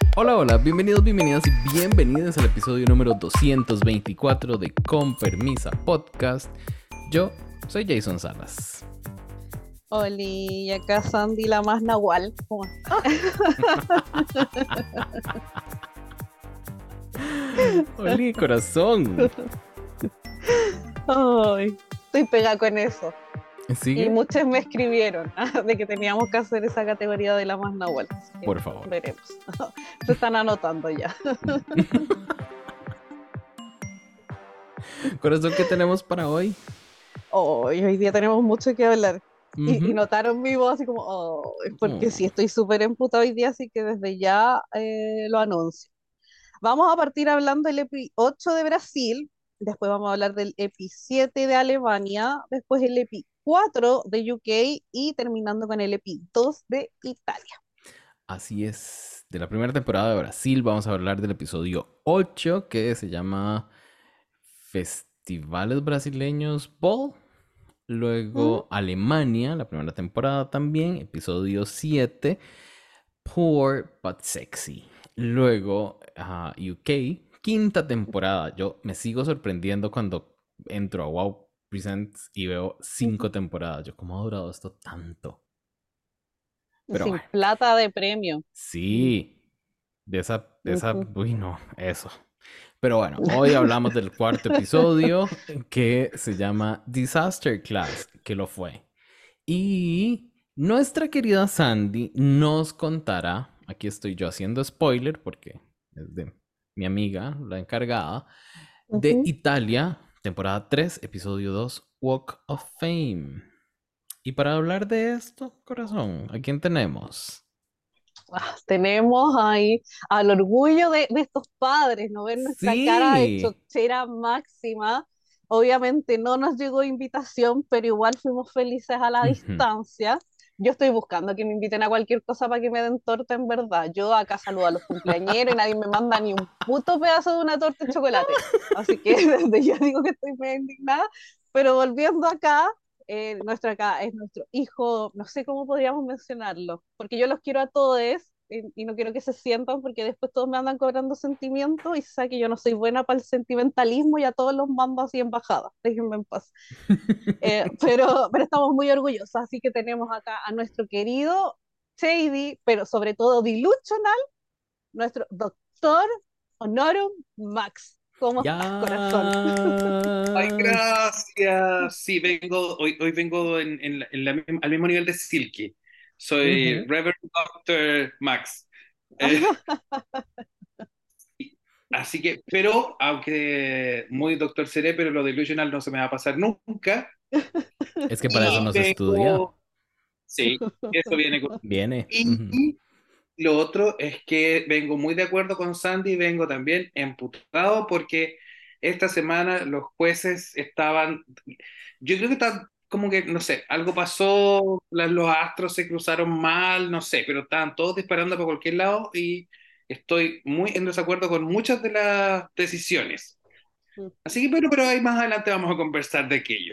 Hola, hola, bienvenidos, bienvenidas y bienvenidos al episodio número 224 de Con Permisa Podcast. Yo soy Jason Salas. Oli, y acá Sandy la más nahual. ¿Cómo está? Hola, corazón. Ay, estoy pegada con eso. Y ¿Sigue? muchos me escribieron de que teníamos que hacer esa categoría de la más nahual. Así que Por favor. veremos. Se están anotando ya. Corazón, ¿qué tenemos para hoy? Hoy día tenemos mucho que hablar. Y Ujú. notaron mi voz así como, oh, porque sí, Oh, estoy súper emputada hoy día, así que desde ya lo anuncio. Vamos a partir hablando del EPI 8 de Brasil, después vamos a hablar del EPI 7 de Alemania, después el EPI 4 de UK y terminando con el EPI 2 de Italia. así es. De la primera temporada de Brasil vamos a hablar del episodio 8 que se llama Festivales Brasileños Ball. ¿Mm? Luego Alemania, la primera temporada también, episodio 7, Poor but Sexy. Luego UK, quinta temporada. Yo me sigo sorprendiendo cuando entro a Wow Presents y veo 5 temporadas. Yo, ¿cómo ha durado esto tanto? Pero Sin bueno, plata de premio. Mm, sí, ujú. uy no, eso. Pero bueno, hoy hablamos del cuarto episodio que se llama Disaster Class, que lo fue. Y nuestra querida Sandy nos contará, aquí estoy yo haciendo spoiler porque es de mi amiga, la encargada, de Ujú. Italia, temporada 3 episodio 2 Walk of Fame. Y para hablar de esto, corazón, ¿a quién tenemos? Tenemos ahí al orgullo de estos padres, ¿no? Ver nuestra cara de Sí. chochera máxima. Obviamente no nos llegó invitación, pero igual fuimos felices a la Ujú. distancia. Yo estoy buscando que me inviten a cualquier cosa para que me den torta en verdad. Yo acá saludo a los cumpleañeros y nadie me manda ni un puto pedazo de una torta de chocolate. Así que desde ya digo que estoy medio indignada. Pero volviendo acá, nuestro acá es nuestro hijo, no sé cómo podríamos mencionarlo, porque yo los quiero a todos y no quiero que se sientan porque después todos me andan cobrando sentimientos y sabe que yo no soy buena para el sentimentalismo y a todos los mando así en bajada, déjenme en paz. Pero estamos muy orgullosos, así que tenemos acá a nuestro querido Shady, pero sobre todo Dilusional, nuestro doctor Honorum Max. ¿Cómo estás, corazón? Ay, Yes. gracias. Sí, hoy vengo al mismo nivel de Silky. Soy Ujú. Reverend Doctor Max. Eh, Así que, pero, aunque muy Doctor seré, pero lo delusional no se me va a pasar nunca. Es que para eso Y nos estudia. vengo, sí, eso viene con... Viene. Ujú. Y lo otro es que vengo muy de acuerdo con Sandy, vengo también emputado porque esta semana los jueces estaban, yo creo que está como que, no sé, algo pasó, los astros se cruzaron mal, no sé, pero estaban todos disparando por cualquier lado y estoy muy en desacuerdo con muchas de las decisiones. Así que, bueno, pero ahí más adelante vamos a conversar de aquello.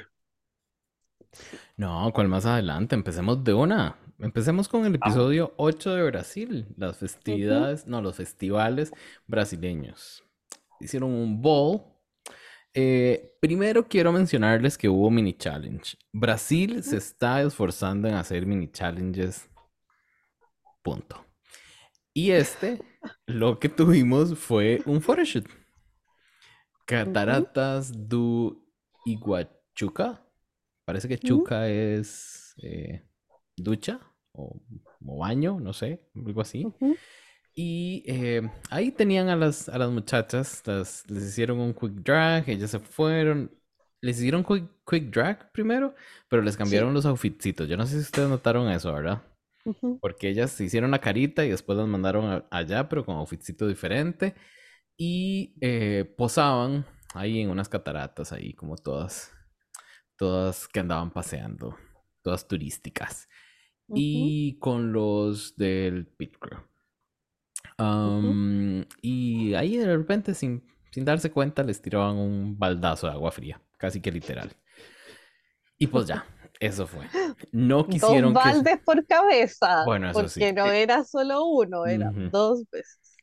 No, ¿cuál más adelante? Empecemos de una. Empecemos con el Vamos. episodio 8 de Brasil, las Ujú, festividades, no, los festivales brasileños. Hicieron un ball. Primero quiero mencionarles que hubo mini challenge. Brasil se ujú, está esforzando en hacer mini challenges, punto. Y lo que tuvimos fue un photoshoot. ujú, Cataratas do Iguachuca. Parece que ujú. chuca es ducha o baño, no sé, algo así. Ujú. Y ahí tenían a las muchachas, les hicieron un quick drag, ellas se fueron. Les hicieron quick drag primero, pero les Sí. cambiaron los outfitsitos. Yo no sé si ustedes notaron eso, ¿verdad? Ujú. Porque ellas se hicieron la carita y después las mandaron allá, pero con outfitsito diferente. Y posaban ahí en unas cataratas, ahí como todas que andaban paseando, todas turísticas. Ujú. Y con los del Pit Crew. Ujú. Y ahí de repente, sin darse cuenta, les tiraban un baldazo de agua fría, casi que literal. Y pues ya, eso fue. No Dos quisieron que... baldes por cabeza, Bueno, eso sí. porque no era solo uno, eran Ujú. dos veces.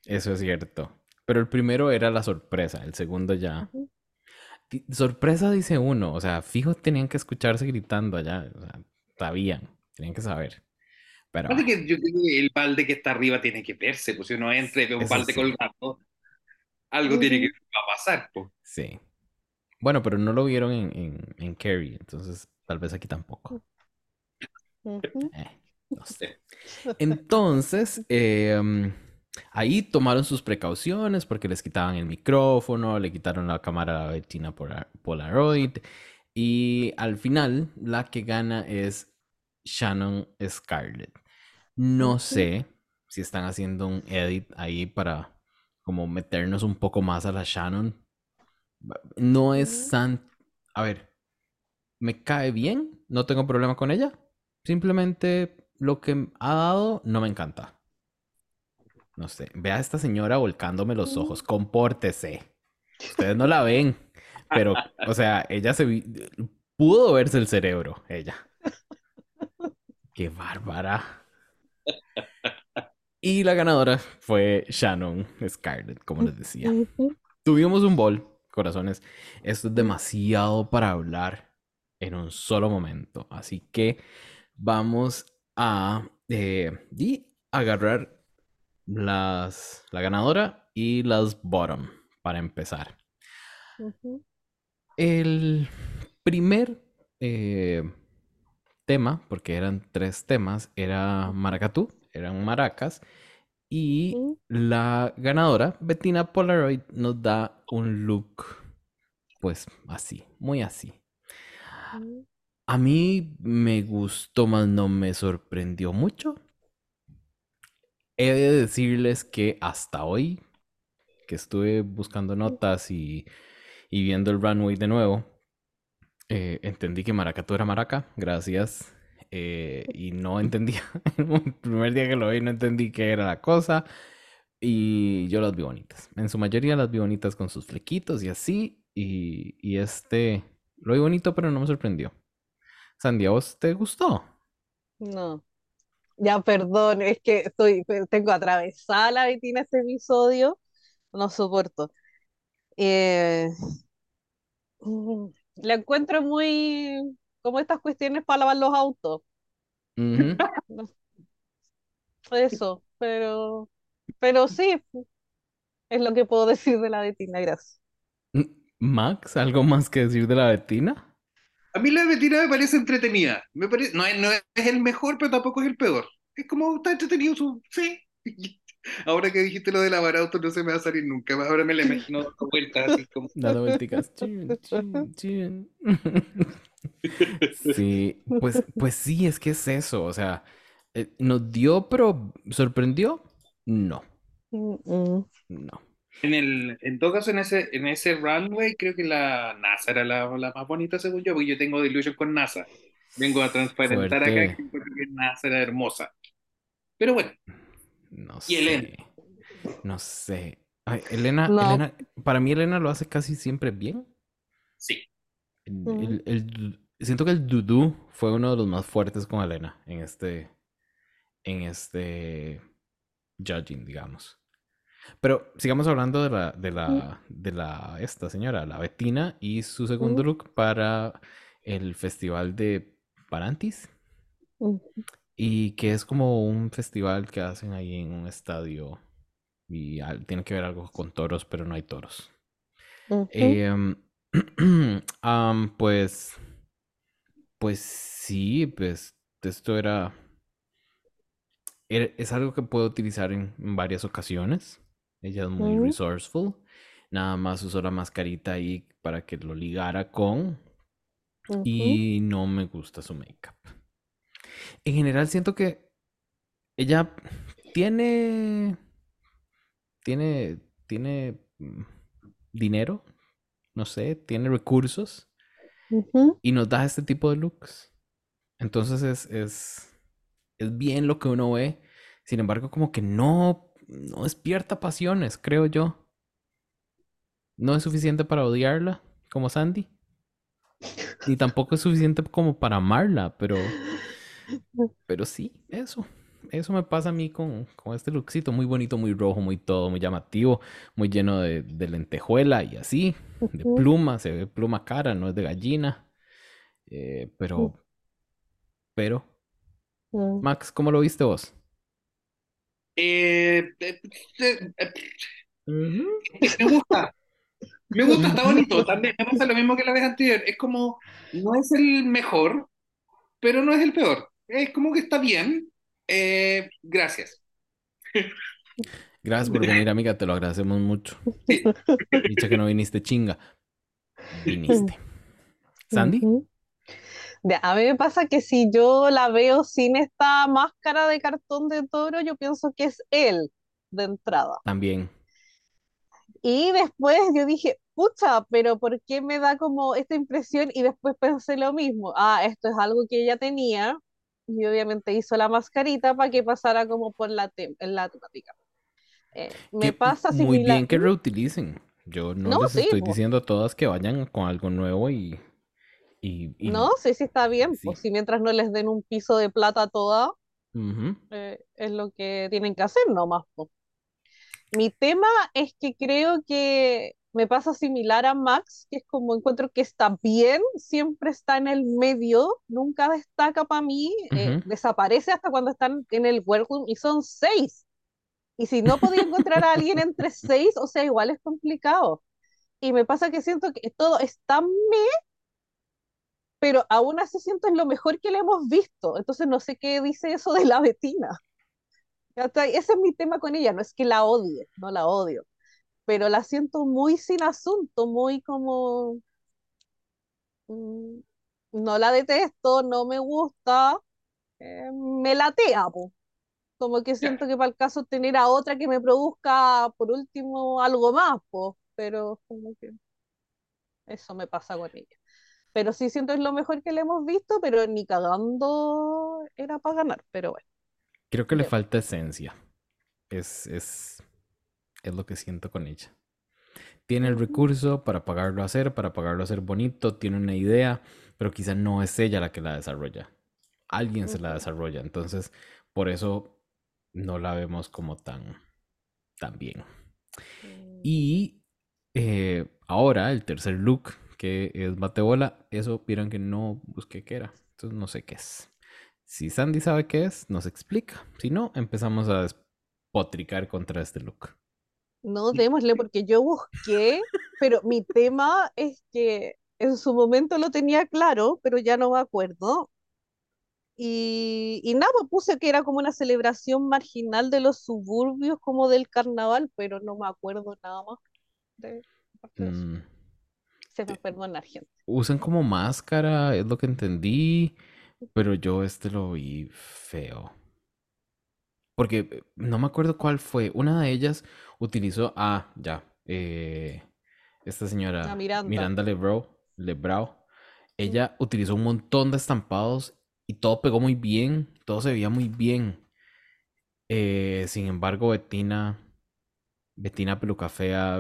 Eso es cierto. Pero el primero era la sorpresa, el segundo ya. Ujú. Sorpresa dice uno, o sea, fijo tenían que escucharse gritando allá, o sea, sabían, tenían que saber. Pero Aparte bueno, que yo creo que el balde que está arriba tiene que verse, pues si uno entra y ve un eso balde sí, colgando, algo tiene que Ujú, va a pasar, pues. sí. Bueno, pero no lo vieron en Carrie, entonces tal vez aquí tampoco. ujú. Eh, no sé. Entonces, ahí tomaron sus precauciones porque les quitaban el micrófono, le quitaron la cámara a la Bettina Polaroid y al final la que gana es Shannon Scarlett. No Ujú, sé si están haciendo un edit ahí para como meternos un poco más a la Shannon. No es ujú, tan... A ver, me cae bien, no tengo problema con ella. Simplemente lo que ha dado no me encanta. No sé, vea a esta señora volcándome los ujú. ojos, compórtese. Ustedes no la ven, pero, o sea, pudo verse el cerebro, ella. Qué bárbara. Y la ganadora fue Shannon Scarlett, como les decía. Ujú, Tuvimos un bol, corazones. Esto es ujú, demasiado para hablar en un solo momento. Así que vamos a agarrar la ganadora y las bottom para empezar. ujú, El primer eh, tema, porque eran tres temas, era Maracatú, eran maracas. Y ujú, la ganadora, Bettina Polaroid, nos da un look, pues así, muy así. ujú, A mí me gustó, más no me sorprendió mucho. He de decirles que hasta hoy, que estuve buscando notas y viendo el runway de nuevo, entendí que Maracatú era Maraca, gracias. Y no entendía, el primer día que lo vi no entendí qué era la cosa. Y yo las vi bonitas. En su mayoría las vi bonitas con sus flequitos y así. Y este lo vi bonito, pero no me sorprendió. Sandy, ¿a vos te gustó? no, ya perdón, es que tengo atravesada la Betina este episodio, no soporto. Eh, la encuentro muy como estas cuestiones para lavar los autos. Ujú. No, eso, pero sí, es lo que puedo decir de la Betina, gracias. Max, ¿algo más que decir de la Betina? A mí la Betina me parece entretenida. No es el mejor, pero tampoco es el peor. Es como está entretenido su. Sí. Ahora que dijiste lo de lavar autos, no se me va a salir nunca. Ahora me la imagino dando vueltas así como. Dando vuelticas. Chun, chun, chun. Sí, pues sí, es que es eso. O sea, ¿nos dio, pero sorprendió? No, Mm, mm, no. En todo caso, en ese runway, creo que la NASA era la más bonita, según yo, porque yo tengo delusion con NASA. Vengo a transparentar acá Fuerte, que encuentro que NASA era hermosa. Pero bueno, no y Elena, sé. No sé. Ay, Elena, no, Elena, para mí Elena lo hace casi siempre bien. sí. mm, Siento que el dudú fue uno de los más fuertes con Elena en este judging, digamos. Pero sigamos hablando mm, esta señora, la Bettina, y su segundo mm, look para el festival de Parantis. mm, Y que es como un festival que hacen ahí en un estadio. Y tiene que ver algo con toros, pero no hay toros. ujú, Em, pues, pues sí, pues esto es algo que puedo utilizar en varias ocasiones. Ella es muy mm, resourceful. Nada más usó la mascarita ahí para que lo ligara con. ujú, Y no me gusta su makeup. En general siento que ella tiene, tiene dinero, no sé, tiene recursos ujú. y nos da este tipo de looks. Entonces es bien lo que uno ve. Sin embargo, como que no despierta pasiones, creo yo. No es suficiente para odiarla, como Sandy. Ni tampoco es suficiente como para amarla, pero sí, eso. eso me pasa a mí con este lookcito, muy bonito, muy rojo, muy todo, muy llamativo, muy lleno de lentejuela y así, de Ujú, pluma, se ve pluma cara, no es de gallina, eh, ujú, pero, pero, ujú, Max, ¿cómo lo viste vos? Eh, eh, eh, eh, Ujú, me me gusta, está ujú. bonito. También me pasa lo mismo que la vez anterior. Es como, no es el mejor, pero no es el peor. Es como que está bien. Gracias. Gracias por venir, amiga, te lo agradecemos mucho. Sí. Dicha que no viniste chinga, viniste. ¿Sandy? ujú. A mí me pasa que si yo la veo sin esta máscara de cartón de toro, yo pienso que es él de entrada. También. Y después yo dije, pucha, pero ¿por qué me da como esta impresión? Y después pensé lo mismo. Ah, esto es algo que ella tenía. Y obviamente hizo la mascarita para que pasara como por en la temática. Me Que pasa muy similar. bien que reutilicen. Yo no No, les sí, estoy po. diciendo a todas que vayan con algo nuevo No, y sí, sí está bien. sí. Pues si mientras no les den un piso de plata toda, Ujú, es lo que tienen que hacer nomás, po. Mi tema es que creo que me pasa similar a Max, que es como encuentro que está bien, siempre está en el medio, nunca destaca para mí, ujú. desaparece hasta cuando están en el workroom y son seis. Y si no podía encontrar a alguien entre seis, o sea, igual es complicado. Y me pasa que siento que todo está pero aún así siento es lo mejor que le hemos visto. Entonces no sé qué dice eso de la Betina. Ese es mi tema con ella, no es que la odie, no la odio, pero la siento muy sin asunto, muy como, mm, no la detesto, no me gusta, me latea, po. Como que Ya. siento que para el caso tener a otra que me produzca por último algo más, po, pero como que eso me pasa con ella. Pero sí siento es lo mejor que le hemos visto, pero ni cagando era para ganar, pero bueno, Creo que le vemos. falta esencia. Es, es, es lo que siento con ella. Tiene el Ujú, recurso para pagarlo a hacer bonito, tiene una idea, pero quizá no es ella la que la desarrolla. Alguien se la ujú, desarrolla. Entonces, por eso no la vemos como tan bien. mm. Y ahora el tercer look, que es batebola, eso vieron que no busqué qué era. Entonces no sé qué es. Si Sandy sabe qué es, nos explica. Si no, empezamos a despotricar contra este look. No, démosle porque yo busqué, pero mi tema es que en su momento lo tenía claro, pero ya no me acuerdo. Y nada, pues puse que era como una celebración marginal de los suburbios, como del carnaval, pero no me acuerdo nada más de, aparte de eso. Mm, Se me te- perdonar, gente. usan como máscara, es lo que entendí, pero yo este lo vi feo. Porque no me acuerdo cuál fue. Una de ellas utilizó, ya, esta La señora Miranda. Miranda Lebrau. Mm, Ella utilizó un montón de estampados y todo pegó muy bien, todo se veía muy bien. Sin embargo, Betina Peluca Fea,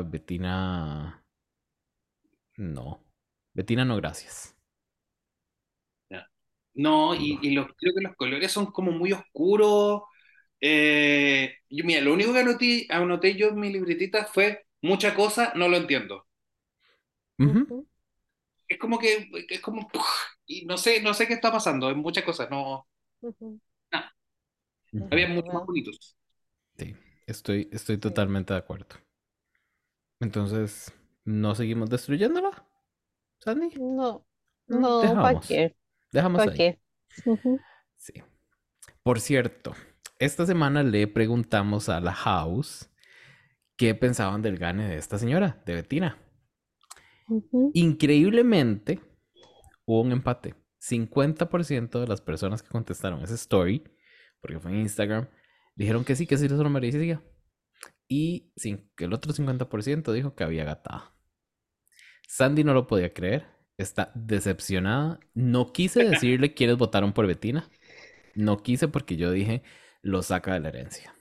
no. Betina no, gracias. Ya. No, No. creo que los colores son como muy oscuros. Mira, lo único que anoté yo en mi libretita fue mucha cosa, no lo entiendo. Ujú, ujú, Es como que, es como, ¡puf! Y no sé qué está pasando, hay muchas cosas, no, ujú, nada, ujú. había es mucho más verdad. bonitos. Sí, estoy Sí. totalmente de acuerdo. Entonces, ¿no seguimos destruyéndola, Sandy? No, no, ¿para Dejamos. qué? Dejamos ¿Para ahí. qué? Ujú, Sí. Por cierto, esta semana le preguntamos a la House qué pensaban del gane de esta señora, de Bettina. ujú. Increíblemente, hubo un empate. 50% de las personas que contestaron esa story, porque fue en Instagram, dijeron que sí se lo merecía. Y que el otro 50% dijo que había gatada. Sandy no lo podía creer. Está decepcionada. No quise decirle quiénes votaron por Bettina. No quise porque yo dije, lo saca de la herencia.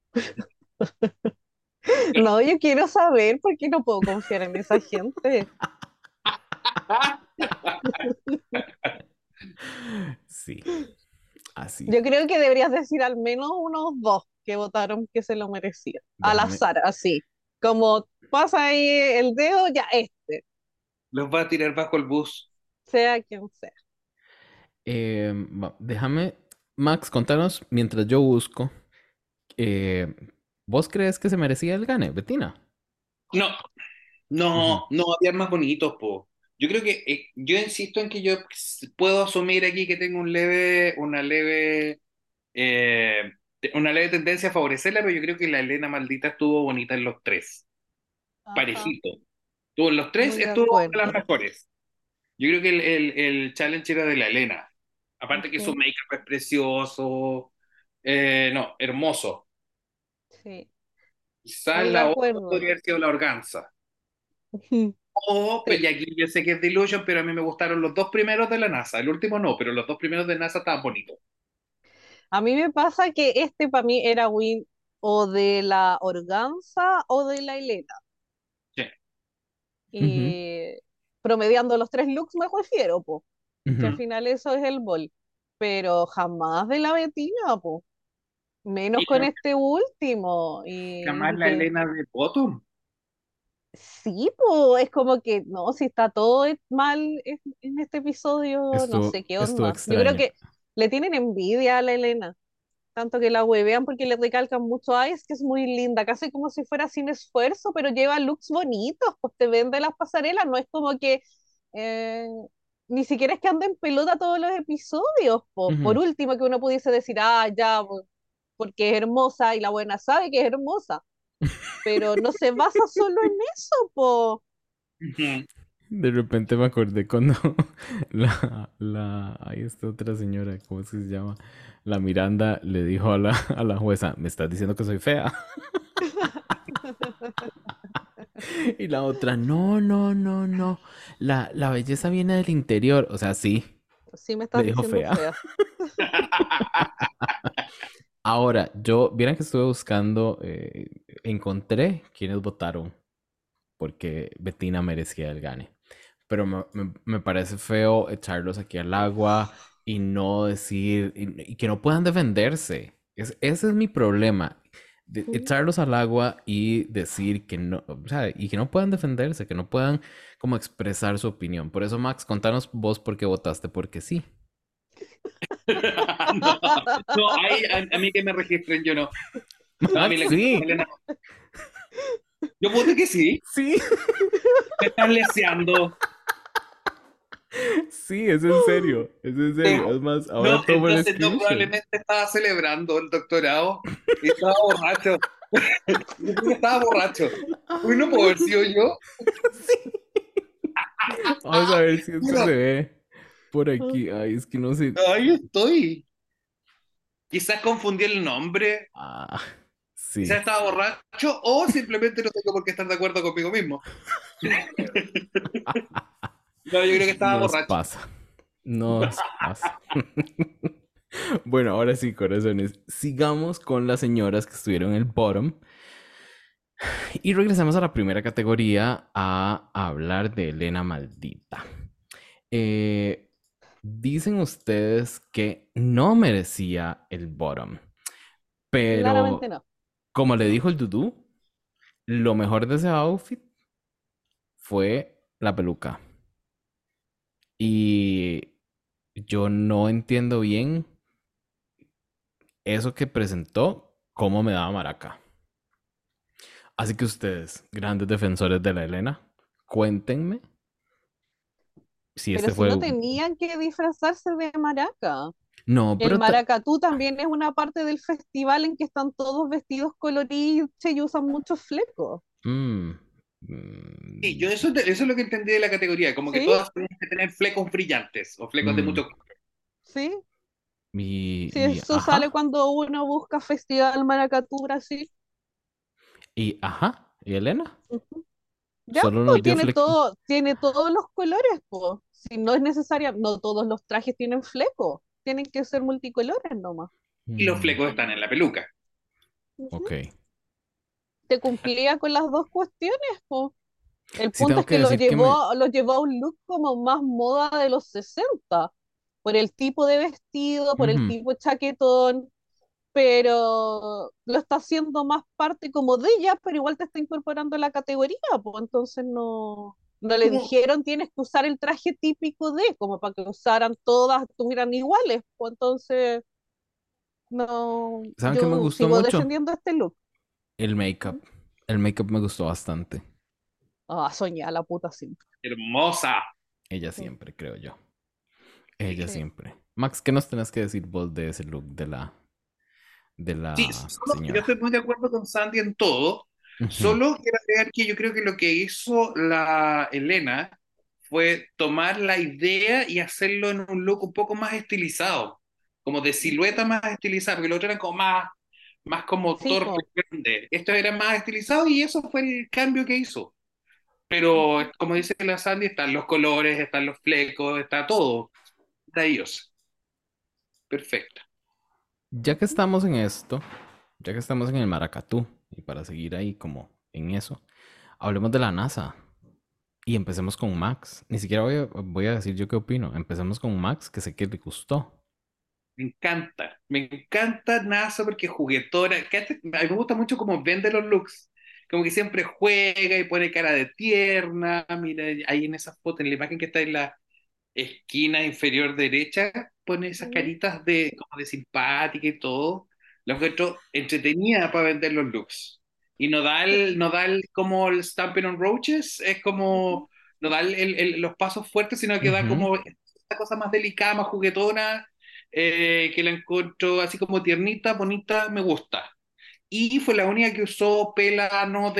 No, yo quiero saber por qué no puedo confiar en esa gente. Ah, Sí. Así, Yo creo que deberías decir al menos unos dos que votaron que se lo merecían. Al déjame. azar, así. Como pasa ahí el dedo, ya Los va a tirar bajo el bus. sea quien sea. Déjame, Max, contanos mientras yo busco. eh, ¿Vos crees que se merecía el gane, Betina? No, Ujú, no, había más bonitos, po. Yo creo que, yo insisto en que yo puedo asumir aquí que tengo eh, una leve tendencia a favorecerla, pero yo creo que la Elena maldita estuvo bonita en los tres, Ajá, parejito. Estuvo en los tres, muy de estuvo de las acuerdo. mejores. Yo creo que el challenge era de la Elena. Aparte que su Ujú, make-up es precioso, no, hermoso. sí, Quizás muy de la otra acuerdo. podría haber sido la organza. Ujú, O, pues, sí. y aquí yo sé que es Delusion, pero a mí me gustaron los dos primeros de la NASA. El último no, pero los dos primeros de NASA estaban bonitos. A mí me pasa que este para mí era win o de la Organza o de la Hileta. Sí. ujú, Y promediando los tres looks me refiero, po, que al ujú. final eso es el bol. Pero jamás de la Betina, po. Menos Y con este último. Y jamás la que Elena de Bottom. sí, po, es como que no, si está todo mal en este episodio, no sé qué Estuvo onda. Yo creo extraño. que le tienen envidia a la Elena. Tanto que la huevean porque le recalcan mucho, ay, es que es muy linda, casi como si fuera sin esfuerzo, pero lleva looks bonitos, pues te vende las pasarelas, no es como que eh, ni siquiera es que ande en pelota todos los episodios, po. Por Ujú. último que uno pudiese decir, ah, ya, porque es hermosa y la buena sabe que es hermosa, pero no se basa solo en eso, po. Ujú. De repente me acordé cuando ahí está otra señora, ¿cómo es que se llama? La Miranda le dijo a a la jueza, ¿me estás diciendo que soy fea? Y la otra, no, no, no, no. La belleza viene del interior. O sea, sí, Sí me le estás dijo diciendo fea. fea. Ahora, yo, vieran que estuve buscando, encontré quienes votaron porque Bettina merecía el gane. Pero me parece feo echarlos aquí al agua y no decir, y que no puedan defenderse. Ese es mi problema. Echarlos al agua y decir que no, o sea, y que no puedan defenderse, que no puedan como expresar su opinión. Por eso, Max, contanos vos por qué votaste, porque sí. No, no, ahí, a mí que me registren, yo no. No, a mí Max, sí, Elena no. Yo voté que sí. sí, Me estás leseando. sí, es en serio, es en serio. Es más, No, ahora tomo el entonces no, screenshot. probablemente estaba celebrando el doctorado y estaba borracho. Yo creo que estaba borracho. Uy, Ay, no puedo no. haber sido yo. Sí. Vamos a ver si esto se Mira, ve por aquí. Ay, es que no sé. ahí estoy. Quizás confundí el nombre, Ah, quizás sí, estaba borracho o simplemente no tengo por qué estar de acuerdo conmigo mismo. No, yo creo que estaba nos borracho. pasa. Nos pasa. Bueno, ahora sí, corazones. Sigamos con las señoras que estuvieron en el bottom. Y regresamos a la primera categoría a hablar de Elena Maldita. Eh, Dicen ustedes que no merecía el bottom. Claramente Pero, no. como le dijo el Dudú, lo mejor de ese outfit fue la peluca. Y yo no entiendo bien eso que presentó, cómo me daba maraca. Así que ustedes, grandes defensores de la Elena, cuéntenme si Pero este si fue... no tenían que disfrazarse de maraca. No, El pero... maracatú también es una parte del festival en que están todos vestidos coloridos y usan muchos flecos. mm, Sí, yo mm, eso es lo que entendí de la categoría, como que ¿Sí? todas tenían que tener flecos brillantes o flecos de mm, mucho. ¿Sí? y, Sí, eso sale ajá, cuando uno busca Festival Maracatú Brasil. y Elena, Ujú. Ya, solo nos pues dio fleco. tiene todos los colores, pues. Si no es necesario, no todos los trajes tienen flecos, tienen que ser multicolores nomás. Y los Mm, flecos están en la peluca. Ujú. ok. Te cumplía con las dos cuestiones, pues. El Sí punto tengo es que que decir que me... lo llevó a un look como más moda de los 60. por el tipo de vestido, por el Ujú. tipo de chaquetón, pero lo está haciendo más parte como de ella, pero igual te está incorporando a la categoría, pues entonces no le Como, dijeron tienes que usar el traje típico de, como para que usaran todas, tuvieran iguales, pues entonces no, ¿Saben qué me yo gustó sigo mucho? defendiendo este look. El make-up. El make-up me gustó bastante. Ah, soñé la puta siempre. hermosa. Ella Mm, siempre, creo yo. Ella sí. siempre. Max, ¿qué nos tenés que decir vos de ese look de Sí, la yo señora? estoy muy de acuerdo con Sandy en todo. Ujú. Solo quiero agregar que yo creo que lo que hizo la Elena fue tomar la idea y hacerlo en un look un poco más estilizado, como de silueta más estilizada, porque lo otro era como más como Sí, torpe, po. grande. Esto era más estilizado y eso fue el cambio que hizo. Pero como dice la Sandy, están los colores, están los flecos, está todo. Está ellos. Perfecto. Ya que estamos en esto, ya que estamos en el maracatú, y para seguir ahí como en eso, hablemos de la NASA. Y empecemos con Max. Ni siquiera voy a decir yo qué opino. Empecemos con Max, que sé que le gustó. Me encanta NASA porque es juguetona. A mí me gusta mucho cómo vende los looks. Como que siempre juega y pone cara de tierna. Mira, ahí en esa foto, en la imagen que está en la esquina inferior derecha, pone esas Mm, caritas de, como de simpática y todo. Lo encuentro entretenida para vender los looks. Y no da el como el Stamping on Roaches, es ujú. como, no da los pasos fuertes, sino que da Ujú, como esta cosa más delicada, más juguetona, que la encuentro así como tiernita, bonita, me gusta. Y fue la única que usó pela no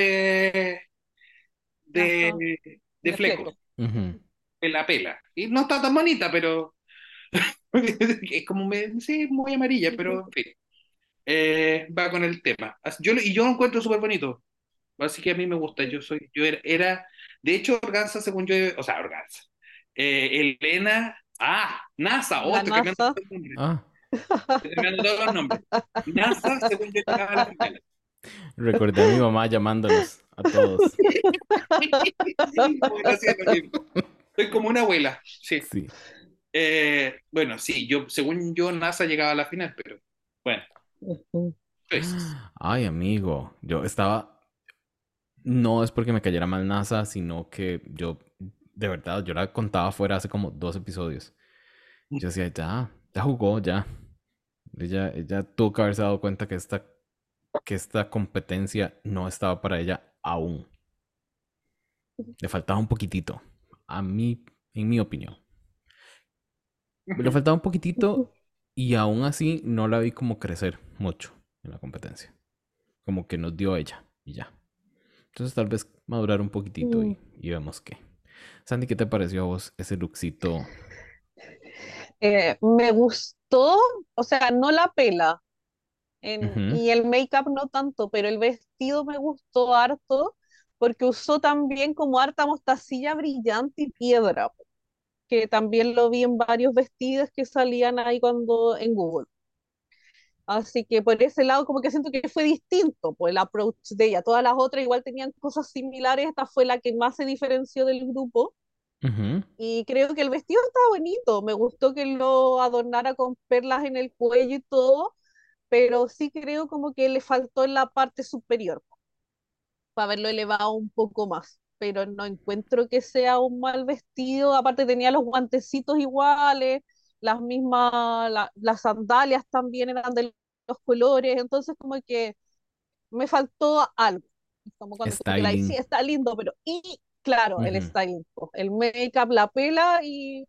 Ajá, de, de de flecos, fleco. ujú. pela. Y no está tan bonita, pero es como, sí, muy amarilla, pero Ujú. en fin, va con el tema. Y yo lo encuentro súper bonito, así que a mí me gusta. De hecho, Organza, según yo, o sea, Organza. Elena, NASA, La otro que me han NASA. dado los nombres. Ah, Me han dado los nombres. NASA, según yo, llegaba a la final. recordé a mi mamá llamándolos a todos. Bueno, sí, es lo mismo. Soy como una abuela, sí. Sí. Bueno, sí, según yo, NASA llegaba a la final, pero bueno, Ujú. choices. Ay, amigo, yo estaba, no es porque me cayera mal NASA, sino que yo, de verdad, yo la contaba fuera hace como 2 episodios. Yo decía, ya jugó, ya. Ella tuvo que haberse dado cuenta que esta competencia no estaba para ella aún. Le faltaba un poquitito, a mí, en mi opinión. Le faltaba un poquitito y aún así no la vi como crecer mucho en la competencia. Como que nos dio ella y ya. Entonces tal vez madurar un poquitito Mm. y vemos qué. Sandy, ¿qué te pareció a vos ese lookcito? Me gustó, o sea, no la pela, Ujú, y el make-up no tanto, pero el vestido me gustó harto porque usó también como harta mostacilla brillante y piedra, que también lo vi en varios vestidos que salían ahí cuando en Google. Así que por ese lado como que siento que fue distinto, pues el approach de ella. Todas las otras igual tenían cosas similares, esta fue la que más se diferenció del grupo. ujú. Y creo que el vestido estaba bonito, me gustó que lo adornara con perlas en el cuello y todo, pero sí creo como que le faltó en la parte superior para haberlo elevado un poco más. Pero no encuentro que sea un mal vestido, aparte tenía los guantecitos iguales, las mismas, las sandalias también eran de los colores, entonces como que me faltó algo. Como cuando tú quedas, sí, Styling. está lindo, pero y claro, el Ujú. styling, po, el make-up, la pela,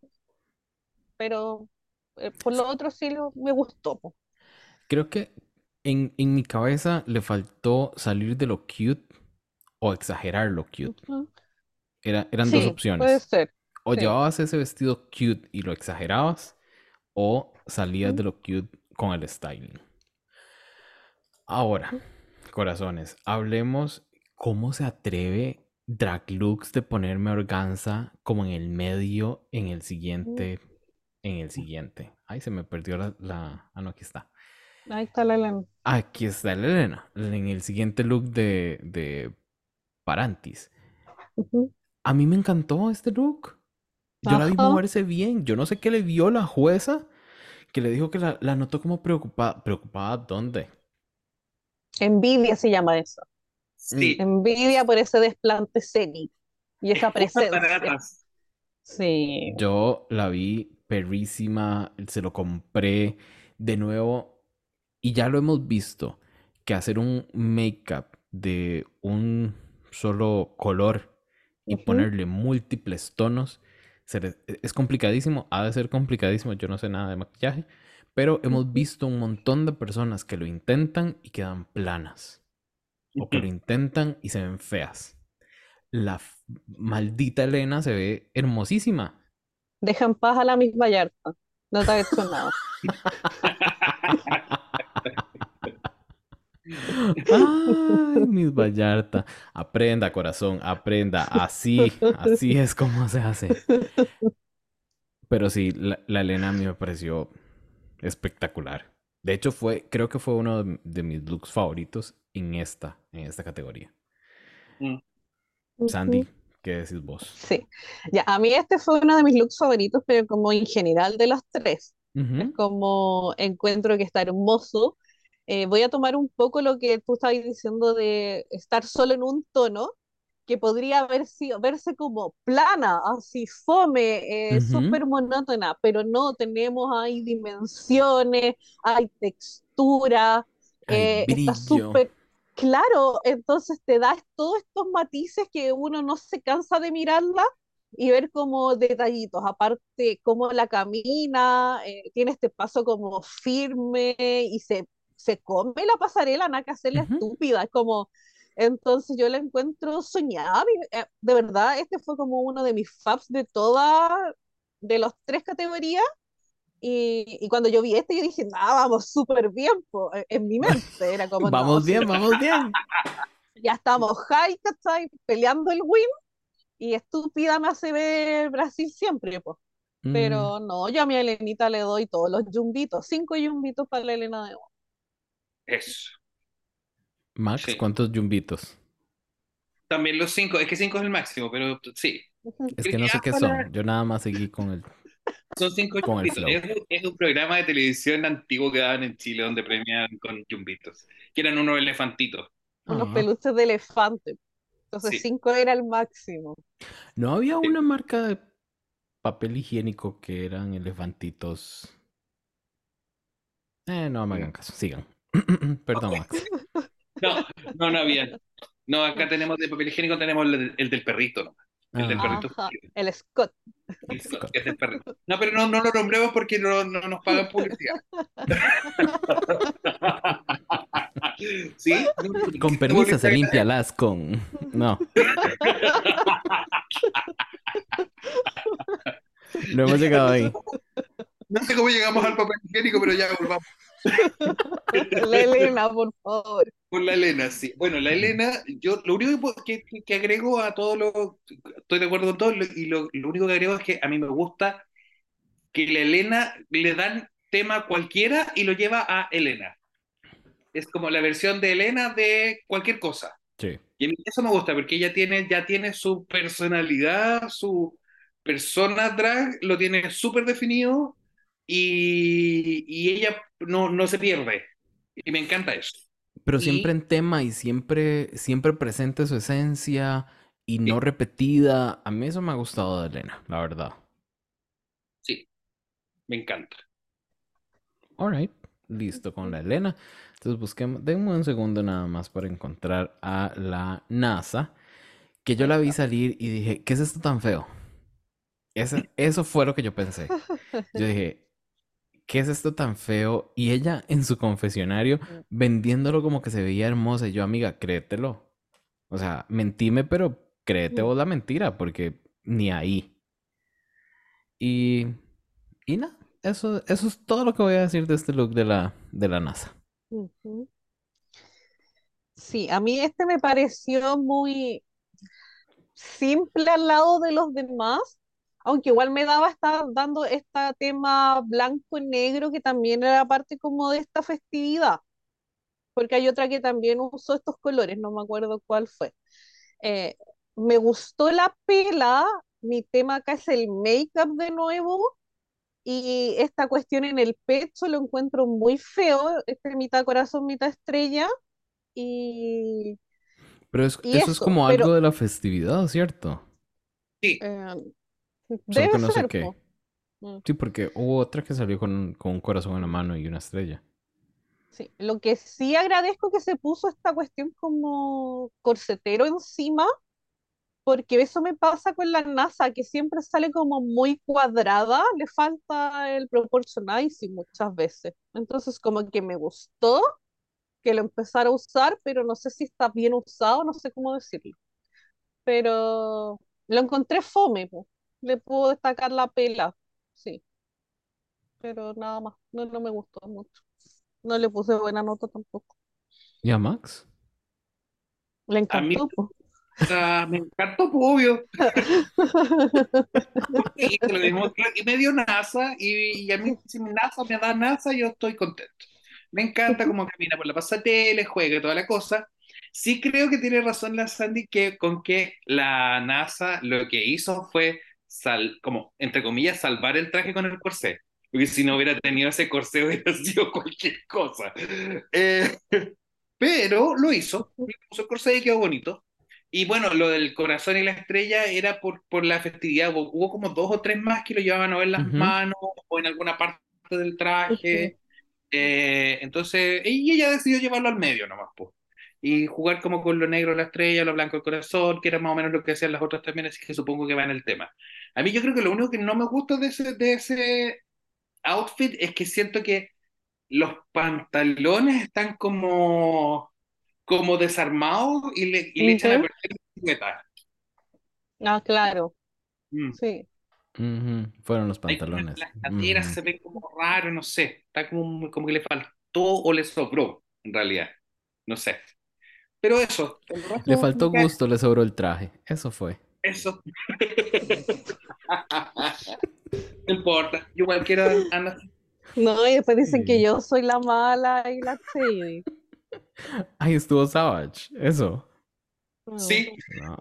pero por lo otro sí me gustó, po. Creo que en mi cabeza le faltó salir de lo cute o exagerar lo cute. Ujú. Eran dos Sí, puede opciones. ser, O sí. llevabas ese vestido cute y lo exagerabas, o salías Ujú, de lo cute con el styling. Ahora, ujú, corazones, hablemos cómo se atreve Drag Lux de ponerme organza como en el medio ujú. en el siguiente. Ay, se me perdió Ah, no, aquí está. Ahí está la Elena. Aquí está la Elena, en el siguiente look de Parantis. Ujú. A mí me encantó este look. Yo la vi Ajá. moverse bien. Yo no sé qué le vio la jueza que le dijo que la notó como preocupada. ¿Preocupada dónde? Envidia se llama eso. Mm, Sí, Envidia por ese desplante escénico y esa excusas presencia. baratas. Sí. Yo la vi perrísima, se lo compré de nuevo y ya lo hemos visto, que hacer un make-up de un solo color y Ujú, ponerle múltiples tonos es complicadísimo, ha de ser complicadísimo, yo no sé nada de maquillaje, pero hemos ujú. visto un montón de personas que lo intentan y quedan planas, o que lo intentan y se ven feas. Maldita Elena se ve hermosísima. Deja en paz a la Miss Vallarta. No te ha hecho nada. Ay, Miss Vallarta. Aprenda, corazón, aprenda. Así es como se hace. Pero sí, la Elena a mí me pareció espectacular. De hecho, creo que fue uno de mis looks favoritos en esta categoría. Mm, Sandy, Ujú. ¿qué decís vos? Sí. Ya, a mí este fue uno de mis looks favoritos, pero como en general de los tres. Es Ujú, como encuentro que está hermoso. Voy a tomar un poco lo que tú estabas diciendo de estar solo en un tono, que podría haber sido, verse como plana, así fome, ujú. súper monótona, pero no, tenemos ahí dimensiones, hay textura, Ay, está brillo. súper claro, entonces te da todos estos matices que uno no se cansa de mirarla y ver como detallitos, aparte cómo la camina, tiene este paso como firme y se come la pasarela, nada que hacerla Ujú. estúpida, es como, entonces yo la encuentro soñada, de verdad, este fue como uno de mis faps de todas, de las tres categorías, y cuando yo vi este, yo dije, nada, vamos súper bien, po. En mi mente era como, no, Vamos sí, bien, vamos bien. ya estamos high, ¿cachai? Peleando el win, y estúpida me hace ver Brasil siempre, pues. Mm, Pero no, yo a mi Elenita le doy todos los yumbitos, 5 yumbitos para la Elena de oro. eso, Max, sí. ¿cuántos yumbitos? También los cinco, es que cinco es el máximo, pero sí. Es que Porque no sé qué Ámbar son. Yo nada más seguí son cinco con el yumbitos. flow. Es un programa de televisión antiguo que daban en Chile donde premiaban con yumbitos, que eran unos elefantitos. Unos Ah. peluches de elefante. Entonces Sí. 5 era el máximo. ¿No había Sí. una marca de papel higiénico que eran elefantitos? No me hagan caso, sigan. Perdón, Max. No, no había. No, acá tenemos de papel higiénico, tenemos el del perrito, ¿no? El del Ah, perrito. Ajá, el Scott. el Scott. Que es del perrito. No, pero no lo nombremos porque no nos pagan publicidad. ¿Sí? No, Con permiso se limpia las con... No, no hemos llegado ahí. no sé cómo llegamos al papel higiénico, pero ya volvamos. La Elena, por favor. Con la Elena, sí. Bueno, la Elena, yo lo único que agrego a todo lo, estoy de acuerdo con todo, y lo único que agrego es que a mí me gusta que la Elena le dan tema cualquiera y lo lleva a Elena. Es como la versión de Elena de cualquier cosa. Sí. Y a mí eso me gusta porque ella ya tiene su personalidad, su persona drag, lo tiene súper definido y ella no se pierde. Y me encanta eso. Pero siempre Y en tema y siempre presente su esencia y no sí, repetida. A mí eso me ha gustado de Elena, la verdad. sí, me encanta. Alright, listo con la Elena. Entonces busquemos, denme un segundo nada más para encontrar a la NASA, que yo la vi salir y dije, ¿qué es esto tan feo? Eso fue lo que yo pensé. Yo dije, ¿qué es esto tan feo? Y ella en su confesionario vendiéndolo como que se veía hermosa. Y yo, amiga, créetelo. O sea, mentime, pero créete vos la mentira, porque ni ahí. Y, y nada, eso es todo lo que voy a decir de este look de la NASA. Ujú. Sí, a mí este me pareció muy simple al lado de los demás, aunque igual me está dando este tema blanco y negro que también era parte como de esta festividad, porque hay otra que también usó estos colores, no me acuerdo cuál fue. Eh, Me gustó la pela, mi tema acá es el make-up de nuevo. Y esta cuestión en el pecho lo encuentro muy feo, este mitad corazón, mitad estrella, y, Pero y eso es eso, como algo pero de la festividad, ¿cierto? Sí, eh, Solo debe que no sé ser, qué. po. Mm, Sí, porque hubo otra que salió con un corazón en la mano y una estrella. sí. Lo que sí agradezco que se puso esta cuestión como corsetero encima, porque eso me pasa con la NASA, que siempre sale como muy cuadrada, le falta el proportionizing muchas veces. Entonces como que me gustó que lo empezara a usar, pero no sé si está bien usado, no sé cómo decirlo. Pero lo encontré fome, po. Le puedo destacar la pela, sí, pero nada más, no, no me gustó mucho. No le puse buena nota tampoco. ¿Y a Max? Le a mí encantó, po. me encantó, pues, obvio. Y lo mismo, y me dio NASA, y a mí si mi NASA me da NASA, yo estoy contento. Me encanta cómo camina por la pasatele, juega y toda la cosa. Sí creo que tiene razón la Sandy que con que la NASA lo que hizo fue, como, entre comillas, salvar el traje con el corsé. Porque si no hubiera tenido ese corsé hubiera sido cualquier cosa. Eh, pero lo hizo, le puso el corsé y quedó bonito. Y bueno, lo del corazón y la estrella era por la festividad. Hubo como dos o tres más que lo llevaban a ver las Ujú. manos o en alguna parte del Ujú. traje. Entonces, y ella decidió llevarlo al medio nomás, pues. Y jugar como con lo negro la estrella, lo blanco el corazón, que era más o menos lo que hacían las otras también, así que supongo que va en el tema. A mí yo creo que lo único que no me gusta de ese outfit es que siento que los pantalones están como desarmados y le echan a ¿Ya? perder la silueta. Ah, claro, Mm. sí. Ujú. Fueron los Hay como pantalones. las caderas Ujú. se ven como raro, no sé. Está como que le faltó o le sobró, en realidad. No sé. Pero eso, el Le resto, faltó gusto, le sobró el traje. Eso fue. eso. No importa. Yo igual quiero andar. No, y después dicen que Sí. yo soy la mala y la shady. Ahí estuvo Savage. Eso. Mm. Sí. No.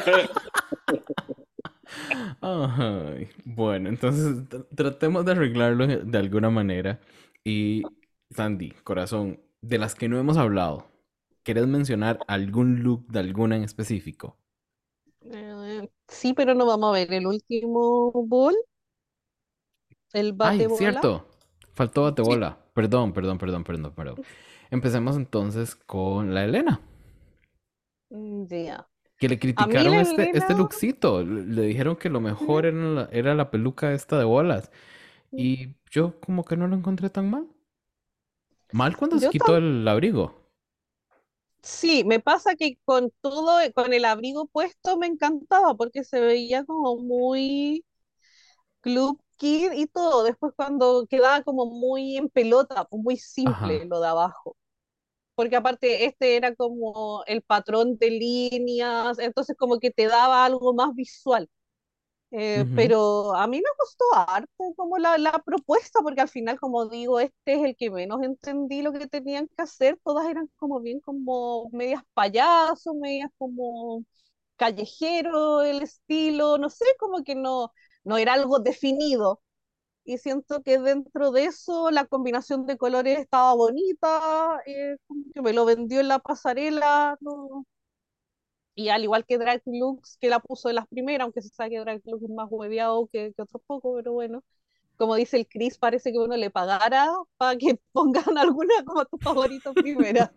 Ay, bueno, entonces tratemos de arreglarlo de alguna manera. Y Sandy, corazón, de las que no hemos hablado, ¿quieres mencionar algún look de alguna en específico? Sí, pero no vamos a ver el último ball, el bate Ay, bola. cierto. Faltó Sí. batebola. Perdón, perdón, perdón, perdón, perdón. Empecemos entonces con la Elena. Ya. Que le A mí criticaron la este Elena, lookcito. Le dijeron que lo mejor mm, era la peluca esta de bolas. Y yo como que no lo encontré tan mal. Mal cuando se yo quitó el abrigo. sí, me pasa que con todo, con el abrigo puesto me encantaba porque se veía como muy Club Kid y todo. Después cuando quedaba como muy en pelota, pues muy simple Ajá. lo de abajo. Porque aparte este era como el patrón de líneas, entonces como que te daba algo más visual. Ujú, Pero a mí me gustó harto como la propuesta, porque al final, como digo, este es el que menos entendí lo que tenían que hacer. Todas eran como bien como medias payaso, medias como callejero el estilo, no sé, como que no, no era algo definido. Y siento que dentro de eso la combinación de colores estaba bonita, como que me lo vendió en la pasarela, ¿no? Y al igual que Drag Lux, que la puso de las primeras, aunque se sabe que Drag Lux es más hueveado que otro poco, pero bueno. Como dice el Chris, parece que uno le pagara para que pongan alguna como tu favorito primera.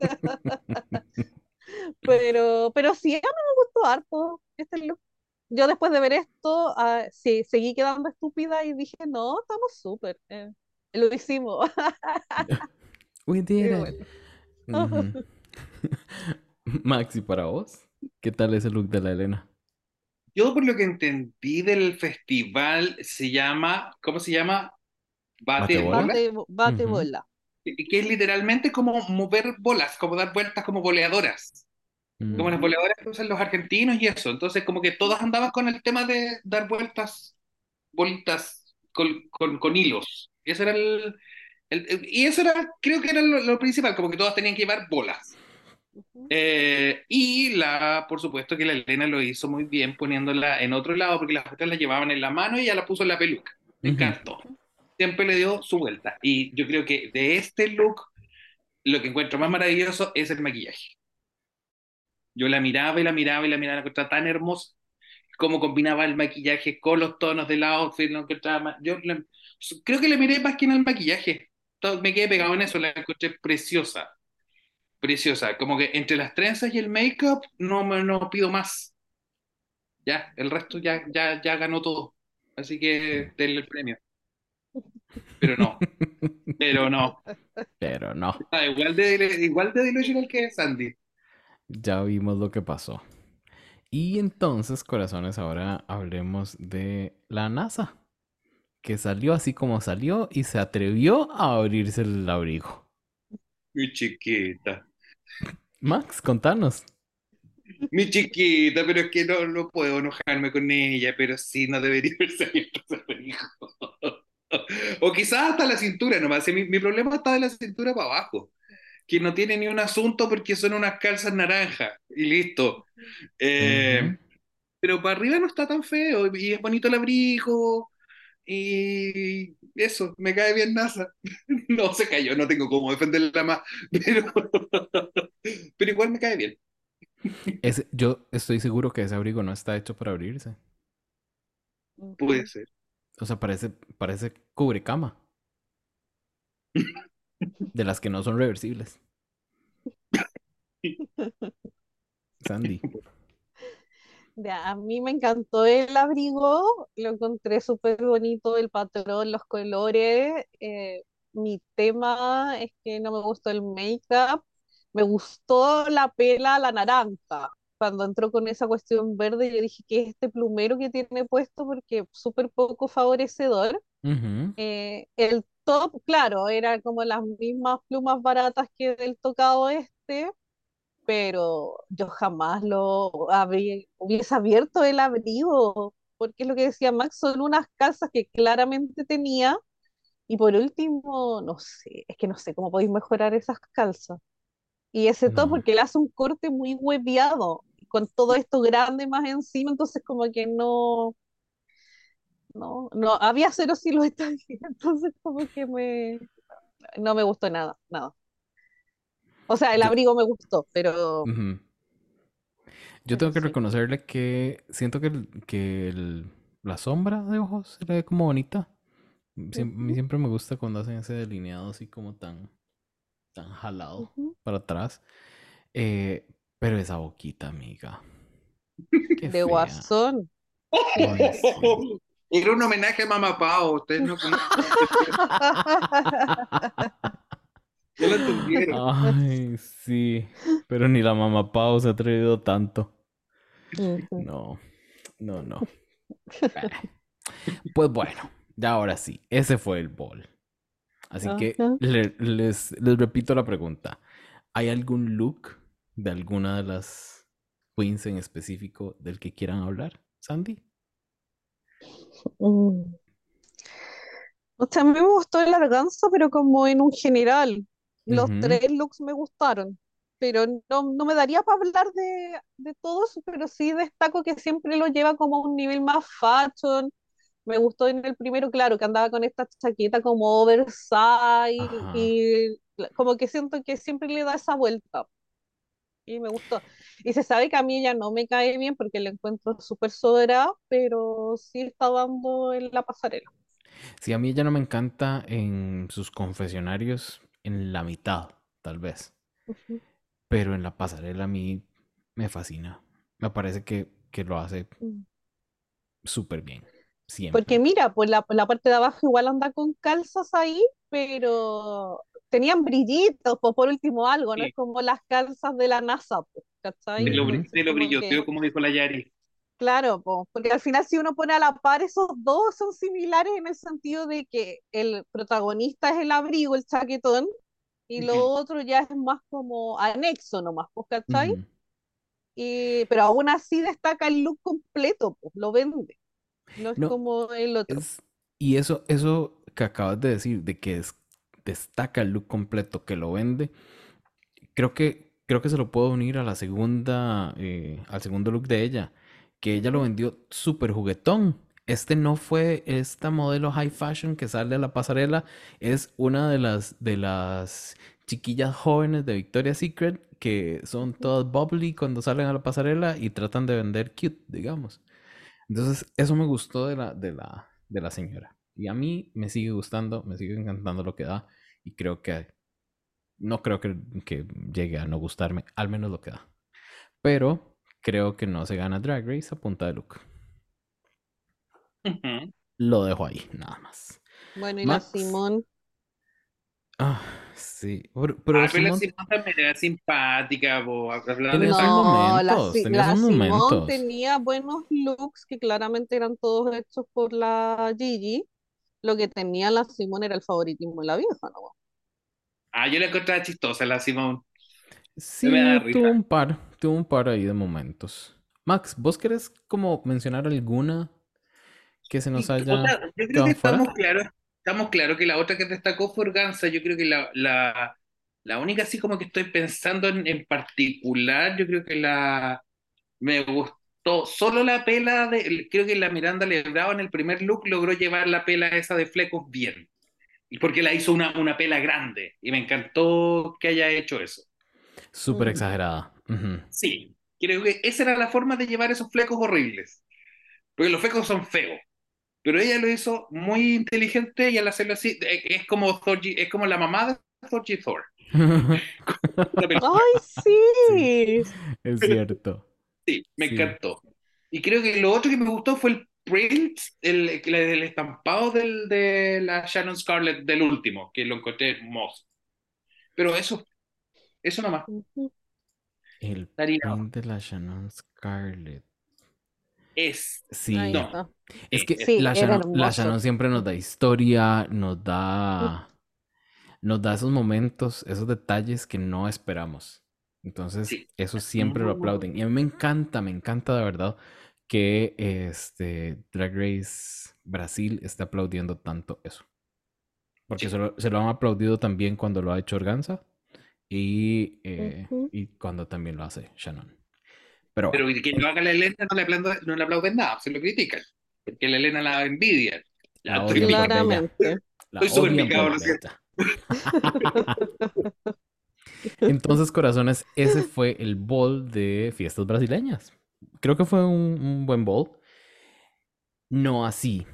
Pero sí, a mí me gustó harto este look. Yo después de ver esto, sí, seguí quedando estúpida y dije, no, estamos súper. Lo hicimos. We Y did it. bueno. Ujú. Maxi, para vos, ¿qué tal ese look de la Elena? Yo por lo que entendí del festival se llama, ¿cómo se llama? Bate ¿Batebola? bola, Bate Ujú, bola. que es literalmente como mover bolas, como dar vueltas como boleadoras. Como las ujú, Ujú, boleadoras que usan los argentinos y eso. Entonces, como que todas andaban con el tema de dar vueltas, bolitas con hilos. Ese era y eso era, creo que era lo principal, como que todas tenían que llevar bolas. ujú. Y por supuesto que la Elena lo hizo muy bien poniéndola en otro lado, porque las otras la llevaban en la mano y ella la puso en la peluca. Me Ujú. encantó. Siempre le dio su vuelta. Y yo creo que de este look, lo que encuentro más maravilloso es el maquillaje. Yo la miraba y la miraba y la miraba, la encontraba tan hermosa, cómo combinaba el maquillaje con los tonos del outfit, lo encontraba creo que le miré más que en el maquillaje. Me quedé pegado en eso, la encontré preciosa, preciosa. Como que entre las trenzas y el make-up no pido más. Ya, el resto ya ganó todo. Así que denle el premio. Pero no, pero no. Pero no, Ah, igual de delusional que Sandy. ya vimos lo que pasó. Y entonces, corazones, ahora hablemos de la NASA, que salió así como salió y se atrevió a abrirse el abrigo. Mi chiquita. Max, contanos. Mi chiquita, pero es que no puedo enojarme con ella, pero sí, no debería haberse abierto ese abrigo. O quizás hasta la cintura nomás. Si mi problema está de la cintura para abajo, que no tiene ni un asunto porque son unas calzas naranjas y listo. Ujú. Pero para arriba no está tan feo y es bonito el abrigo y eso, me cae bien NASA. No se cayó, no tengo cómo defenderla más, pero, pero igual me cae bien. Yo estoy seguro que ese abrigo no está hecho para abrirse. Puede ser. O sea, parece cubrecama, de las que no son reversibles. Sandy. Ya, a mí me encantó el abrigo, lo encontré súper bonito, el patrón, los colores. Mi tema es que no me gustó el make-up, me gustó la pela, la naranja. Cuando entró con esa cuestión verde, yo dije, ¿qué es este plumero que tiene puesto? Porque súper poco favorecedor. Ujú. El top, claro, era como las mismas plumas baratas que del tocado este, pero yo jamás hubiese abierto el abrigo, porque es lo que decía Max, son unas calzas que claramente tenía, y por último, no sé, es que no sé cómo podéis mejorar esas calzas. Y ese top, No. porque le hace un corte muy hueviado, con todo esto grande más encima, entonces como que no, había cero silueta, entonces como que no me gustó nada, nada. O sea, el Yo, abrigo me gustó, pero, ujú. Yo pero tengo que sí. reconocerle que siento que, la sombra de ojos se le ve como bonita. A mí Ujú, siempre me gusta cuando hacen ese delineado así como tan jalado ujú. para atrás. Eh, pero esa boquita, amiga. Qué De fea. Guasón. Ay, sí. Era un homenaje a Mamá Pao, ustedes no ya lo entendieron. Ay, sí. Pero ni la mamá Pau se ha atrevido tanto. Ujú. No, no. Eh, Pues bueno, ya ahora sí, ese fue el ball. Así que Ajá. les repito la pregunta. ¿Hay algún look de alguna de las queens en específico del que quieran hablar, Sandy? Mm. O sea, a mí me gustó el larganzo, pero como en un general. Los Ujú. tres looks me gustaron, pero no me daría para hablar de todos, pero sí destaco que siempre lo lleva como a un nivel más fashion. Me gustó en el primero, claro, que andaba con esta chaqueta como oversize Ajá. y como que siento que siempre le da esa vuelta y me gustó. Y se sabe que a mí ella no me cae bien porque la encuentro súper sobrada, pero sí está dando en la pasarela. Sí, a mí ella no me encanta en sus confesionarios en la mitad, tal vez. Ujú. Pero en la pasarela a mí me fascina. Me parece que lo hace Mm. súper bien. Porque Siempre. mira, pues la parte de abajo igual anda con calzas ahí, pero tenían brillitos, pues por último algo, no es Sí, como las calzas de la NASA, pues, ¿cachai? Ujú. Entonces de lo como brilloteo, que, como dijo la Yari. claro, pues, porque al final si uno pone a la par, esos dos son similares en el sentido de que el protagonista es el abrigo, el chaquetón, y lo Ujú. otro ya es más como anexo nomás, pues, ¿cachai? Ujú. Pero aún así destaca el look completo, pues, lo vende, no es No, como el otro. es. Y eso que acabas de decir, de que destaca el look completo, que lo vende, creo que creo que se lo puedo unir a la segunda, al segundo look de ella, que ella lo vendió súper juguetón. Este no fue esta modelo high fashion que sale a la pasarela, es una de las chiquillas jóvenes de Victoria's Secret que son todas bubbly cuando salen a la pasarela y tratan de vender cute, digamos. Entonces, eso me gustó de la señora. Y a mí me sigue gustando, me sigue encantando lo que da. Y creo que no creo que llegue a no gustarme, al menos lo que da. Pero creo que no se gana Drag Race a punta de look. Ujú. Lo dejo ahí, nada más. Bueno, y la Max. Simón. Ah, sí. Pero Pero la Simón, Simón también era simpática, po, hablando de tenía sus Drag. No, momentos, tenía sus la Simón momentos. tenía buenos looks que claramente eran todos hechos por la Gigi. Lo que tenía la Simón era el favoritismo de la vieja, ¿no? Ah, yo la encontraba chistosa, la Simón. Me da Sí, risa. tuvo un par ahí de momentos. Max, ¿vos querés como mencionar alguna que se nos Y otra, haya yo creo que quedado fuera? estamos claros que la otra que destacó fue Organza. Yo creo que la única así como que estoy pensando en particular, yo creo que me gustó solo la pela creo que la Miranda Lebrado en el primer look logró llevar la pela esa de flecos bien. Y porque la hizo una pela grande. Y me encantó que haya hecho eso. Súper exagerada. Ujú. Sí, creo que esa era la forma de llevar esos flecos horribles. Porque los flecos son feos. Pero ella lo hizo muy inteligente y al hacerlo así, es como es como la mamá de Thor G. Thor. La película. ¡Ay, Sí, sí! es cierto. Sí, me Sí. encantó. Y creo que lo otro que me gustó fue el print, el estampado de la Shannon Scarlett del último, que lo encontré hermoso. Pero eso nomás. Ujú. El Daría, print de la Shannon Scarlett. es, Ahí Sí, no, está. es que Sí, la era Shannon hermoso. siempre nos da historia, nos da esos momentos, esos detalles que no esperamos. Entonces, sí. eso siempre lo Mm, aplauden. Y a mí me encanta de verdad que Drag Race Brasil esté aplaudiendo tanto eso. Porque sí. se lo han aplaudido también cuando lo ha hecho Organza Ujú. y cuando también lo hace Shannon. Pero Pero bueno, que lo haga la Elena no le aplauden nada, se lo critican. Porque la Elena la envidia. Ya la estoy odian por picado, Bella. Claramente. La estoy súper odian picado, por lo siento. Bella. Entonces, corazones, ese fue el ball de fiestas brasileñas. Creo que fue un buen ball. No así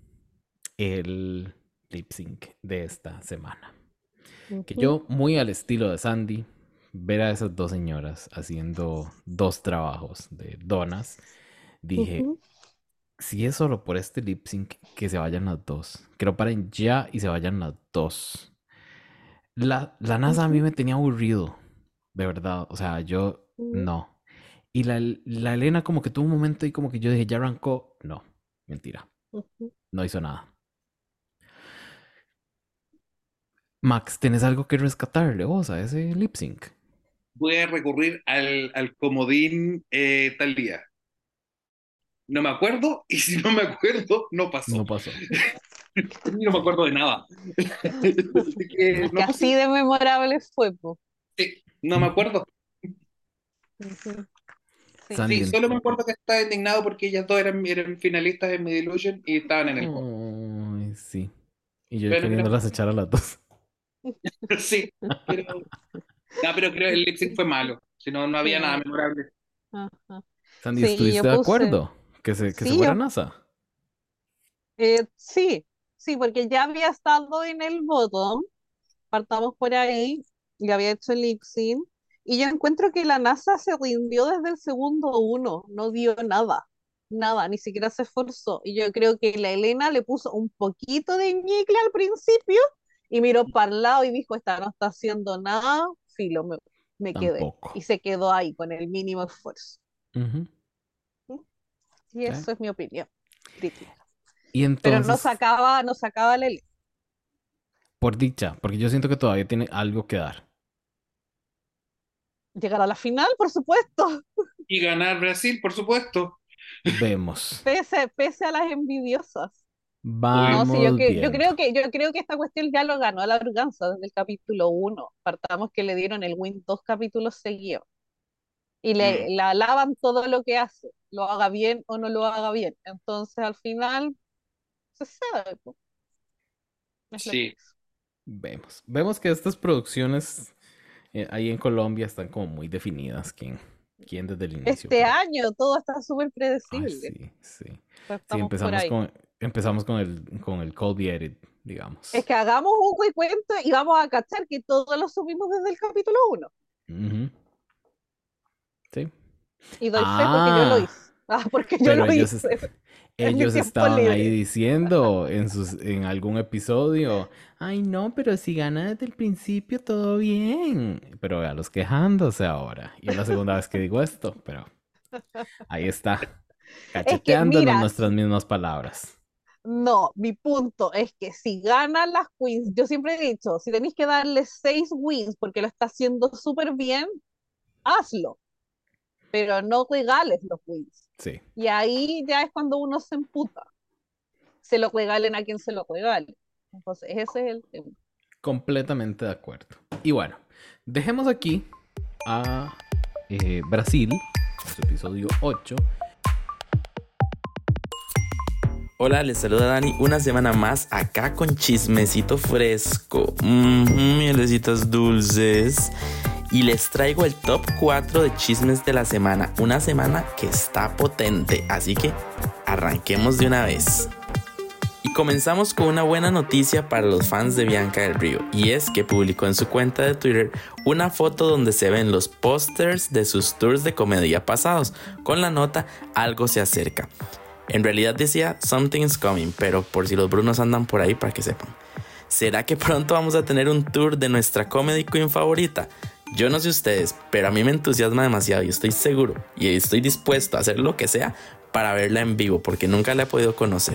el lip sync de esta semana. Que Ujú, yo, muy al estilo de Sandy, ver a esas dos señoras haciendo dos trabajos de donas, dije, ujú, si es solo por este lip sync, que se vayan las dos. Que lo paren ya y se vayan las dos. La NASA a mí ujú, me tenía aburrido, de verdad. O sea, yo ujú, no. Y la Elena como que tuvo un momento y como que yo dije, ya arrancó. No, mentira. ujú. No hizo nada. Max, ¿tenés algo que rescatarle vos a ese lip sync? Voy a recurrir al comodín tal día. No me acuerdo, y si no me acuerdo, no pasó. No pasó. No me acuerdo de nada. Así que Es que no así pasó. de memorable fue, po. Sí, no me Ujú. acuerdo. Ujú. Sí. Sandy. Sí, solo me acuerdo que estaba indignado porque ellas dos eran finalistas en Mi Delusion y estaban en el pod. Ay, sí. Y yo Bueno, queriéndolas echar a las dos. sí, pero, no, pero creo que el lip sync fue malo. Si no, no había nada Sí. memorable. Ajá. Sandy, Sí, yo ¿estuviste de puse. acuerdo que se Sí, fuera NASA? sí, sí, porque ya había estado en el bottom, partamos por ahí, y había hecho el lip sync, y yo encuentro que la NASA se rindió desde el segundo uno, no dio nada, nada, ni siquiera se esforzó. Y yo creo que la Elena le puso un poquito de ñicle al principio y miró para el lado y dijo, esta no está haciendo nada, filo, me quedé. Tampoco. Y se quedó ahí con el mínimo esfuerzo. Ujú. ¿Sí? Y ¿Ya? eso es mi opinión, crítica. Y Pero entonces, no sacaba la Elena. por dicha, porque yo siento que todavía tiene algo que dar. Llegar a la final, por supuesto, Y ganar Brasil, por supuesto. Vemos. pese a las envidiosas. No, sí, Vamos viendo. yo creo que esta cuestión ya lo ganó la Organza desde el capítulo uno. Partamos que le dieron el win 2 capítulos seguidos. Y Mm, le alaban todo lo que hace, lo haga bien o no lo haga bien. Entonces, al final, se sabe, po, es lo que sí, es. Vemos que estas producciones ahí en Colombia están como muy definidas quién desde el inicio, Este pero año todo está súper ay, predecible. sí, sí. Sí, Estamos por ahí. empezamos con el Colby Edit, Es digamos. que hagamos un cuento y vamos a cachar que todos lo subimos desde el capítulo uno. Ujú, sí. Y doy fe porque yo lo Ah, hice. Ah, porque yo pero lo hice en mi ellos tiempo estaban ahí libre. diciendo en algún episodio, ay no, pero si gana desde el principio todo bien. Pero a los quejándose ahora. Y es la segunda vez que digo esto, pero ahí está, Es que, cacheteándonos mira, nuestras mismas palabras. no, mi punto es que si ganan las queens, yo siempre he dicho, si tenéis que darle 6 wins porque lo está haciendo súper bien, hazlo, pero no regales los wins. Sí, Y ahí ya es cuando uno se emputa. Se lo regalen a quien se lo regale. Entonces, ese es el tema. completamente de acuerdo. Y bueno, dejemos aquí a Brasil, su episodio 8. Hola, les saluda Dani una semana más acá con chismecito fresco, mielecitas dulces, y les traigo el top 4 de chismes de la semana, una semana que está potente, así que arranquemos de una vez. Y comenzamos con una buena noticia para los fans de Bianca del Río, y es que publicó en su cuenta de Twitter una foto donde se ven los pósters de sus tours de comedia pasados, con la nota "Algo se acerca". En realidad decía "Something's coming", pero por si los brunos andan por ahí para que sepan. ¿Será que pronto vamos a tener un tour de nuestra comedy queen favorita? Yo no sé ustedes, pero a mí me entusiasma demasiado y estoy seguro y estoy dispuesto a hacer lo que sea para verla en vivo porque nunca la he podido conocer.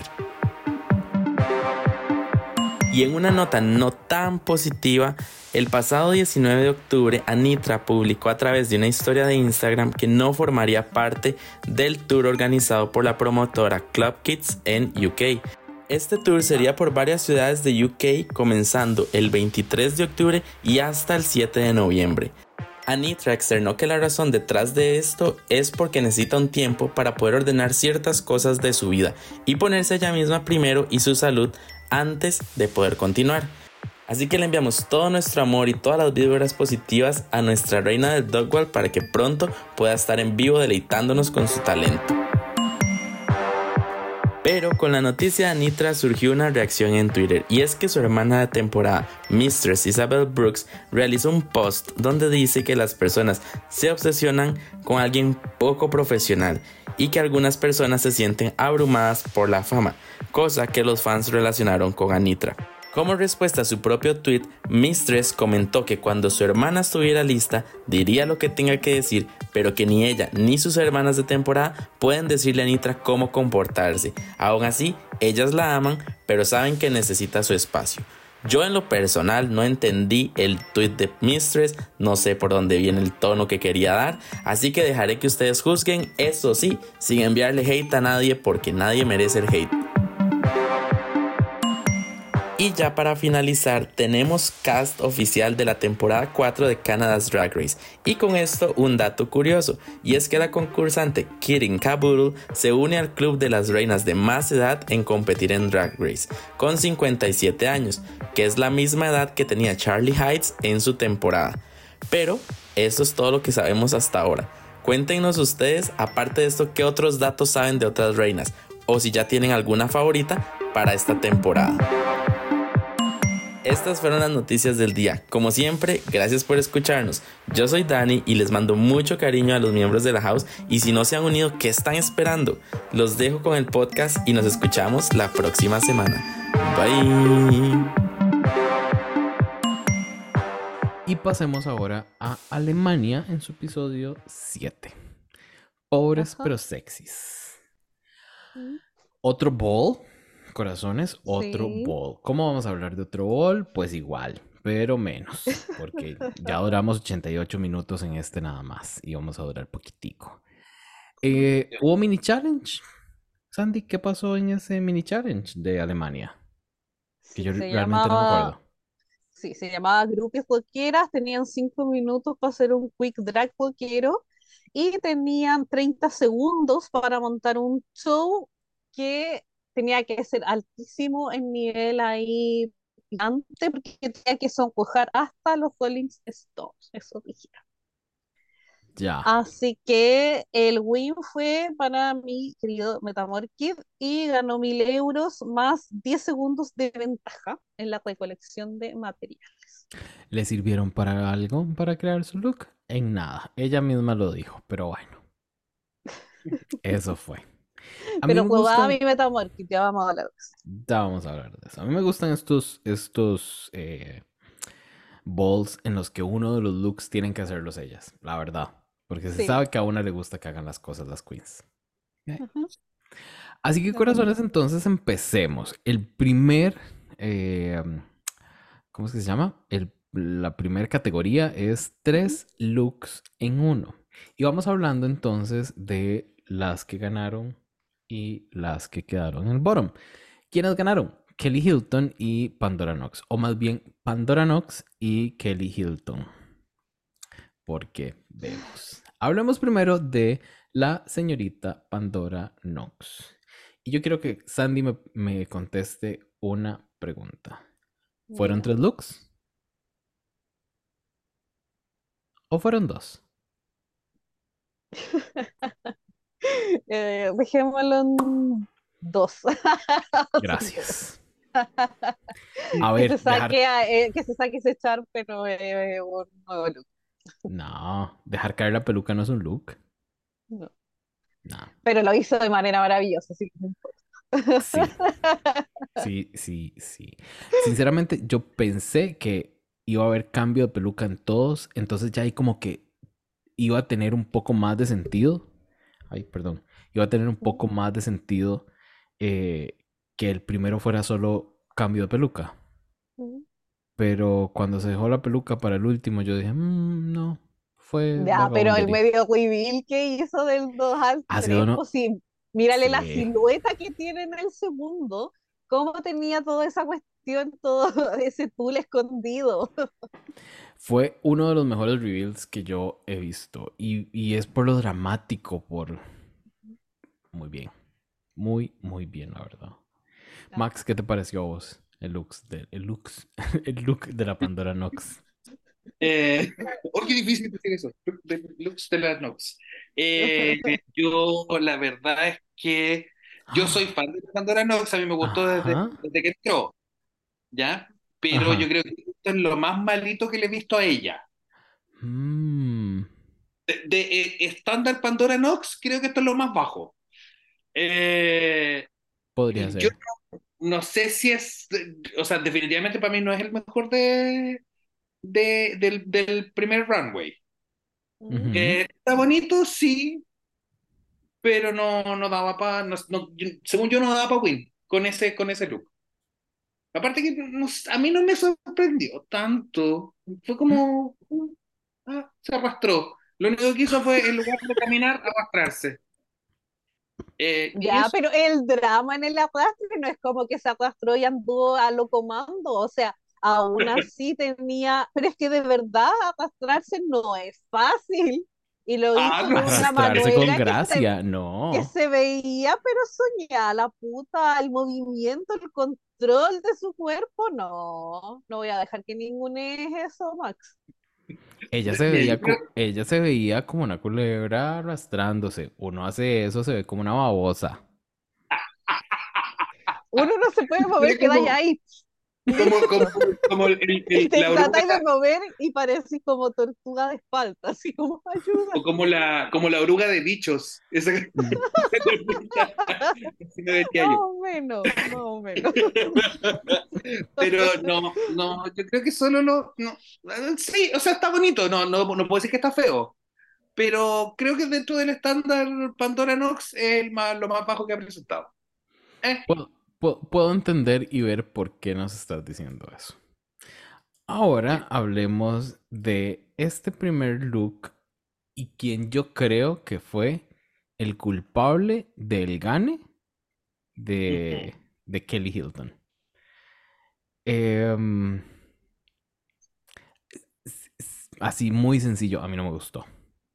Y en una nota no tan positiva, el pasado 19 de octubre, Anitra publicó a través de una historia de Instagram que no formaría parte del tour organizado por la promotora Club Kids en UK. Este tour sería por varias ciudades de UK, comenzando el 23 de octubre y hasta el 7 de noviembre. Anitra externó que la razón detrás de esto es porque necesita un tiempo para poder ordenar ciertas cosas de su vida y ponerse ella misma primero y su salud antes de poder continuar. Así que le enviamos todo nuestro amor y todas las vibras positivas a nuestra reina del Dogwall para que pronto pueda estar en vivo deleitándonos con su talento. Pero con la noticia de Anitra surgió una reacción en Twitter, y es que su hermana de temporada, Mistress Isabel Brooks, realizó un post donde dice que las personas se obsesionan con alguien poco profesional y que algunas personas se sienten abrumadas por la fama, cosa que los fans relacionaron con Anitra. Como respuesta a su propio tweet, Mistress comentó que cuando su hermana estuviera lista, diría lo que tenga que decir, pero que ni ella ni sus hermanas de temporada pueden decirle a Anitra cómo comportarse. Aún así, ellas la aman, pero saben que necesita su espacio. Yo en lo personal no entendí el tweet de Mistress, no sé por dónde viene el tono que quería dar, así que dejaré que ustedes juzguen, eso sí, sin enviarle hate a nadie porque nadie merece el hate. Y ya para finalizar, tenemos cast oficial de la temporada 4 de Canada's Drag Race. Y con esto un dato curioso, y es que la concursante Kirin Caboodle se une al club de las reinas de más edad en competir en Drag Race, con 57 años, que es la misma edad que tenía Charlie Heights en su temporada. Pero eso es todo lo que sabemos hasta ahora. Cuéntenos ustedes, aparte de esto, qué otros datos saben de otras reinas, o si ya tienen alguna favorita para esta temporada. Estas fueron las noticias del día. Como siempre, gracias por escucharnos. Yo soy Dani y les mando mucho cariño a los miembros de la house, y si no se han unido, ¿qué están esperando? Los dejo con el podcast y nos escuchamos la próxima semana. Bye. Y pasemos ahora a Alemania en su episodio 7. Pobres Ajá. pero sexys. Mm, Otro ball, corazones, otro sí. ball. ¿Cómo vamos a hablar de otro ball? Pues igual, pero menos, porque ya duramos 88 minutos en este nada más y vamos a durar poquitico. Hubo mini challenge. Sandy, ¿qué pasó en ese mini challenge de Alemania? Que Sí, yo se realmente no me llamaba, acuerdo. sí, se llamaba Groupies Loqueras, tenían 5 minutos para hacer un quick drag loquero y tenían 30 segundos para montar un show que tenía que ser altísimo en nivel ahí picante porque tenía que sonrojar hasta los Rolling Stones, eso dije. Ya. Así que el win fue para mi querido Metamorkid y ganó 1.000 euros más 10 segundos de ventaja en la recolección de materiales. ¿Le sirvieron para algo para crear su look? En nada. Ella misma lo dijo, pero bueno, eso fue. A mí Pero me jugaba gustan. mi Metamorkid, ya vamos a hablar de eso. Ya vamos a hablar de eso. A mí me gustan estos balls en los que uno de los looks tienen que hacerlos ellas, la verdad. Porque se Sí. sabe que a una le gusta que hagan las cosas las queens. Ujú, Así que de verdad. corazones, entonces empecemos. El primer, eh, ¿cómo es que se llama? La primera categoría es Ujú. 3 looks en uno. Y vamos hablando entonces de las que ganaron y las que quedaron en el bottom. ¿Quiénes ganaron? Kelly Hilton y Pandora Knox. O más bien, Pandora Knox y Kelly Hilton. Porque vemos. Hablemos primero de la señorita Pandora Knox. Y yo quiero que Sandy me conteste una pregunta. ¿Fueron Ya. 3 looks o fueron 2? Dejémoslo en 2. Son dos. Gracias. A ver, dejar... Que se saque ese char, pero un nuevo look. No, dejar caer la peluca no es un look. No. No. Pero lo hizo de manera maravillosa, así que no importa. Sí, sí, sí, sí. Sinceramente, yo pensé que iba a haber cambio de peluca en todos, entonces ya ahí como que iba a tener un poco más de sentido. Ay, perdón. Iba a tener un poco más de sentido eh, que el primero fuera solo cambio de peluca. Ujú. Pero cuando se dejó la peluca para el último, yo dije, no, fue Ya, pero el vagabundería. medio reveal que hizo del 2 al Ha sido 3, no. pues sí, mírale la Sí. silueta que tiene en el segundo, cómo tenía toda esa cuestión, todo ese tul escondido. Fue uno de los mejores reveals que yo he visto. Y es por lo dramático, por... Muy bien. Muy, muy bien, la verdad. Max, ¿qué te pareció a vos? El look de la Pandora Nox. Qué difícil decir eso. Lux de las Nox. Yo, la verdad es que yo soy fan de Pandora Nox, a mí me gustó Ajá. desde que entró, ¿ya? Pero yo Ajá. creo que esto es lo más malito que le he visto a ella. Mm, De estándar Pandora Nox, creo que esto es lo más bajo. Eh, podría yo ser. no sé si es, o sea, definitivamente para mí no es el mejor del primer runway. Ujú. Está bonito, sí, pero no daba para, según yo no daba para win con ese look. Aparte que a mí no me sorprendió tanto, fue como, se arrastró. Lo único que hizo fue, en lugar de caminar, arrastrarse. Y Ya, eso, pero el drama en el arrastre no es como que se arrastró y anduvo a lo comando, o sea, aún así tenía, pero es que de verdad arrastrarse no es fácil y lo hizo no de una sé. Arrastrarse con manera gracia. que No. se veía, pero soñada, la puta, el movimiento, el control de su cuerpo, no, no voy a dejar que ningún es eso, Max. Mira, yo creo, Ella se veía como una culebra arrastrándose. Uno hace eso, se ve como una babosa. Uno no se puede mover, es quedáis como, ahí, como, como, listo. como Y te la oruga, tratáis de mover y parecís como tortuga de espalda, así como ayuda. o como la oruga de bichos. Esa, Mm. así me decía Más yo. o menos, más o menos. Pero no, yo creo que solo no, sí, o sea, está bonito, no puedo decir que está feo, pero creo que dentro del estándar Pandora Nox es lo más bajo que ha presentado. Eh, Puedo entender y ver por qué nos estás diciendo eso. Ahora hablemos de este primer look y quien yo creo que fue el culpable del gane de, de Kelly Hilton. Em, Así muy sencillo, a mí no me gustó.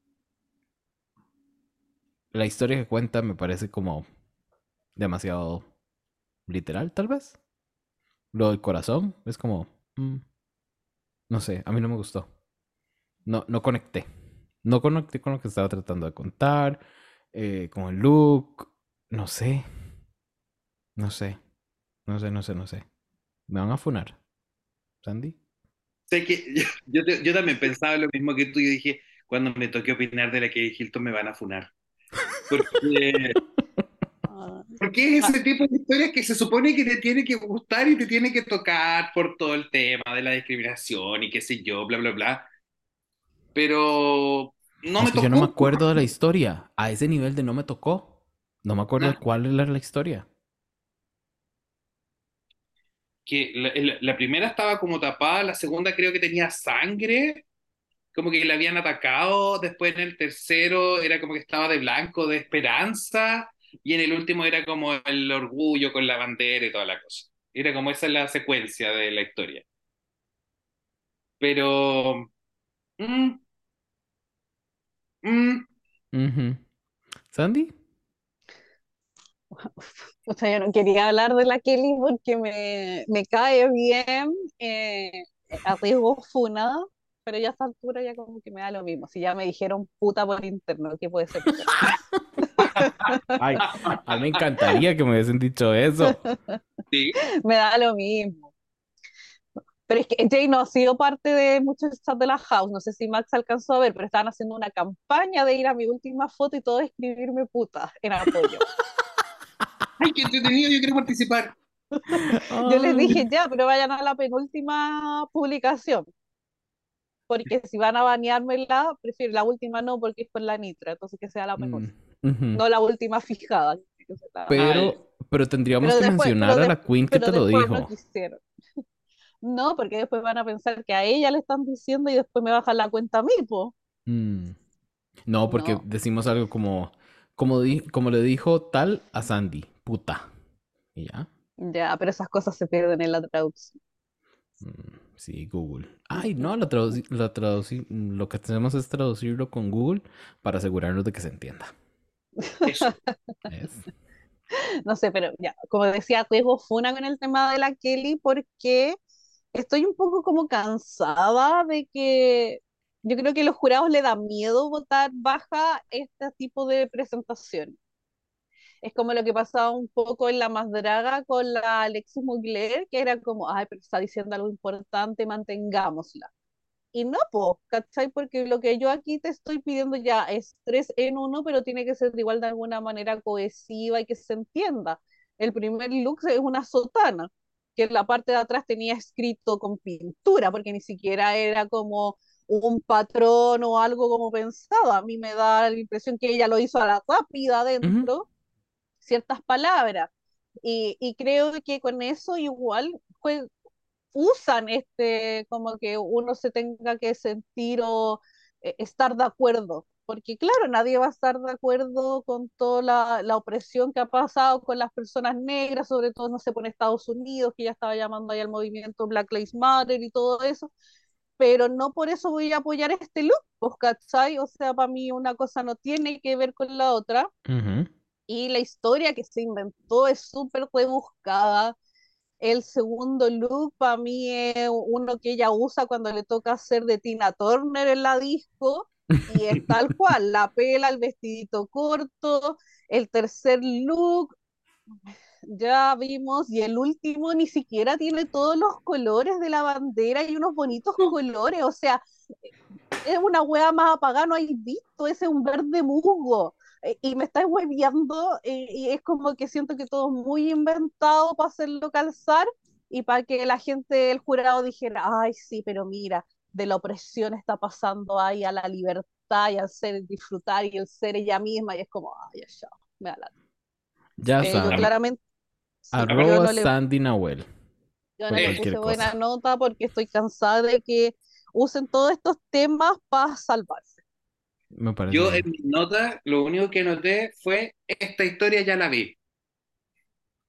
La historia que cuenta me parece como demasiado literal, tal vez. Lo del corazón es como, no sé, a mí no me gustó. No conecté. No conecté con lo que estaba tratando de contar, con el look. No sé, no sé, no sé. ¿Me van a funar, Sandy? Sé que yo también pensaba lo mismo que tú. Yo dije, cuando me toque opinar de la que Hilton me van a funar. Porque, Ah, porque es ah, ese tipo de historias que se supone que te tiene que gustar y te tiene que tocar por todo el tema de la discriminación y qué sé yo, bla, bla, bla. Pero no Es me que yo no me tocó. acuerdo de la historia. A ese nivel de no me tocó. No me acuerdo de Nada. cuál era la historia. Que la primera estaba como tapada, la segunda creo que tenía sangre, como que la habían atacado, después en el tercero era como que estaba de blanco, de esperanza, y en el último era como el orgullo con la bandera y toda la cosa. Era como esa es la secuencia de la historia. Pero, mm, mm, Ujú. ¿Sandy? o sea, yo no quería hablar de la Kelly porque me cae bien, eh, a riesgo funa, pero ya a esta altura ya como que me da lo mismo. Si ya me dijeron puta por interno, ¿qué puede ser peor? Ay, a mí me encantaría que me hubiesen dicho eso. sí, Me da lo mismo. Pero es que Jay no ha sido parte de muchos chats de la house, no sé si Max alcanzó a ver, pero estaban haciendo una campaña de ir a mi última foto y todo escribirme puta en apoyo. ay, qué entretenido, yo quiero participar. Yo les Ay. dije ya, pero vayan a la penúltima publicación, porque si van a baneármela, prefiero la última no, porque es con la nitra, entonces que sea la Mm, penúltima, ujú. no la última fijada. Que sea Ay, Pero tendríamos Pero que después, mencionar a la queen que te lo después no dijo. quisieron. No, porque después van a pensar que a ella le están diciendo y después me bajan la cuenta a mí, po. Mm. No, porque No, decimos algo como, como le dijo tal a Sandy, puta. ¿Y ya? ya, pero esas cosas se pierden en la traducción. Sí, Google. Ay, Ujú. no, lo que hacemos es traducirlo con Google para asegurarnos de que se entienda. eso. ¿Ves? No sé, pero ya, como decía, riesgo funa con el tema de la Kelly porque estoy un poco como cansada de que yo creo que a los jurados le da miedo votar baja este tipo de presentación. Es como lo que pasaba un poco en La Más Draga con la Alexis Mugler, que era como, ay, pero está diciendo algo importante, mantengámosla. Y no, pues, ¿cachai? Porque lo que yo aquí te estoy pidiendo ya es tres en uno, pero tiene que ser igual de alguna manera cohesiva y que se entienda. El primer look es una sotana, que en la parte de atrás tenía escrito con pintura, porque ni siquiera era como un patrón o algo como pensaba. A mí me da la impresión que ella lo hizo a la rápida Ujú, adentro, ciertas palabras. Y creo que con eso igual usan como que uno se tenga que sentir o estar de acuerdo. Porque claro, nadie va a estar de acuerdo con toda la opresión que ha pasado con las personas negras, sobre todo, no sé, por Estados Unidos, que ya estaba llamando ahí al movimiento Black Lives Matter y todo eso, pero no por eso voy a apoyar este look, pues, ¿cachai? O sea, para mí una cosa no tiene que ver con la otra, ujú. y la historia que se inventó es súper rebuscada. El segundo look para mí es uno que ella usa cuando le toca hacer de Tina Turner en la disco y es tal cual, la pela, el vestidito corto, el tercer look, ya vimos, y el último ni siquiera tiene todos los colores de la bandera y unos bonitos colores, o sea, es una hueá más apagada, no hay visto, ese es un verde musgo. Y me estáis hueviando, y es como que siento que todo es muy inventado para hacerlo calzar y para que la gente del jurado dijera, ay, sí, pero mira, de la opresión está pasando ahí a la libertad y al ser disfrutar y el ser ella misma, y es como, ay, ya, me da la... Ya Yo saben, claramente, sí, Aparte, ¡@Sandy Nahuel! yo no Por le eso. puse cualquier buena cosa. nota porque estoy cansada de que usen todos estos temas para salvarse. Me parece Yo en bien. mi nota lo único que noté fue esta historia ya la vi.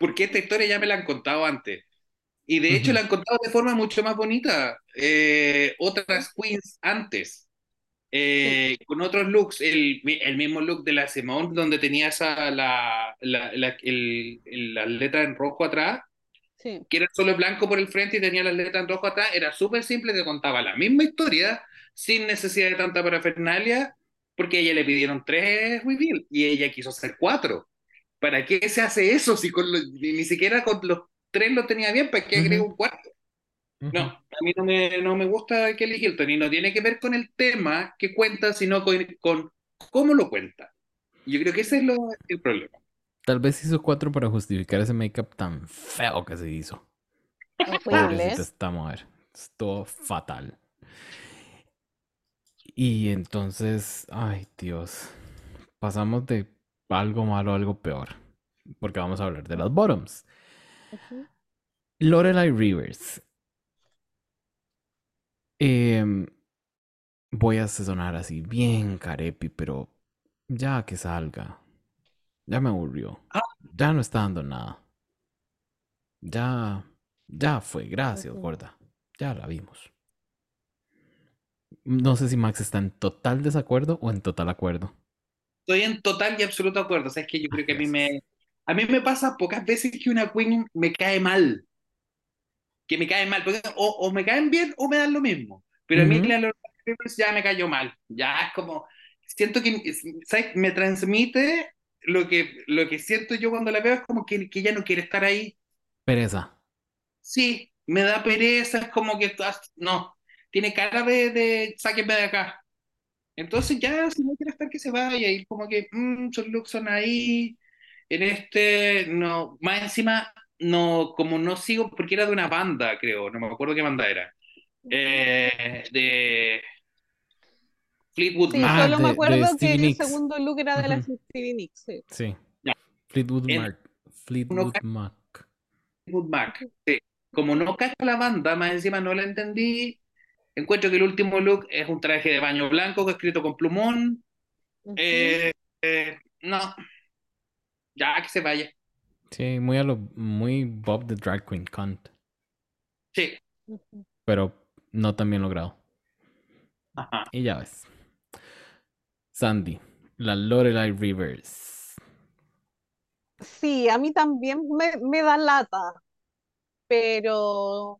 porque esta historia ya me la han contado antes. Y de hecho Ujú. la han contado de forma mucho más bonita. Otras queens antes. Sí, Con otros looks, el mismo look de la Simone, donde tenía las letras en rojo atrás, sí. que era solo blanco por el frente y tenía las letras en rojo atrás, era súper simple, te contaba la misma historia, sin necesidad de tanta parafernalia, porque a ella le pidieron 3 reveal y ella quiso hacer 4. ¿Para qué se hace eso si ni siquiera con los 3 lo tenía bien? ¿Para qué agrega Ujú, un cuarto? No, ujú. a mí no me gusta Kelly Hilton y no tiene que ver con el tema que cuenta, sino con cómo lo cuenta. Y yo creo que ese es el problema. Tal vez hizo 4 para justificar ese make-up tan feo que se hizo. Horrible. Pobrecita esta mujer. Estuvo fatal. Y entonces, ay Dios, pasamos de algo malo a algo peor. Porque vamos a hablar de las bottoms. Ujú. Lorelai Rivers. Em, voy a sonar así bien carepi, pero ya que salga. Ya me aburrió. Ah, Ya no está dando nada. Ya, ya fue. Gracias, Ujú. gorda. Ya la vimos. No sé si Max está en total desacuerdo o en total acuerdo. estoy en total y absoluto acuerdo. O sea, es que yo Ay, creo que gracias. a mí me pasa pocas veces que una queen me cae mal. Que me cae mal. O me caen bien o me dan lo mismo. Pero a mí Ujú. la Lord Rivers ya me cayó mal. Ya es como, siento que, ¿sabes? Me transmite lo que siento yo cuando la veo, es como que ella no quiere estar ahí. Pereza. Sí, me da pereza, es como que no, tiene cara de sáquenme de acá. Entonces ya, si no quiere estar, que se vaya. Y como que, sus looks son ahí, en este, no, más encima, no, como no sigo, porque era de una banda, creo, no me acuerdo qué banda era. Ujú. De Fleetwood Sí, Mac. Ah, solo me de acuerdo que Stevie el Nicks. segundo look era de la Ujú. Stevie Nicks. Sí. Sí. Ya, Fleetwood en Mac. uno Fleetwood cacha Mac. Fleetwood Mac. Ujú. Sí. Como no cacha la banda, más encima no la entendí. Encuentro que el último look es un traje de baño blanco escrito con plumón. Ujú. Eh, no, ya que se vaya. Sí, muy Bob the Drag Queen cunt. Sí. Ujú. Pero no tan bien logrado. Ajá. Y ya ves. Sandy. La Lorelai Rivers. Sí, a mí también me da lata, pero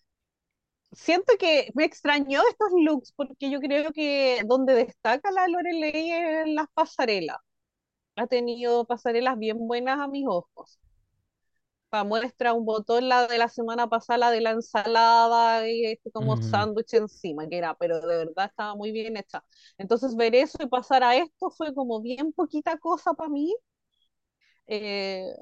siento que me extrañó estos looks porque yo creo que donde destaca la Lorelei es en las pasarelas. Ha tenido pasarelas bien buenas a mis ojos. Para muestra un botón la de la semana pasada, la de la ensalada y este como Ujú. sándwich encima, que era, pero de verdad estaba muy bien hecha. Entonces ver eso y pasar a esto fue como bien poquita cosa para mí, eh,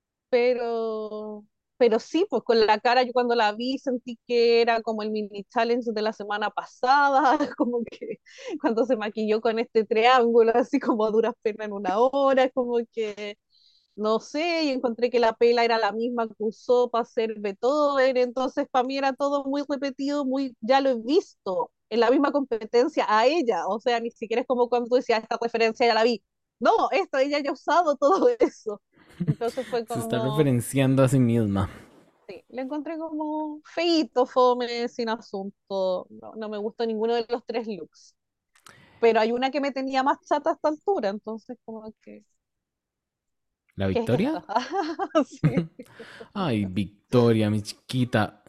pero, pero sí, pues con la cara yo cuando la vi sentí que era como el mini challenge de la semana pasada, como que cuando se maquilló con este triángulo, así como a duras penas en una hora, como que no sé, y encontré que la pela era la misma que usó para hacer Beethoven, entonces para mí era todo muy repetido, muy, ya lo he visto en la misma competencia a ella, o sea, ni siquiera es como cuando tú decías, esta referencia ya la vi, no, esto, ella ya ha usado todo eso, entonces fue Se está como, referenciando a sí misma. sí, le encontré como feíto, fome, sin asunto, no, no me gustó ninguno de los tres looks, pero hay una que me tenía más chata a esta altura, entonces como que, ¿La ¿qué es Victoria? esta? Sí. Ay, Victoria, mi chiquita.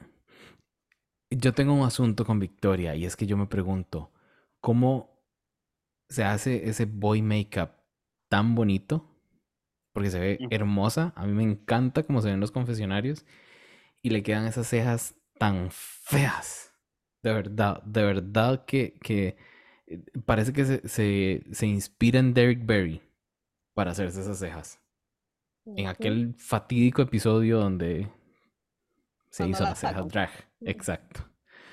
Yo tengo un asunto con Victoria y es que yo me pregunto, ¿cómo se hace ese boy makeup tan bonito? Porque se ve hermosa. A mí me encanta cómo se ven los confesionarios y le quedan esas cejas tan feas. De verdad que parece que se inspira en Derek Barry para hacerse esas cejas. En Ujú. aquel fatídico episodio donde se Cuando hizo la las cejas sacan. drag. Exacto.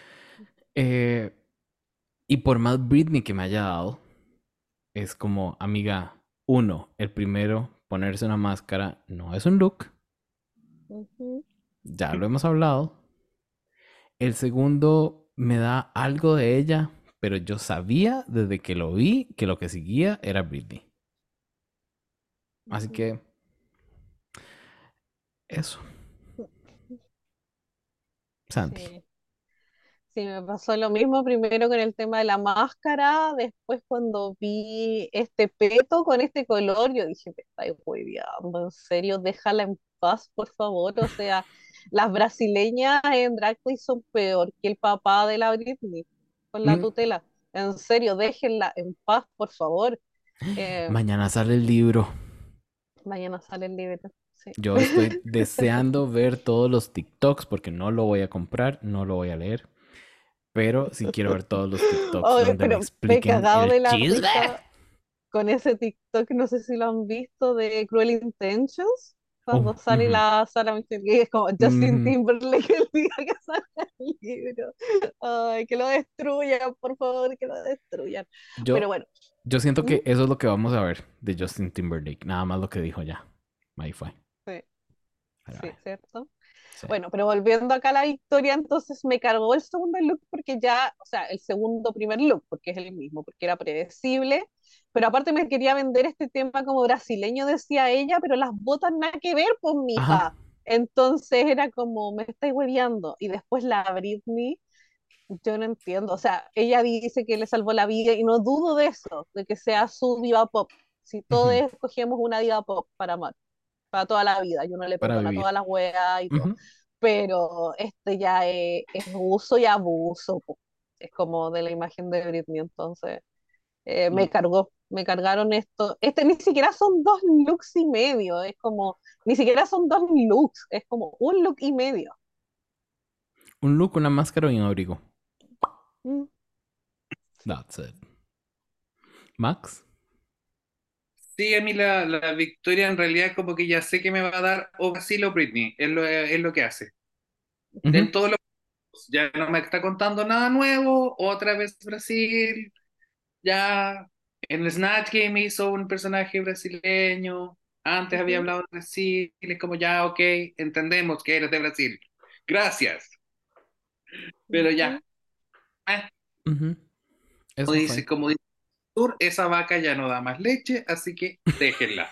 Eh, y por más Britney que me haya dado, es como, amiga, uno, el primero, ponerse una máscara no es un look, Ujú. ya lo hemos hablado. El segundo me da algo de ella, pero yo sabía desde que lo vi que lo que seguía era Britney. Así Ujú. que Eso, Sandy. Sí. Sí, me pasó lo mismo primero con el tema de la máscara, después cuando vi este peto con este color, yo dije, me estáis hueveando, en serio, déjala en paz, por favor. O sea, las brasileñas en Drag Race son peor que el papá de la Britney con la Mm, tutela. En serio, déjenla en paz, por favor. Eh, Mañana sale el libro. Mañana sale el libro. Sí. Yo estoy deseando ver todos los TikToks porque no lo voy a comprar, no lo voy a leer, pero sí quiero ver todos los TikToks Oye, donde me pero me he expliquen cagado de el la chisme. risa con ese TikTok, no sé si lo han visto, de Cruel Intentions, Oh, cuando sale la Sarah Michelle Gellar, es como Justin ujú. Timberlake el día que sale el libro. Ay, que lo destruyan, por favor, que lo destruyan. Pero Yo, bueno, yo siento ¿mm? que eso es lo que vamos a ver de Justin Timberlake, nada más lo que dijo ya. Ahí fue. Sí, Pero, sí, ¿cierto? sí. Bueno, pero volviendo acá a la victoria, entonces me cargó el segundo look porque ya, o sea, el segundo primer look, porque es el mismo, porque era predecible, pero aparte me quería vender este tema como brasileño, decía ella, pero las botas nada que ver, pues, Ajá, mija. Entonces era como, me estáis hueveando. Y después la Britney, yo no entiendo, o sea, ella dice que le salvó la vida y no dudo de eso, de que sea su diva pop. Si todos ujú, escogemos una diva pop para amar, para toda la vida, y uno le para perdona vivir. todas las weas y todo, Ujú. pero este ya es uso y abuso, po. Es como de la imagen de Britney, entonces me cargaron esto. Este ni siquiera son 2 looks y medio, es como, ni siquiera son 2 looks, es como un look y medio. Un look, una máscara y un abrigo. Mm, sí. That's it. Max. Sí, a mí la victoria en realidad como que ya sé que me va a dar o Brasil o Britney, es lo que hace. Ujú. En todos los ya no me está contando nada nuevo, otra vez Brasil, ya en el Snatch Game hizo un personaje brasileño, antes había Ujú, hablado de Brasil, es como ya, ok, entendemos que eres de Brasil, gracias, pero ya, ujú. ah, Ujú. como Eso dice, fue. como dice Sur, esa vaca ya no da más leche, así que déjenla.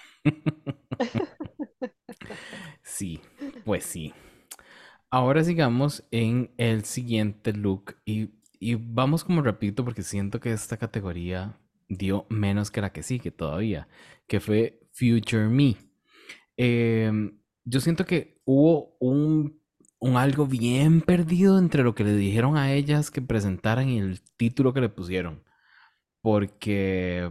Sí, pues sí. Ahora sigamos en el siguiente look y vamos como rapidito porque siento que esta categoría dio menos que la que sigue todavía, que fue Future Me. Yo siento que hubo un algo bien perdido entre lo que le dijeron a ellas que presentaran y el título que le pusieron, porque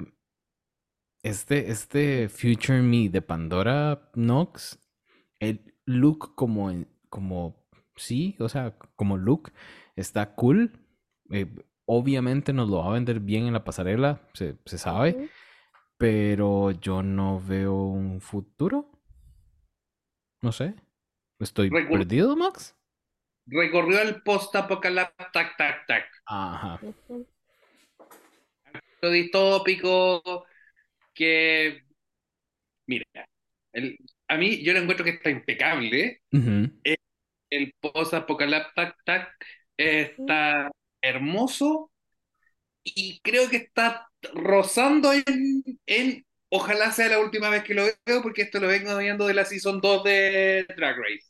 este Future Me de Pandora Knox, el look como, sí, o sea, como look, está cool. Obviamente nos lo va a vender bien en la pasarela, se sabe, Ujú. pero yo no veo un futuro. No sé. ¿Estoy Recur- perdido, Max? Recorrió el post-apocalipsis, tac, tac, tac, Ajá. Ujú. lo distópico, que, mira, el- a mí yo lo encuentro que está impecable. Ujú, El post-apocalipsis tac, tac, está hermoso y creo que está rozando ojalá sea la última vez que lo veo porque esto lo vengo viendo de la Season 2 de Drag Race.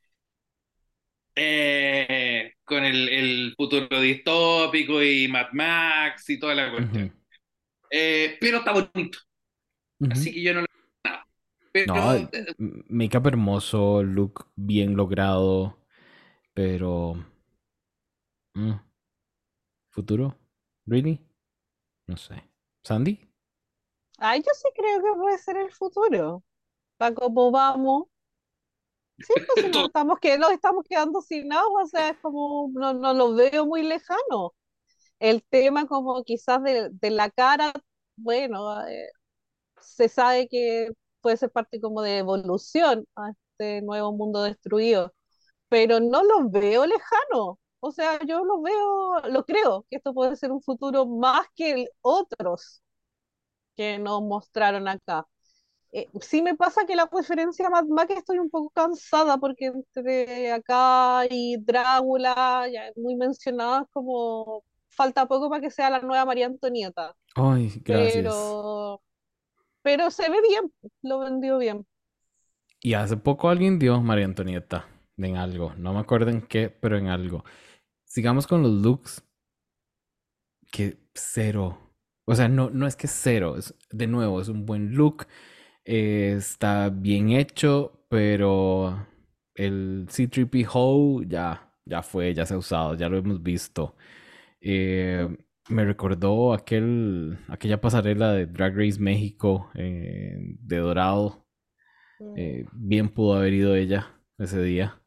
Con el futuro distópico y Mad Max y toda la ujú, cuestión. Pero está bonito, ujú. así que yo no lo nada. No, Pero make-up hermoso, look bien logrado, pero... mm, ¿futuro? ¿Really? No sé. ¿Sandy? Ay, yo sí creo que puede ser el futuro. Para cómo vamos. Sí, pues si todo- nos estamos quedando sin agua, o sea, es como, no, no lo veo muy lejano. El tema como quizás de la cara, bueno, se sabe que puede ser parte como de evolución a este nuevo mundo destruido, pero no lo veo lejano. O sea, yo lo veo, lo creo, que esto puede ser un futuro más que otros que nos mostraron acá. Sí me pasa que la referencia a Mad Max estoy un poco cansada porque entre acá y Drácula, ya muy mencionadas, como falta poco para que sea la nueva María Antonieta, Ay, gracias. pero, pero se ve bien, lo vendió bien. Y hace poco alguien dio María Antonieta en algo. No me acuerdo en qué, pero en algo. Sigamos con los looks. Que cero. O sea, no es que cero. De nuevo, es un buen look. Está bien hecho, pero el C-3PO ya fue, ya se ha usado, ya lo hemos visto. Eh, Me recordó aquella pasarela de Drag Race México de Dorado. Bien pudo haber ido ella ese día.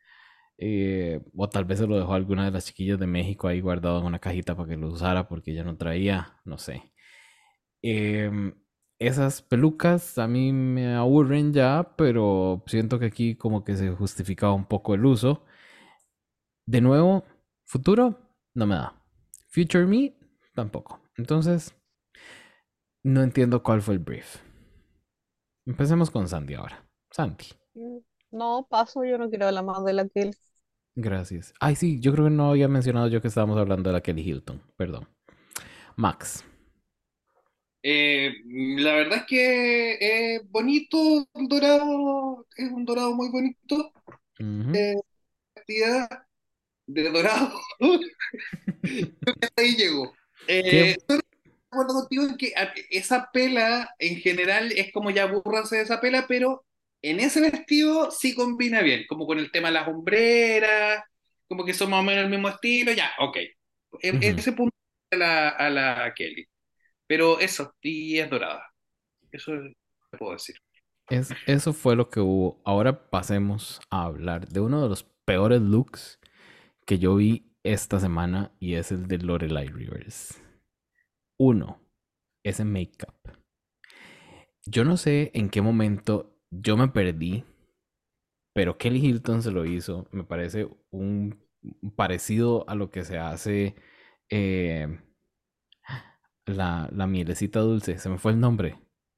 O tal vez se lo dejó a alguna de las chiquillas de México ahí guardado en una cajita para que lo usara porque ella no traía, no sé. Em, Esas pelucas a mí me aburren ya, pero siento que aquí como que se justificaba un poco el uso. De nuevo, futuro no me da. Future me tampoco. Entonces, no entiendo cuál fue el brief. Empecemos con Sandy ahora. Sandy, No, paso, yo no quiero hablar más de la que gracias. Ay, sí, yo creo que no había mencionado yo que estábamos hablando de la Kelly Hilton. Perdón. Max. La verdad es que es bonito el dorado, es un dorado muy bonito, Ujú. cantidad de dorado, ahí llegó. ¿Qué? Estoy de acuerdo contigo en que esa pela en general es como ya aburranse de esa pela, pero en ese vestido sí combina bien, como con el tema de las hombreras, como que son más o menos el mismo estilo, ya, ok. Ujú. Ese punto a la Kelly, pero eso, y es dorada, eso es lo que puedo decir. Eso fue lo que hubo. Ahora pasemos a hablar de uno de los peores looks que yo vi esta semana y es el de Lorelai Rivers. Uno, ese make-up. Yo no sé en qué momento yo me perdí, pero Kelly Hilton se lo hizo. Me parece un parecido a lo que se hace eh, la mielecita dulce. Se me fue el nombre.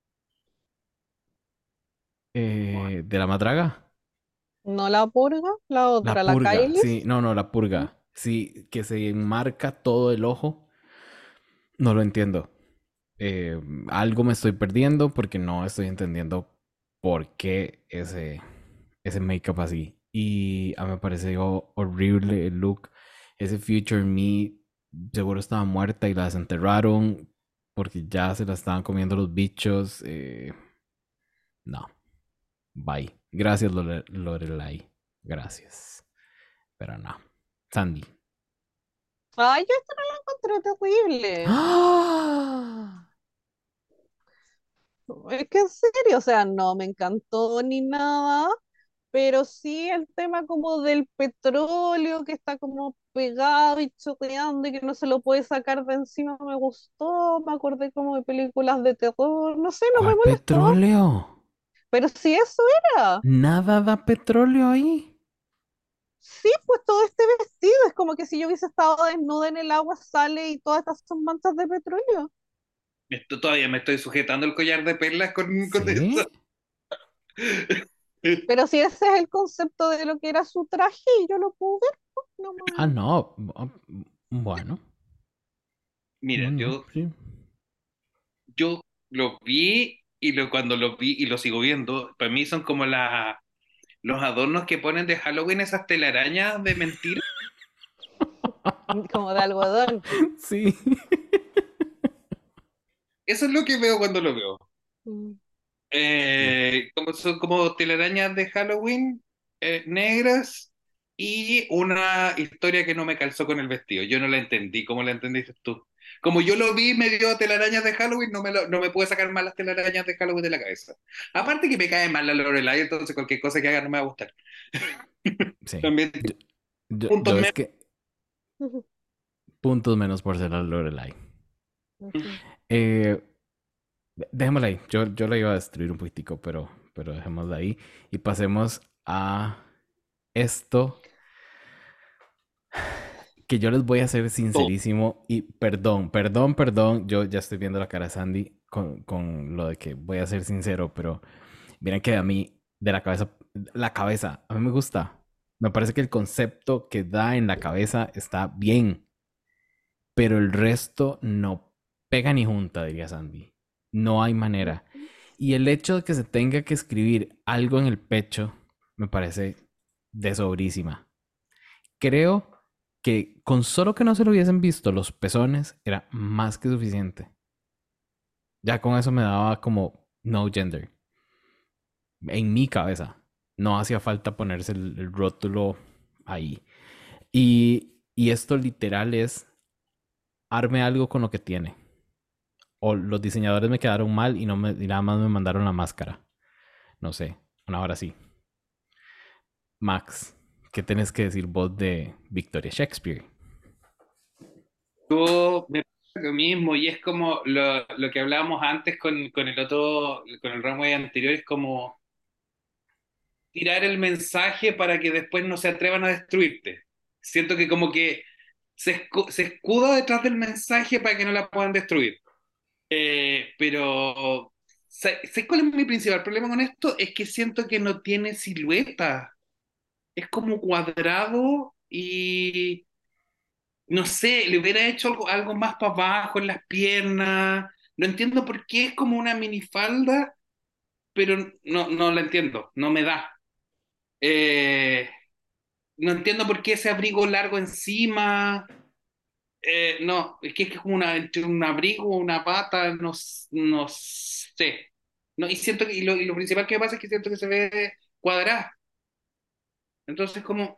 De la madraga. no la purga, la otra, La la purga, Kylie. sí, no, la purga. Sí, que se enmarca todo el ojo. No lo entiendo. Eh, Algo me estoy perdiendo porque no estoy entendiendo por qué ese make-up así. Y a mí me pareció horrible el look. Ese Future Me seguro estaba muerta y la desenterraron porque ya se la estaban comiendo los bichos. No, bye. Gracias, Lorelai. Gracias. Pero no. Sandy. Ay, yo esta no la encontré terrible. ¡Ah! Es que en serio, o sea, no me encantó ni nada, pero sí el tema como del petróleo que está como pegado y choteando y que no se lo puede sacar de encima me gustó, me acordé como de películas de terror, no sé, no me ¿Cuál molestó, petróleo? pero si eso era, Nada da petróleo ahí. sí, pues todo este vestido es como que si yo hubiese estado desnuda en el agua sale y todas estas son manchas de petróleo. Esto todavía me estoy sujetando el collar de perlas con eso. ¿Sí? Pero si ese es el concepto de lo que era su traje y yo lo puedo ver, pues, no Ah, me... no. Bueno. Mira, Bueno, sí. yo lo vi y cuando lo vi y lo sigo viendo, para mí son como los adornos que ponen de Halloween, esas telarañas de mentira. como de algodón. Sí. Eso es lo que veo cuando lo veo. Mm. Como son como telarañas de Halloween negras y una historia que no me calzó con el vestido. Yo no la entendí, ¿cómo la entendiste tú? Como yo lo vi, me dio telarañas de Halloween, no me pude sacar más las telarañas de Halloween de la cabeza. Aparte que me cae mal la Lorelai, entonces cualquier cosa que haga no me va a gustar. Sí. También puntos Yo es menos. que puntos menos por ser la Lorelai. Ujú. Eh, Dejémosla ahí. Yo la iba a destruir un poquitico, pero dejémosla ahí. Y pasemos a esto que yo les voy a ser sincerísimo y perdón, yo ya estoy viendo la cara de Sandy con lo de que voy a ser sincero, pero miren que a mí de la cabeza, a mí me gusta. Me parece que el concepto que da en la cabeza está bien, pero el resto no pega ni junta, diría Sandy. No hay manera. Y el hecho de que se tenga que escribir algo en el pecho me parece de sobrísima. Creo que con solo que no se lo hubiesen visto los pezones era más que suficiente. Ya con eso me daba como no gender. En mi cabeza. No hacía falta ponerse el rótulo ahí. Y esto literal es arme algo con lo que tiene. O los diseñadores me quedaron mal y nada más me mandaron la máscara. No sé, una hora sí. Max, ¿qué tenés que decir vos de Victoria Shakespeare? Yo me pasa lo mismo y es como lo que hablábamos antes con el otro, con el runway anterior, es como tirar el mensaje para que después no se atrevan a destruirte. Siento que como que se escuda detrás del mensaje para que no la puedan destruir. Pero, ¿sabes cuál es mi principal problema con esto? Es que siento que no tiene silueta. Es como cuadrado y no sé, le hubiera hecho algo más para abajo en las piernas. No entiendo por qué es como una minifalda, pero no la entiendo, no me da. Eh, no entiendo por qué ese abrigo largo encima. No, es como entre un abrigo, una pata, no sé. No, y siento y lo principal que me pasa es que siento que se ve cuadrada. Entonces, como,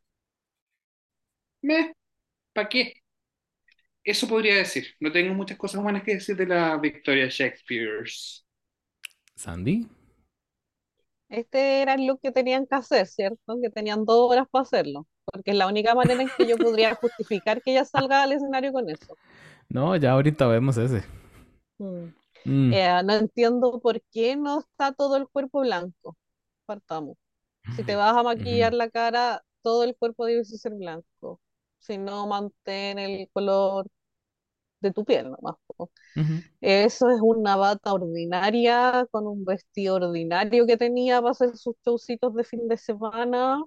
¿para qué? Eso podría decir. No tengo muchas cosas buenas que decir de la Victoria Shakespeare. Sandy. Este era el look que tenían que hacer, ¿cierto? Que tenían 2 horas para hacerlo, porque es la única manera en que yo podría justificar que ella salga al escenario con eso. No, ya ahorita vemos ese. Mm. Mm, No entiendo por qué no está todo el cuerpo blanco. Partamos. Si te vas a ujú, maquillar la cara, todo el cuerpo debe ser blanco. Si no, mantén el color de tu piel nomás, po. ujú. Eso es una bata ordinaria con un vestido ordinario que tenía para hacer sus showcitos de fin de semana.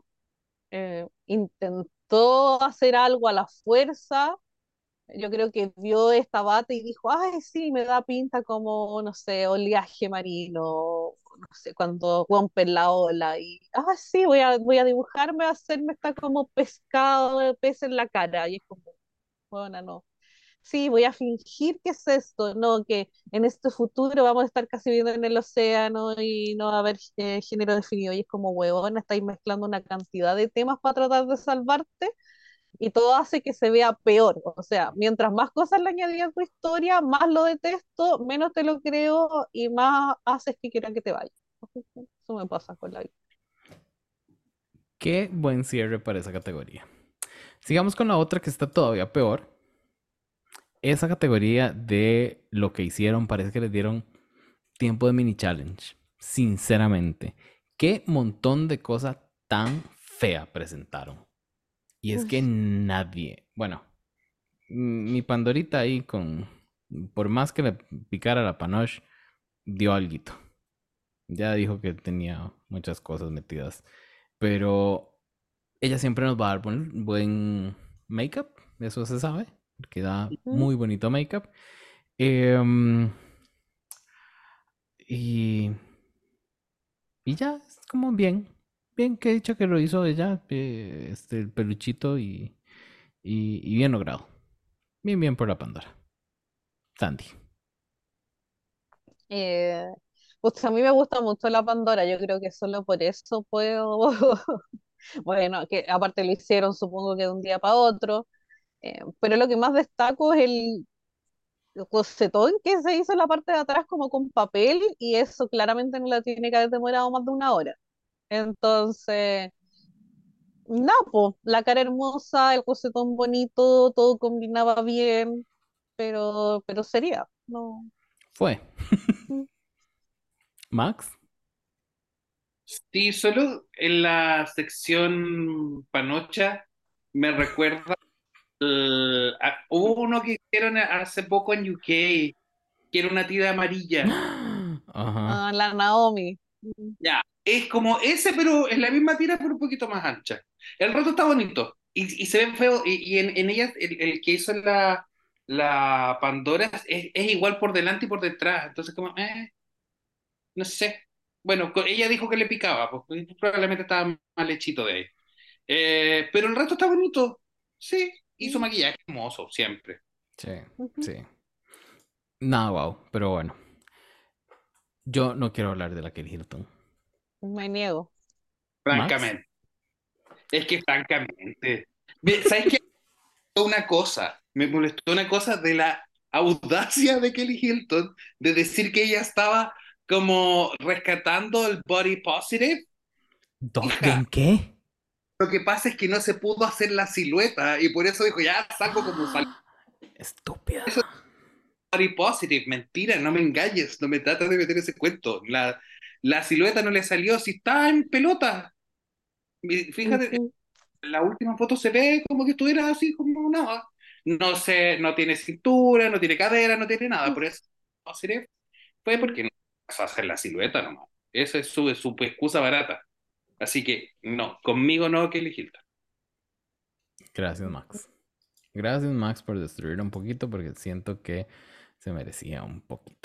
Intentó hacer algo a la fuerza. Yo creo que vio esta bata y dijo, ay, sí, me da pinta como, no sé, oleaje marino, no sé, cuando rompen la ola. Y, sí, voy a dibujarme, a hacerme esta como pescado, pez en la cara. Y es como, bueno, no. Sí, voy a fingir que es esto, no, que en este futuro vamos a estar casi viviendo en el océano y no va a haber género definido. Y es como, huevón, estáis mezclando una cantidad de temas para tratar de salvarte y todo hace que se vea peor. O sea, mientras más cosas le añadí a tu historia, más lo detesto, menos te lo creo y más haces que quiera que te vaya. Eso me pasa con la vida. Qué buen cierre para esa categoría. Sigamos con la otra que está todavía peor. Esa categoría de lo que hicieron, parece que les dieron tiempo de mini challenge. Sinceramente, qué montón de cosas tan fea presentaron. Y es que nadie, bueno, mi Pandorita ahí con, por más que le picara la panoche, dio alguito. Ya dijo que tenía muchas cosas metidas. Pero ella siempre nos va a dar buen make-up, eso se sabe, porque da Ujú. muy bonito make-up. Em, y, y ya, es como bien, bien que he dicho que lo hizo ella, el peluchito y bien logrado. Bien, bien por la Pandora. Sandy. Eh, pues a mí me gusta mucho la Pandora, yo creo que solo por eso puedo, bueno, que aparte lo hicieron supongo que de un día para otro, pero lo que más destaco es el cosetón que se hizo en la parte de atrás como con papel y eso claramente no la tiene que haber demorado más de 1 hora. Entonces, nada, po, la cara hermosa, el cosetón bonito, todo combinaba bien, pero sería, no. Fue. Mm. Max. Sí, solo en la sección panocha me recuerda, hubo uno que hicieron hace poco en UK, que era una tira amarilla. Ajá. La Naomi. Mm. Ya, es como ese, pero es la misma tira, pero un poquito más ancha. El resto está bonito y se ve feo. Y en ella, el que hizo la Pandora es igual por delante y por detrás. Entonces, como. no sé. Bueno, ella dijo que le picaba, pues probablemente estaba mal hechito de ahí. Pero el resto está bonito. Sí, hizo Mm, maquillaje hermoso, siempre. Sí, ujú. sí. Nada, wow, pero bueno. Yo no quiero hablar de la Kelly Hilton. Me niego. Max, Francamente. Es que francamente. ¿Sabes qué? Una cosa, me molestó una cosa de la audacia de Kelly Hilton de decir que ella estaba como rescatando el body positive. Hija, ¿En qué? lo que pasa es que no se pudo hacer la silueta y por eso dijo, ya salgo como salgo. ¡Ah! Estúpida. Eso es body positive, mentira, no me engañes, no me trates de meter ese cuento. La silueta no le salió si está en pelota. Fíjate, Ujú. la última foto se ve como que estuviera así como nada. No sé, no tiene cintura, no tiene cadera, no tiene nada. Por eso fue porque no pasó a hacer la silueta nomás. Esa es su excusa barata. Así que no, conmigo no, Kelly Hilton. Gracias, Max. Gracias, Max, por destruir un poquito porque siento que se merecía un poquito.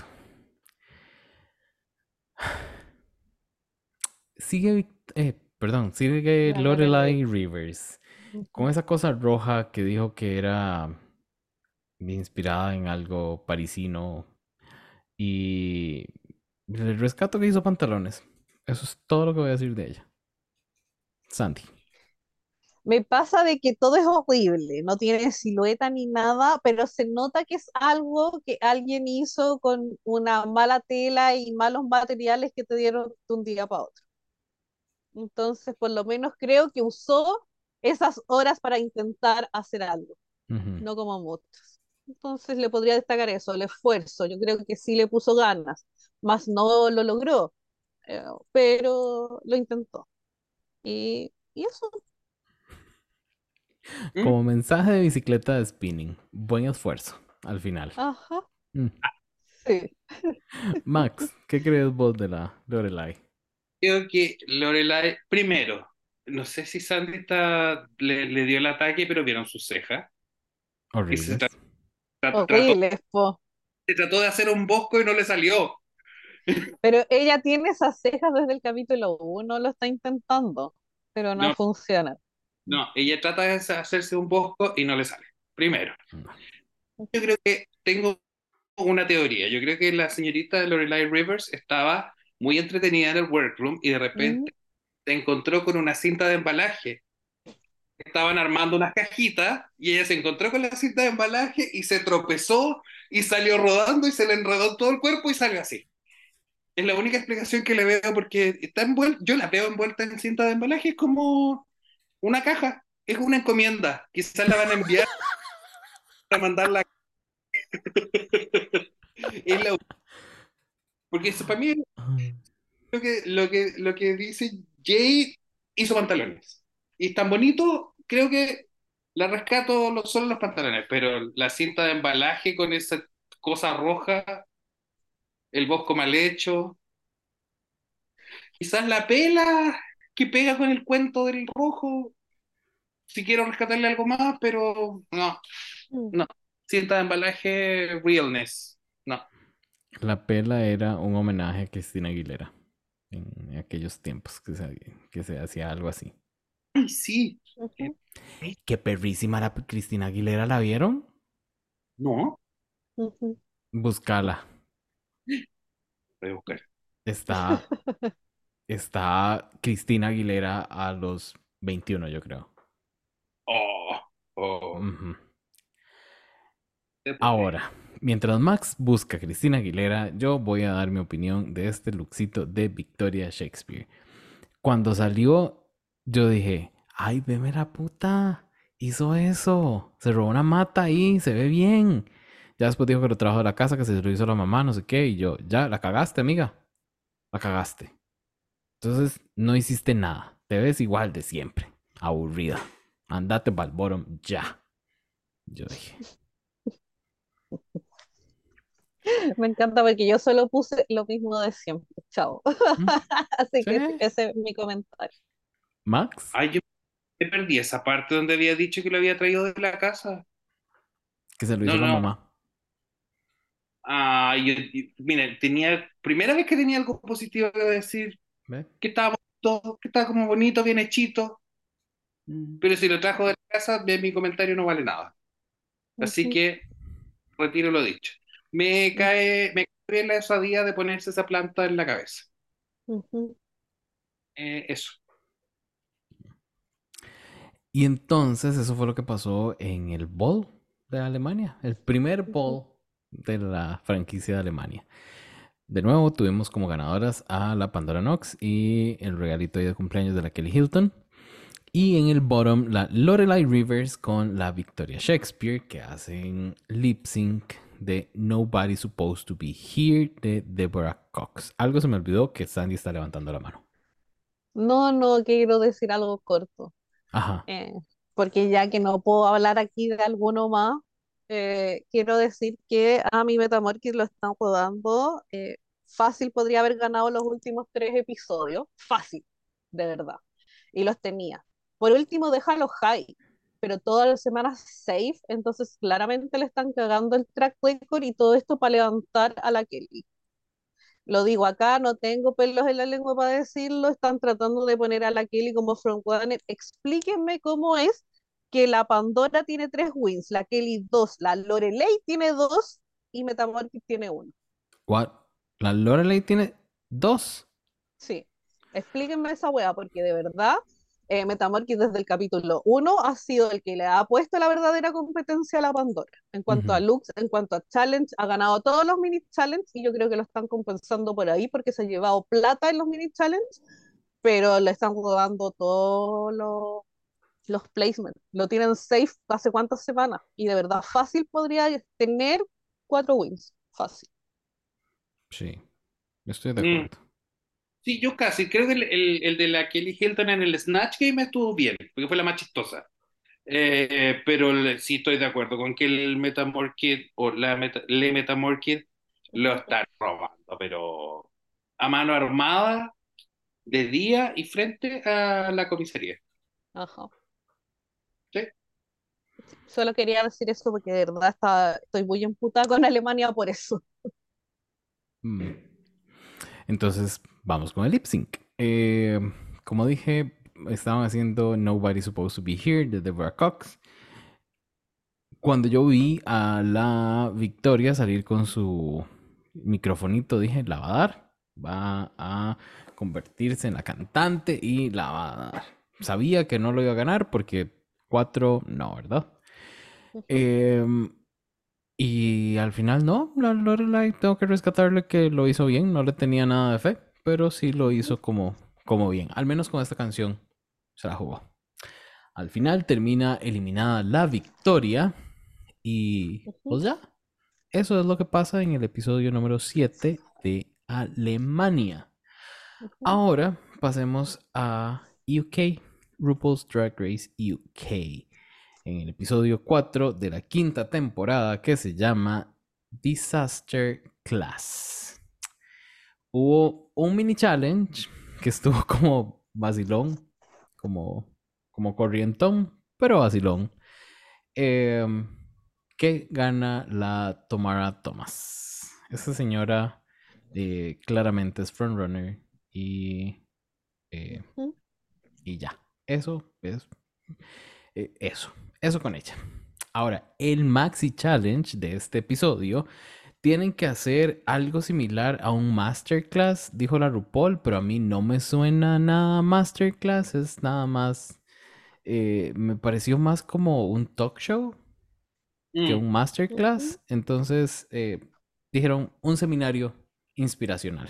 Sigue La Lorelai. Lorelai Rivers con Ujú. esa cosa roja que dijo que era inspirada en algo parisino y el rescato que hizo pantalones. Eso es todo lo que voy a decir de ella. Sandy. Me pasa de que todo es horrible, no tiene silueta ni nada, pero se nota que es algo que alguien hizo con una mala tela y malos materiales que te dieron de un día para otro. Entonces, por lo menos creo que usó esas horas para intentar hacer algo, Ujú. no como muchos. Entonces, le podría destacar eso, el esfuerzo. Yo creo que sí le puso ganas, más no lo logró, pero lo intentó. Y eso, ¿Mm? Como mensaje de bicicleta de spinning. Buen esfuerzo al final. ajá, Mm. sí. Max, ¿qué crees vos de la Lorelai? Creo que Lorelai, primero, no sé si Sandy le dio el ataque, pero vieron sus cejas. Que Horribles. trató, Horribles, po. se trató de hacer un bosco y no le salió. Pero ella tiene esas cejas desde el capítulo 1, lo está intentando, pero no No, funciona. no, ella trata de hacerse un bosco y no le sale. Primero, yo creo que tengo una teoría. Yo creo que la señorita Lorelai Rivers estaba muy entretenida en el workroom y de Mm, repente se encontró con una cinta de embalaje. Estaban armando unas cajitas y ella se encontró con la cinta de embalaje y se tropezó y salió rodando y se le enredó en todo el cuerpo y salió así. Es la única explicación que le veo porque está envuelta, yo la veo envuelta en cinta de embalaje, es como una caja, es una encomienda. Quizás la van a enviar para mandarla. Es porque eso para mí lo que dice Jay hizo pantalones. Y es tan bonito, creo que la rescato solo los pantalones, pero la cinta de embalaje con esa cosa roja, el bosco mal hecho, quizás la pela que pega con el cuento del rojo, si quiero rescatarle algo más, pero no, mm. no. Cinta de embalaje, realness, no. La pela era un homenaje a Cristina Aguilera en aquellos tiempos que se hacía algo así. Ay, sí. Eh, Ujú, Qué perrísima la Cristina Aguilera, ¿la vieron? no, ujú. Búscala. voy a buscar. Está, está Cristina Aguilera a los 21, yo creo. Oh, oh, Ujú. te puedo creer. Ahora, mientras Max busca a Cristina Aguilera, yo voy a dar mi opinión de este lookcito de Victoria Shakespeare. Cuando salió, yo dije, ay, veme la puta, hizo eso, se robó una mata ahí, se ve bien. Ya después dijo que lo trajo de la casa, que se lo hizo la mamá, no sé qué, y yo, ya, la cagaste, amiga, la cagaste. Entonces, no hiciste nada, te ves igual de siempre, aburrida. Andate pa'l bottom ya. Yo dije, Me encanta porque yo solo puse lo mismo de siempre. Chao. "Mm, Así sí, que ese es mi comentario. Max, Ay, yo me perdí esa parte donde había dicho que lo había traído de la casa. que se lo No, hizo la no. mamá. Mira, primera vez que tenía algo positivo que decir, ¿Ve? que estaba bonito, que estaba como bonito, bien hechito, pero si lo trajo de la casa, mi comentario no vale nada. Así Ujú, que retiro lo dicho. Me cae bien la osadía de ponerse esa planta en la cabeza. ujú, Eso. Y entonces eso fue lo que pasó en el Bowl de Alemania, el primer ujú. Bowl de la franquicia de Alemania. De nuevo tuvimos como ganadoras a la Pandora Knox y el regalito de cumpleaños de la Kelly Hilton. Y en el bottom, la Lorelai Rivers con la Victoria Shakespeare, que hacen lip sync de Nobody Supposed to Be Here de Deborah Cox. Algo se me olvidó que Sandy está levantando la mano. No, no quiero decir algo corto, Ajá. eh, porque ya que no puedo hablar aquí de alguno más, quiero decir que a mi Metamorphic lo están jugando. Fácil podría haber ganado los últimos 3 episodios, fácil, de verdad, y los tenía. Por último, déjalo high, pero todas las semanas safe, entonces claramente le están cagando el track record y todo esto para levantar a la Kelly. Lo digo acá, no tengo pelos en la lengua para decirlo, están tratando de poner a la Kelly como frontrunner. Explíquenme cómo es que la Pandora tiene 3 wins, la Kelly 2, la Lorelei tiene 2 y Metamorphic tiene 1. What? La Lorelai tiene dos. Sí, explíquenme esa wea, porque de verdad, Metamorphic desde el capítulo 1 ha sido el que le ha puesto la verdadera competencia a la Pandora. En cuanto a Ujú. looks, en cuanto a challenge, ha ganado todos los mini challenge y yo creo que lo están compensando por ahí porque se ha llevado plata en los mini challenge, pero le están dando todos los placements. Lo tienen safe hace cuántas semanas y de verdad fácil podría tener 4 wins. Fácil. Sí, estoy de Mm. acuerdo. Sí, yo casi. Creo que el de la Kelly Hilton en el Snatch Game estuvo bien, porque fue la más chistosa. Pero sí estoy de acuerdo con que el Metamorkid o le Metamorkid lo están robando, pero a mano armada, de día y frente a la comisaría. Ajá. ¿Sí? Solo quería decir eso porque de verdad estoy muy emputada con Alemania por eso. Mm. Entonces, vamos con el lip sync. Como dije, estaban haciendo Nobody Supposed to Be Here de Deborah Cox. Cuando yo vi a la Victoria salir con su microfonito, dije, la va a dar. Va a convertirse en la cantante y la va a dar. Sabía que no lo iba a ganar porque 4 no, ¿verdad? Ujú, Em, y al final no, la Lorelai tengo que rescatarle que lo hizo bien, no le tenía nada de fe, pero sí lo ujú, hizo como bien, al menos con esta canción se la jugó. Al final termina eliminada la Victoria y ujú, pues ya, eso es lo que pasa en el episodio número 7 de Alemania. ujú, Ahora pasemos a UK, RuPaul's Drag Race UK, en el episodio 4 de la quinta temporada que se llama Disaster Class. Hubo un mini challenge que estuvo como vacilón, como corrientón, pero vacilón. em, que gana la Tamara Thomas. Esa señora claramente es frontrunner y, eh, ujú. y ya. Eso es eso con ella. Ahora, el Maxi Challenge de este episodio tienen que hacer algo similar a un masterclass, dijo la RuPaul, pero a mí no me suena nada masterclass, es nada más, me pareció más como un talk show que Mm. un Ujú, masterclass. Entonces dijeron un seminario inspiracional.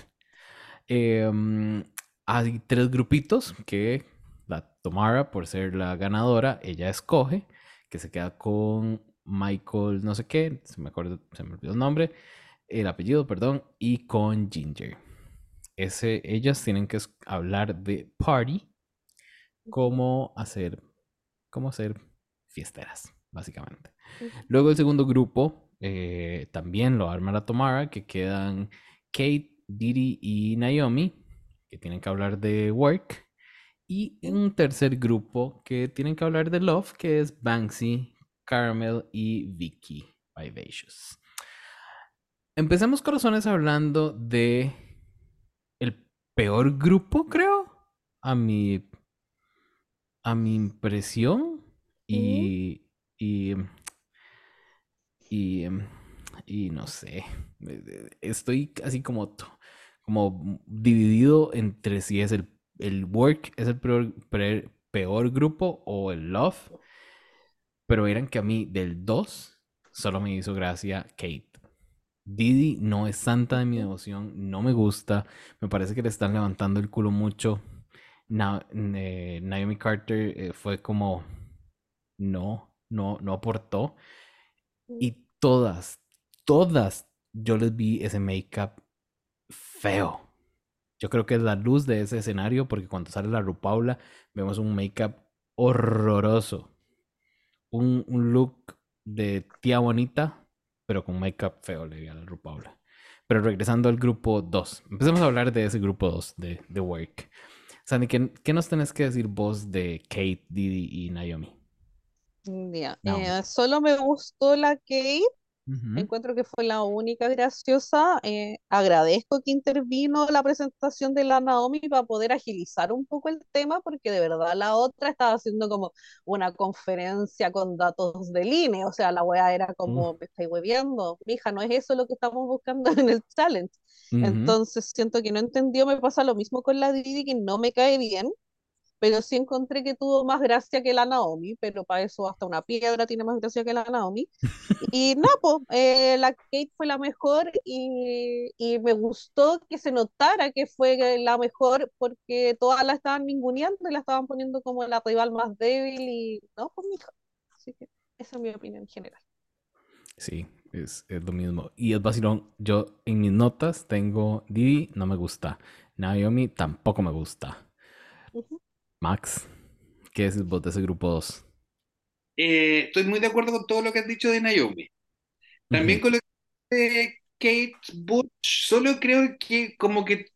Hay 3 grupitos que la Tomara, por ser la ganadora, ella escoge, que se queda con Michael, no sé qué, se me olvidó el nombre, el apellido, perdón, y con Ginger. Ellas tienen que hablar de party, ujú, cómo hacer, cómo hacer fiesteras, básicamente. ujú, Luego el segundo grupo también lo arma la Tomara, que quedan Kate, Didi y Naomi, que tienen que hablar de work. Y ujú. un tercer grupo que tienen que hablar de love, que es Banksy, Caramel y Vicky Vivacious. Empecemos, corazones, hablando de el peor grupo, creo, a mi, a mi impresión. Mm, Y, y, y, y no sé, estoy así como dividido entre si es el Work es el peor grupo o el Love, pero eran que a mí del 2 solo me hizo gracia Kate. Didi no es santa de mi ujú. devoción, no me gusta, me parece que le están levantando el culo mucho. Naomi Carter fue como, no aportó. Mm. Y todas, yo les vi ese make-up feo. Yo creo que es la luz de ese escenario, porque cuando sale la RuPaula, vemos un make-up horroroso. Un look de tía bonita, pero con make-up feo, le vi a la RuPaula. Pero regresando al grupo 2, empecemos a hablar de ese grupo 2 de Work. Sandy, ¿qué nos tenés que decir vos de Kate, Didi y Naomi? Ya, Naomi. solo me gustó la Kate. Ujú, Encuentro que fue la única graciosa. Agradezco que intervino la presentación de la Naomi para poder agilizar un poco el tema, porque de verdad la otra estaba haciendo como una conferencia con datos de línea. O sea, la wea era uh, como, me estáis hueviando, mija, no es eso lo que estamos buscando en el challenge. ujú. Entonces siento que no entendió, me pasa lo mismo con la Didi, que no me cae bien, pero sí encontré que tuvo más gracia que la Naomi, pero para eso hasta una piedra tiene más gracia que la Naomi. Y nada, pues, la Kate fue la mejor y me gustó que se notara que fue la mejor porque todas la estaban ninguneando y la estaban poniendo como la rival más débil y no, pues mija. Así que esa es mi opinión general. Sí, es lo mismo. Y es vacilón. Yo en mis notas tengo Didi, no me gusta. Naomi tampoco me gusta. Ujú, Max, ¿qué decís vos de ese grupo 2? Estoy muy de acuerdo con todo lo que has dicho de Naomi. También Ujú, con lo que dice Kate Bush, solo creo que como que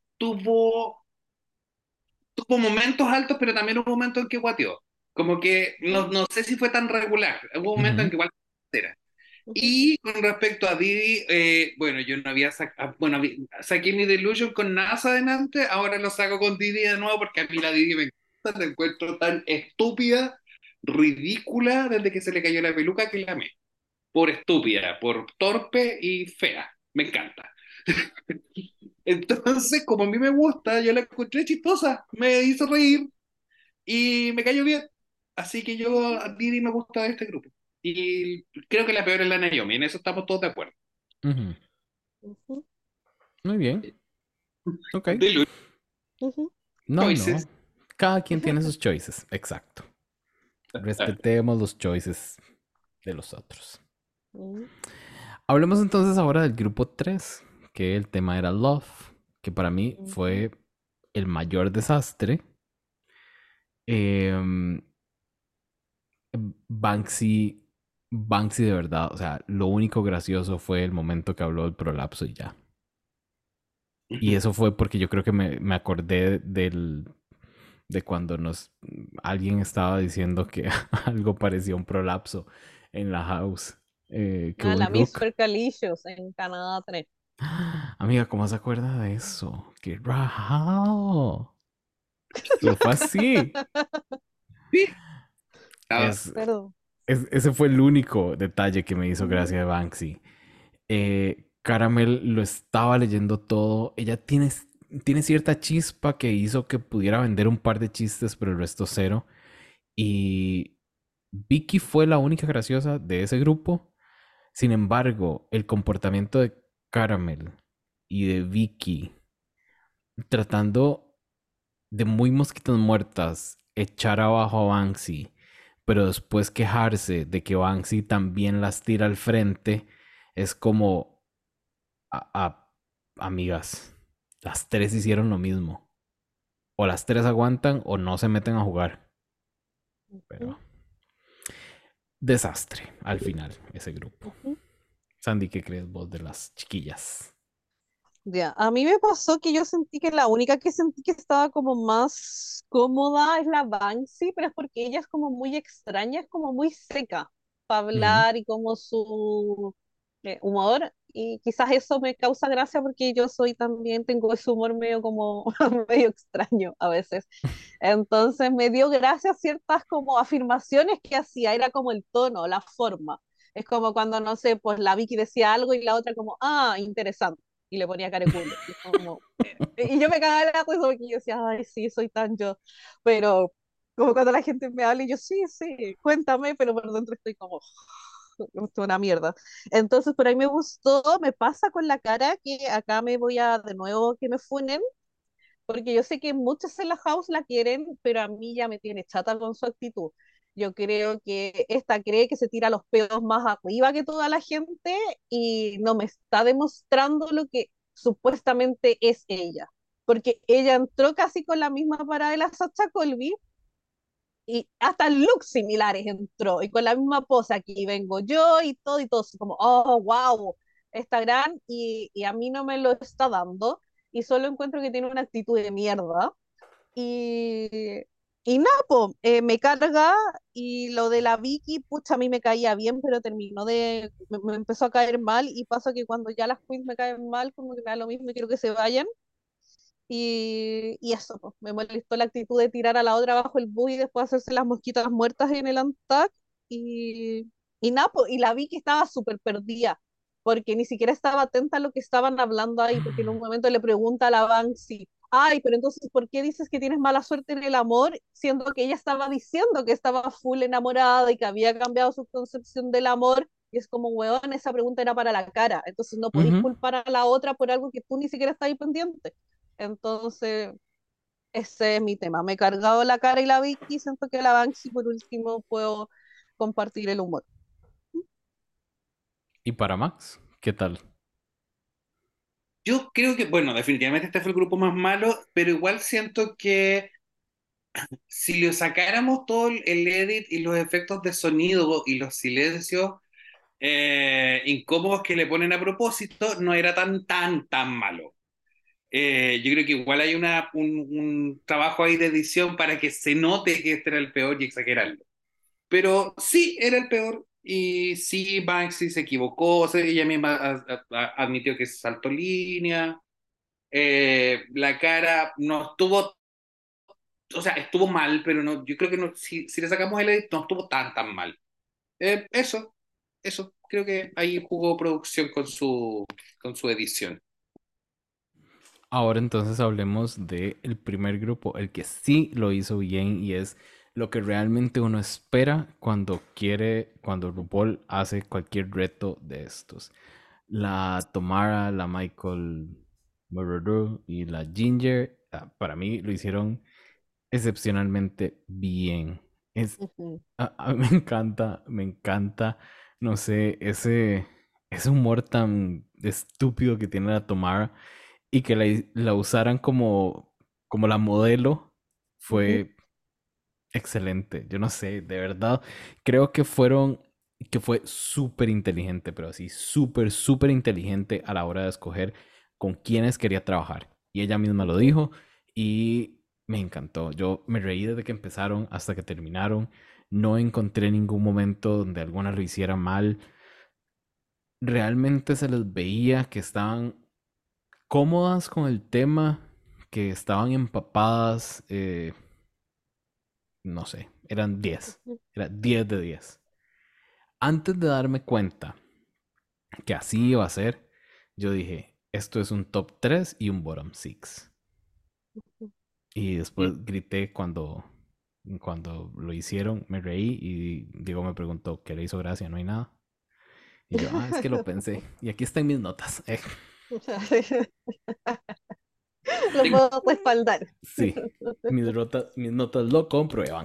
tuvo momentos altos, pero también hubo momentos en que guateó. Como que no sé si fue tan regular. Hubo momentos en ujú. que igual era. ujú. Y con respecto a Didi, bueno, yo no había sacado, bueno, saqué mi Delusion con NASA adelante, ahora lo saco con Didi de nuevo porque a mí la Didi me encanta, la encuentro tan estúpida, ridícula desde que se le cayó la peluca que la amé. Por estúpida, por torpe y fea. Me encanta. Entonces, como a mí me gusta, yo la encontré chistosa, me hizo reír y me cayó bien. Así que yo a Didi me gusta de este grupo. Y creo que la peor es la Naomi, en eso estamos todos de acuerdo. Ujú. Ujú, Muy bien. Ok. De ujú. No, Choices. no. Cada quien tiene sus choices. Exacto. Respetemos los choices de los otros. Ujú, Hablemos entonces ahora del grupo 3, que el tema era Love, que para mí ujú. fue el mayor desastre. Em, Banksy, Banksy de verdad, o sea, lo único gracioso fue el momento que habló del prolapso y ya. Y eso fue porque yo creo que me acordé de cuando alguien estaba diciendo que algo parecía un prolapso en la house, que Ah, un la Miss look. Supercalicious en Canadá 3. Amiga, ¿cómo se acuerda de eso? ¡Qué rajado! Pero fue así. Sí, estaba- Es, Perdón. ese fue el único detalle que me hizo Ujú, gracia de Banksy. Caramel lo estaba leyendo todo. Ella tiene cierta chispa que hizo que pudiera vender un par de chistes, pero el resto cero. Y Vicky fue la única graciosa de ese grupo. Sin embargo, el comportamiento de Caramel y de Vicky tratando de muy mosquitas muertas echar abajo a Banksy, pero después quejarse de que Banksy también las tira al frente, es como, amigas, las tres hicieron lo mismo. O las tres aguantan o no se meten a jugar. Pero ujú, desastre al final ese grupo. ujú. Sandy, ¿qué crees vos de las chiquillas? Ya, a mí me pasó que yo sentí que la única que sentí que estaba como más cómoda es la Banksy, pero es porque ella es como muy extraña, es como muy seca para Ujú, hablar y como su humor y quizás eso me causa gracia porque yo soy también, tengo ese humor medio como medio extraño a veces. Entonces me dio gracia ciertas como afirmaciones que hacía, era como el tono, la forma. Es como cuando, no sé, pues la Vicky decía algo y la otra como, ah, interesante, y le ponía careculo. Y, como, y yo me cagaba de la risa porque yo decía, ay, sí, soy tan yo. Pero como cuando la gente me habla y yo, sí, sí, cuéntame, pero por dentro estoy como, esto es una mierda. Entonces, por ahí me gustó, me pasa con la cara que acá me voy a de nuevo que me funen, porque yo sé que muchos en la house la quieren, pero a mí ya me tiene chata con su actitud. Yo creo que esta cree que se tira los pedos más arriba que toda la gente y no me está demostrando lo que supuestamente es ella. Porque ella entró casi con la misma parada de la Sacha Colby y hasta looks similares entró y con la misma pose, aquí vengo yo y todo así como, oh, wow, está gran y a mí no me lo está dando y solo encuentro que tiene una actitud de mierda y, y nada, po, me carga y lo de la Vicky, pucha, a mí me caía bien, pero terminó me empezó a caer mal y pasa que cuando ya las queens me caen mal, como que me da lo mismo y quiero que se vayan. Y eso, pues, me molestó la actitud de tirar a la otra bajo el bus y después hacerse las mosquitas muertas en el Antac. Y nada, pues, y la vi que estaba súper perdida, porque ni siquiera estaba atenta a lo que estaban hablando ahí, porque en un momento le pregunta a la Banksy, ay, pero entonces, ¿por qué dices que tienes mala suerte en el amor? Siendo que ella estaba diciendo que estaba full enamorada y que había cambiado su concepción del amor. Y es como, weón, esa pregunta era para la cara. Entonces no podéis Ujú. culpar a la otra por algo que tú ni siquiera estás ahí pendiente. Entonces, ese es mi tema. Me he cargado la cara y la Vicky, siento que la Banksy por último puedo compartir el humor. ¿Y para Max? ¿Qué tal? Yo creo que, bueno, definitivamente este fue el grupo más malo, pero igual siento que si le sacáramos todo el edit y los efectos de sonido y los silencios incómodos que le ponen a propósito, no era tan malo. Yo creo que igual hay un trabajo ahí de edición para que se note que este era el peor y exagerarlo. Pero sí, era el peor. Y sí, Banksy se equivocó. O sea, ella misma admitió que saltó línea. La cara no estuvo, o sea, estuvo mal, pero no, yo creo que no, si le sacamos el edit, no estuvo tan mal. Eso, eso. Creo que ahí jugó producción con su edición. Ahora entonces hablemos del primer grupo, el que sí lo hizo bien y es lo que realmente uno espera cuando quiere, cuando RuPaul hace cualquier reto de estos. La Tomara, la Michael Maruru y la Ginger, para mí lo hicieron excepcionalmente bien. Es, Ujú, a mí me encanta, no sé, ese humor tan estúpido que tiene la Tomara y que la usaran como la modelo ujú, fue excelente. Yo no sé, de verdad, creo que fue súper inteligente, pero así, súper inteligente a la hora de escoger con quiénes quería trabajar. Y ella misma lo ujú, dijo y me encantó. Yo me reí desde que empezaron hasta que terminaron. No encontré ningún momento donde alguna lo hiciera mal. Realmente se les veía que estaban cómodas con el tema, que estaban empapadas, no sé, eran 10, ujú. era 10 de 10. Antes de darme cuenta que así iba a ser, yo dije, esto es un top 3 y un bottom 6. Y Mm. después grité cuando lo hicieron, me reí y Diego me preguntó, ¿qué le hizo gracia? No hay nada. Y yo, es que lo pensé. Y aquí están mis notas. Lo Tengo- puedo respaldar. Sí, mis notas lo comprueban.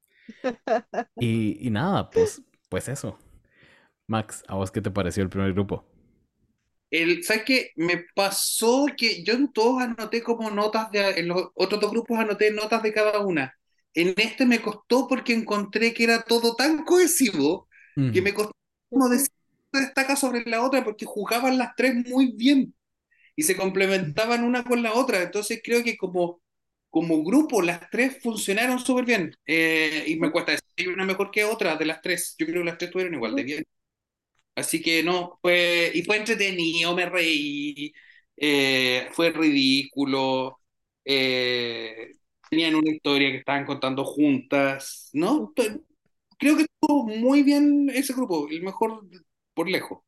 Y nada, pues eso. Max, ¿a vos qué te pareció el primer grupo? ¿Sabes qué? Me pasó que yo en todos anoté como notas en los otros dos grupos anoté notas de cada una. En este me costó porque encontré que era todo tan cohesivo que Mm, me costó como Ujú, decir una destaca sobre la otra porque jugaban las tres muy bien y se complementaban una con la otra. Entonces creo que como grupo las tres funcionaron súper bien. Y me ujú, cuesta decir una mejor que otra de las tres. Yo creo que las tres estuvieron igual de ujú. bien. Así que no, fue entretenido, me reí, fue ridículo, eh, tenían una historia que estaban contando juntas, ¿no? Ujú. Creo que estuvo muy bien ese grupo, el mejor por lejos.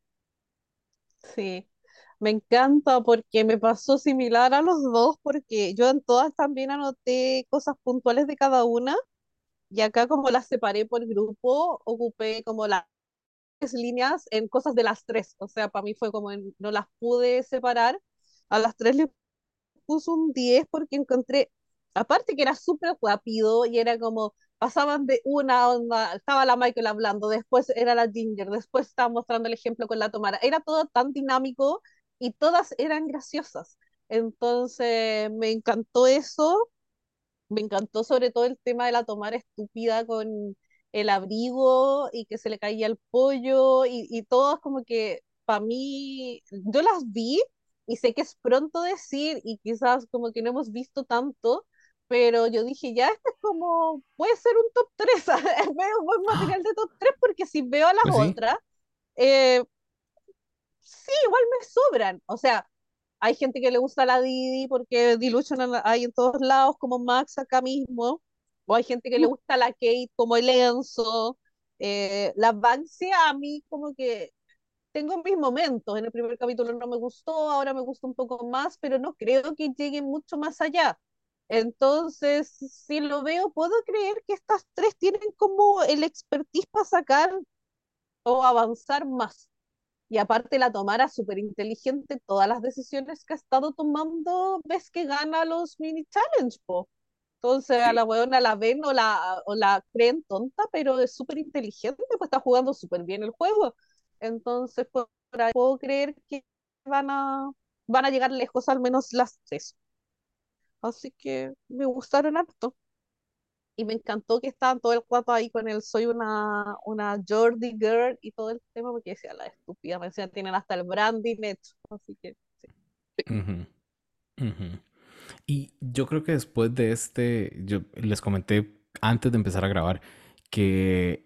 Sí, me encanta porque me pasó similar a los dos, porque yo en todas también anoté cosas puntuales de cada una, y acá como las separé por grupo, ocupé como las tres líneas en cosas de las tres, o sea, para mí fue como no las pude separar, a las tres les puse un 10 porque encontré, aparte que era súper rápido y era como, pasaban de una onda, estaba la Michael hablando, después era la Ginger, después estaba mostrando el ejemplo con la Tomara, era todo tan dinámico y todas eran graciosas. Entonces me encantó eso, me encantó sobre todo el tema de la Tomara estúpida con el abrigo y que se le caía el pollo y todas como que para mí, yo las vi y sé que es pronto decir y quizás como que no hemos visto tanto, pero yo dije, ya este es como, puede ser un top 3 veo buen material de top 3 porque si veo a las Pues sí, otras, eh, sí, igual me sobran, o sea, hay gente que le gusta la Didi porque Dilution hay en todos lados, como Max acá mismo. O hay gente que le gusta la Kate, como el Enzo. La Banksia a mí como que tengo mis momentos. En el primer capítulo no me gustó, ahora me gusta un poco más, pero no creo que llegue mucho más allá. Entonces, si lo veo, puedo creer que estas tres tienen como el expertise para sacar o avanzar más. Y aparte la Tomara súper inteligente, todas las decisiones que ha estado tomando, ves que gana los mini challenge, po. Entonces a Sí. la weona la ven o la creen tonta, pero es súper inteligente, pues está jugando súper bien el juego. Entonces por ahí puedo creer que van a, van a llegar lejos al menos las tres. Así que me gustaron harto. Y me encantó que estaban todo el rato ahí con el soy una Jordi girl y todo el tema, porque decía la estúpida, me decía, tienen hasta el branding hecho. Así que sí. ujú, ujú. Y yo creo que después de yo les comenté antes de empezar a grabar que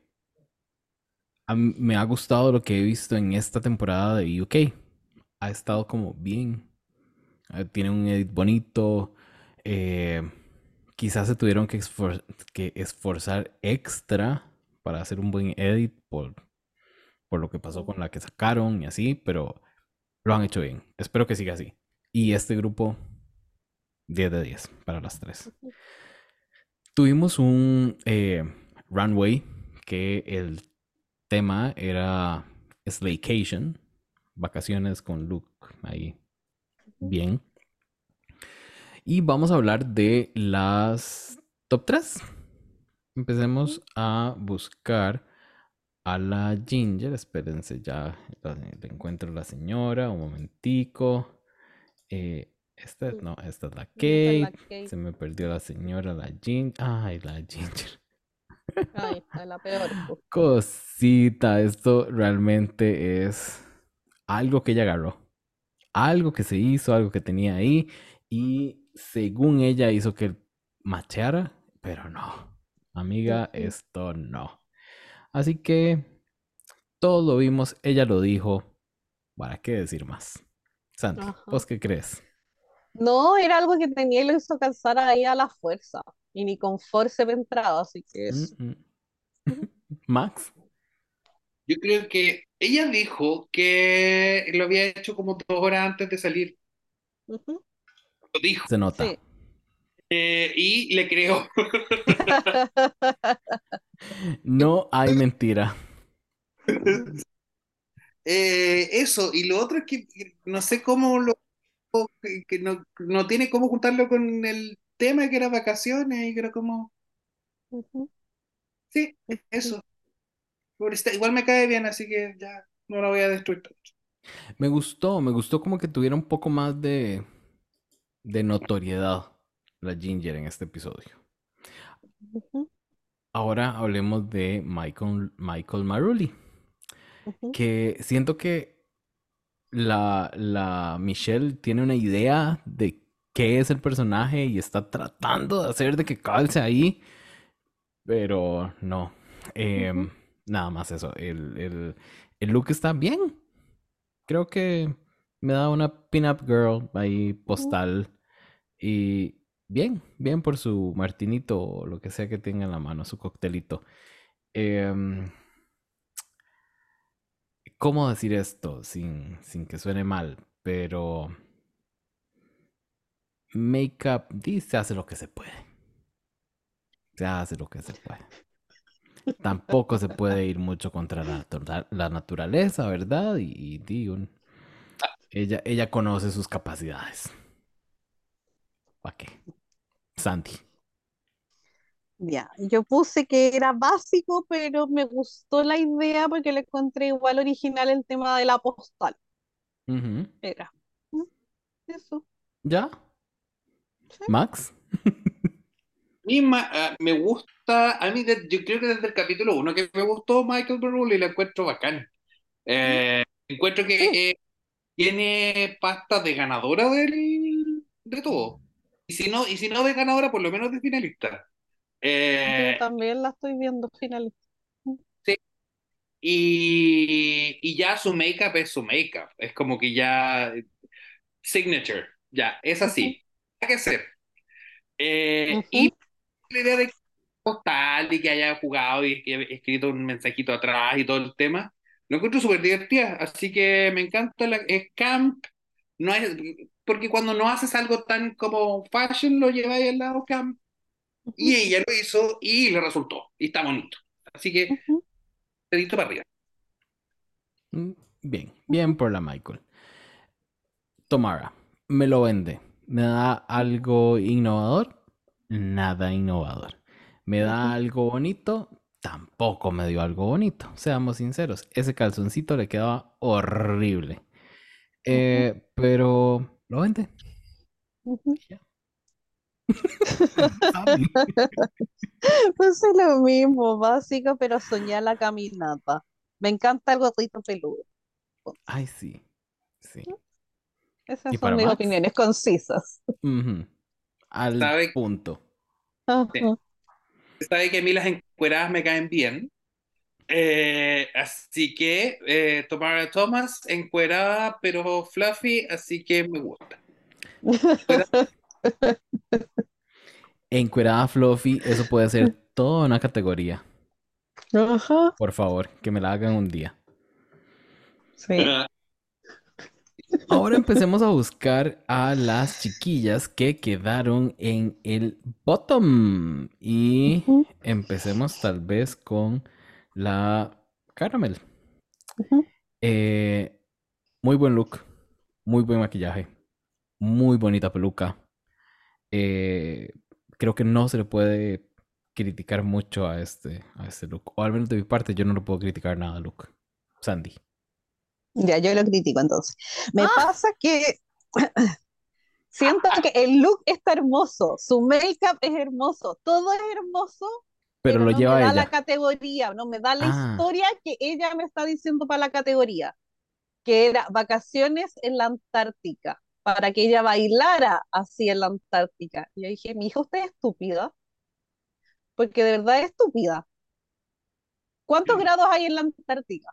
me ha gustado lo que he visto en esta temporada de UK. Ha estado como bien. Tiene un edit bonito. eh, Quizás se tuvieron que esforzar extra para hacer un buen edit por lo que pasó con la que sacaron y así, pero lo han hecho bien. Espero que siga así. Y este grupo, 10 de 10 para las tres. Tuvimos un runway que el tema era Slaycation, vacaciones con Luke ahí bien. Y vamos a hablar de las top 3. Empecemos a buscar a la Ginger. Espérense, ya le encuentro la señora. Un momentico. Esta es la Esa es la Kate. Kate. Se me perdió la señora, la Ginger. Ay, la Ginger. Ahí está, la peor, po. Cosita, esto realmente es algo que ella agarró. Algo que se hizo, algo que tenía ahí. Y según ella hizo que macheara, pero no. Amiga, Ujú. esto no. Así que todos lo vimos, ella lo dijo. ¿Para qué decir más? Santi, Ajá. ¿vos qué crees? No, era algo que tenía y lo hizo calzar ahí a la fuerza. Y ni con force entraba, así que Mm, es. mm. Ujú, Max, Yo creo que ella dijo que lo había hecho como 2 horas antes de salir. ujú. Lo dijo. se nota. Sí. Y le creo. No hay mentira. Eso, y lo otro es que no sé cómo que no tiene cómo juntarlo con el tema que era vacaciones y que era como, Ujú, sí, ujú. eso. Igual me cae bien, así que ya no la voy a destruir. Me gustó como que tuviera un poco más de notoriedad la Ginger en este episodio. Ujú, Ahora hablemos de Michael Maruli, ujú, que siento que la Michelle tiene una idea de qué es el personaje y está tratando de hacer de que calce ahí, pero no. ujú. Nada más eso. El look está bien. Creo que me da una pin-up girl ahí postal. Y bien, bien por su martinito o lo que sea que tenga en la mano, su coctelito. Em, ¿Cómo decir esto sin que suene mal? Pero make-up, se hace lo que se puede. Se hace lo que se puede. Tampoco se puede ir mucho contra la naturaleza, ¿verdad? Ella conoce sus capacidades. ¿Para qué? Santi. Ya, yo puse que era básico, pero me gustó la idea porque le encontré igual original el tema de la postal. Ujú. Era. ¿Mm? Eso. ¿Ya? Sí. ¿Max? Me gusta, yo creo que desde el capítulo 1 que me gustó Michael Bernoulli y la encuentro bacán. ¿Mm? Encuentro Sí, que tiene pasta de ganadora de todo. Y si no de ganadora, por lo menos de finalista. yo Eh, también la estoy viendo finalista. ¿Mm? sí. Y ya su make-up es su make-up. Es como que ya, signature, ya, es Ujú, así. Hay que ser. Y ujú, la idea de postal y que haya jugado y que haya escrito un mensajito atrás y todo el tema, lo encuentro súper divertida, así que me encanta es camp, no es, porque cuando no haces algo tan como fashion, lo lleváis al lado camp, ujú, y ella lo hizo y le resultó, y está bonito, así que ujú, dedito para arriba. Mm, bien, bien ujú, por la Michael. Tomara, me lo vende. ¿Me da algo innovador? Nada innovador. ¿Me da ujú, algo bonito? Tampoco me dio algo bonito. Seamos sinceros, ese calzoncito le quedaba horrible. ujú, Pero lo vende. ujú. Y ya. Sandy. Pues es lo mismo, básico, pero soñé la caminata. Me encanta el gorrito peludo. Ay, sí, sí. ¿Y Esas son para mis Max? opiniones concisas. Ujú. Al Sabe, punto. Ajá. sabe que a mí las encueradas me caen bien. Así que Tamara Thomas encuerada pero fluffy, así que me gusta. Encuerada, Encuerada Fluffy, eso puede ser toda una categoría. Ajá. Por favor, que me la hagan un día. Sí. Ahora empecemos a buscar a las chiquillas que quedaron en el bottom. Y Ujú, empecemos tal vez con la Caramel. ujú. Eh, Muy buen look, muy buen maquillaje, muy bonita peluca. Eh, Creo que no se le puede criticar mucho a este look. O al menos de mi parte, yo no le puedo criticar nada a look. Sandy. Ya, yo lo critico entonces. Me Ah, pasa que siento que el look está hermoso, su make-up es hermoso, todo es hermoso, pero pero lo no me lleva da la ella. categoría, no me da la Ah, historia que ella me está diciendo para la categoría, que era vacaciones en la Antártica, para que ella bailara así en la Antártica. Y yo dije, mi hija, usted es estúpida, porque de verdad es estúpida. ¿Cuántos grados hay en la Antártica?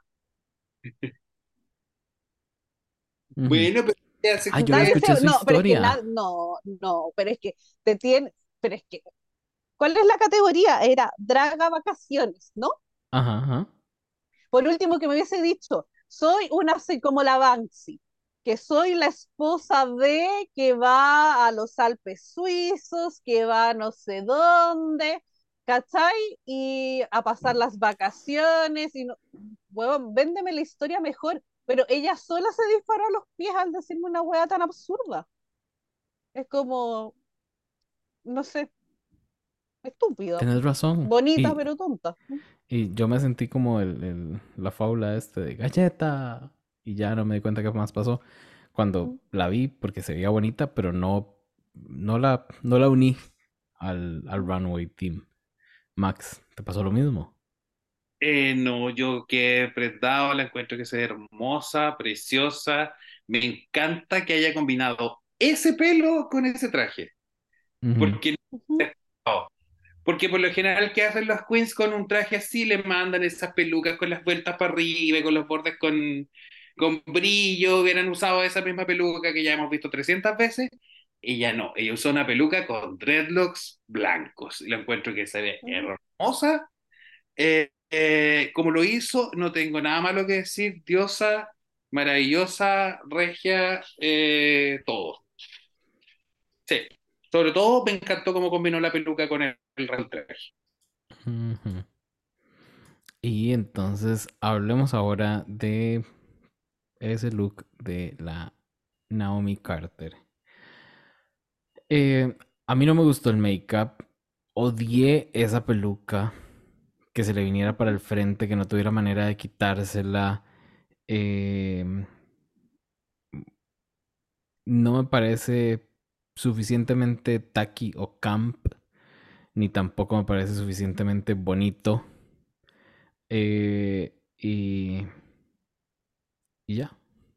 ujú. bueno, pero ¿qué hace Ay, yo no Nadie escuché se, su no, pero es que historia. no, no, pero es que te tiene, pero es que, ¿cuál es la categoría? Era Draga Vacaciones, ¿no? Ajá, ajá. Por último, que me hubiese dicho, soy una, soy como la Banksy, que soy la esposa de, que va a los Alpes suizos, que va a no sé dónde, ¿cachai? Y a pasar las vacaciones, y no, huevón, véndeme la historia mejor, pero ella sola se disparó a los pies al decirme una hueá tan absurda. Es como, no sé, estúpida, Tienes razón. bonita pero tonta. Y yo me sentí como la fábula de galleta. Y ya no me di cuenta qué más pasó. Cuando la vi porque se veía bonita, pero no la uní al runway team. Max, ¿te pasó lo mismo? No, yo quedé prendado, la encuentro que se ve hermosa, preciosa. Me encanta que haya combinado ese pelo con ese traje, Ujú. porque Ujú, no, Porque por lo general, ¿qué hacen los queens con un traje así? Le mandan esas pelucas con las vueltas para arriba, y con los bordes con brillo. Hubieran usado esa misma peluca que ya hemos visto 300 veces. Ella no, ella usó una peluca con dreadlocks blancos. Y lo encuentro que se ve hermosa. Como lo hizo, no tengo nada malo que decir. Diosa, maravillosa, regia, todo. Sí. Sobre todo me encantó cómo combinó la peluca con el traje. Ujú. Y entonces hablemos ahora de ese look de la Naomi Carter. A mí no me gustó el make-up. Odié esa peluca. Que se le viniera para el frente, que no tuviera manera de quitársela. Em, no me parece suficientemente tacky o camp, ni tampoco me parece suficientemente bonito. Eh, y, y ya,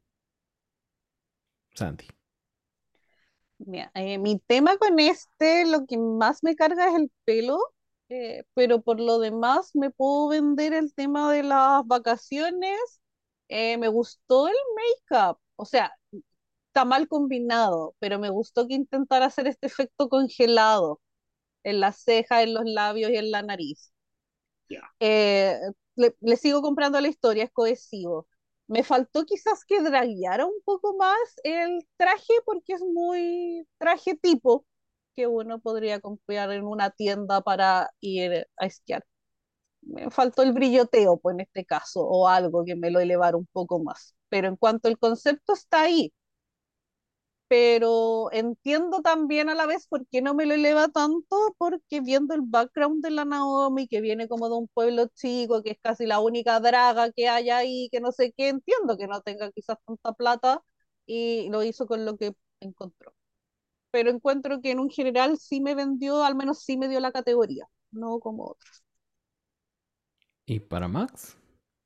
Sandy. Mira, mi tema con lo que más me carga es el pelo, pero por lo demás me puedo vender el tema de las vacaciones. Me gustó el make-up, o sea, está mal combinado, pero me gustó que intentara hacer este efecto congelado en las cejas, en los labios y en la nariz. Ya. Le sigo comprando la historia, es cohesivo. Me faltó quizás que dragueara un poco más el traje porque es muy traje tipo que uno podría comprar en una tienda para ir a esquiar. Me faltó el brilloteo, pues en este caso, o algo que me lo elevara un poco más. Pero en cuanto al concepto está ahí, pero entiendo también a la vez por qué no me lo eleva tanto, porque viendo el background de la Naomi, que viene como de un pueblo chico, que es casi la única draga que hay ahí, que no sé qué, entiendo que no tenga quizás tanta plata y lo hizo con lo que encontró. Pero encuentro que en un general sí me vendió, al menos sí me dio la categoría, no como otros. ¿Y para Max?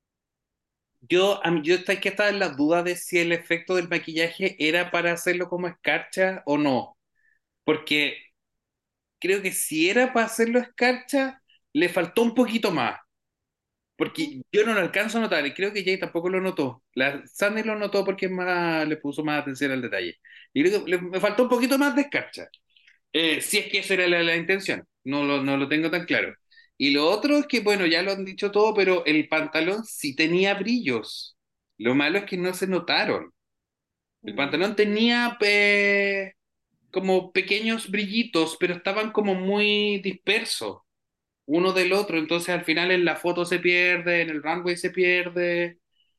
Yo que estaba en la duda de si el efecto del maquillaje era para hacerlo como escarcha o no. Porque creo que si era para hacerlo escarcha, le faltó un poquito más. Ujú. Porque yo no lo alcanzo a notar y creo que Jay tampoco lo notó. La Sandy lo notó porque le puso más atención al detalle. Y creo que me faltó un poquito más de escarcha. Si es que esa era la intención, no lo tengo tan claro. Y lo otro es que, bueno, ya lo han dicho todo, pero el pantalón sí tenía brillos. Lo malo es que no se notaron. El pantalón tenía como pequeños brillitos, pero estaban como muy dispersos uno del otro. Entonces al final en la foto se pierde, en el runway se pierde.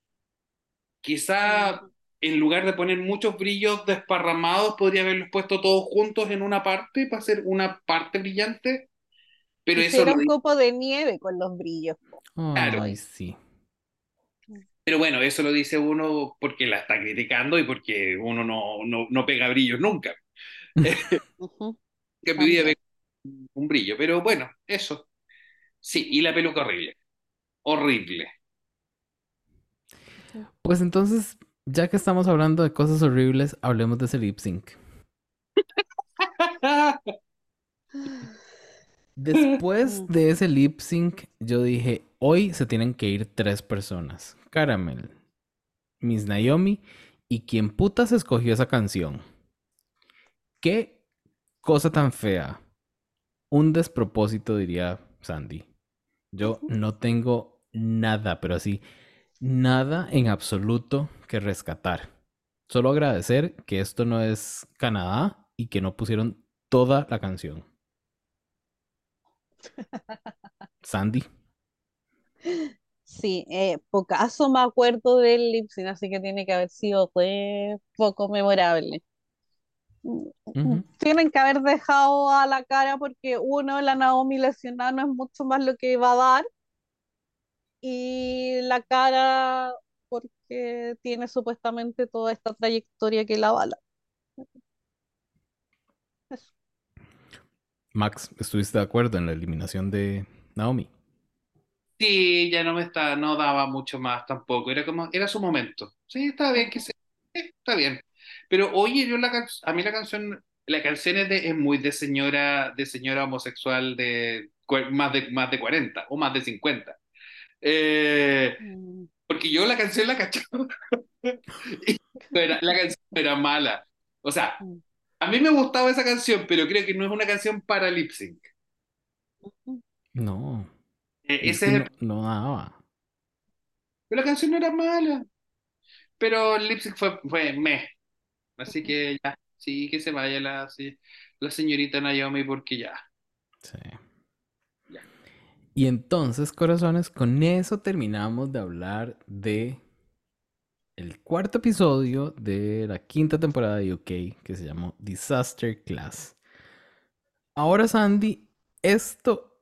Mm. Quizá en lugar de poner muchos brillos desparramados, podría haberlos puesto todos juntos en una parte para hacer una parte brillante, pero eso Hiciera lo un dice copo de nieve con los brillos, po. claro. Ay, sí. Pero bueno, eso lo dice uno porque la está criticando y porque uno no pega brillos nunca. Ujú, Que mi vida también. pega un brillo, pero bueno, eso. Sí, y la peluca horrible. Horrible. Pues entonces, ya que estamos hablando de cosas horribles, hablemos de ese lip sync. Después Mm. de ese lip sync, yo dije, hoy se tienen que ir 3 personas. Caramel, Miss Naomi y quien putas escogió esa canción. Qué cosa tan fea. Un despropósito, diría Sandy. Yo Ujú. no tengo nada, pero así, nada en absoluto que rescatar. Solo agradecer que esto no es Canadá y que no pusieron toda la canción. Sandy. Sí, pocaso me acuerdo del lip sync, así que tiene que haber sido re poco memorable. Ujú. Tienen que haber dejado a la cara porque uno, la Naomi lesionada no es mucho más lo que va a dar y la cara porque tiene supuestamente toda esta trayectoria que la avala. Eso. Max, ¿estuviste de acuerdo en la eliminación de Naomi? Sí, ya no daba mucho más tampoco. Era como, era su momento. Sí, está bien Ujú. está bien. Pero oye, a mí la canción La canción es muy de señora homosexual más de 40 o más de 50. Eh, Mm, Porque yo la canción la cachaba. La canción no era mala. O sea, mm, a mí me gustaba esa canción, pero creo que no es una canción para lip sync. mm. No, es Ese que es no daba. pero la canción no era mala, pero el lip sync fue meh. Así que ya, sí, que se vaya sí, la señorita Naomi porque ya, Sí. ya. Y entonces, corazones, con eso terminamos de hablar de el cuarto episodio de la quinta temporada de UK que se llamó Disaster Class. Ahora, Sandy, esto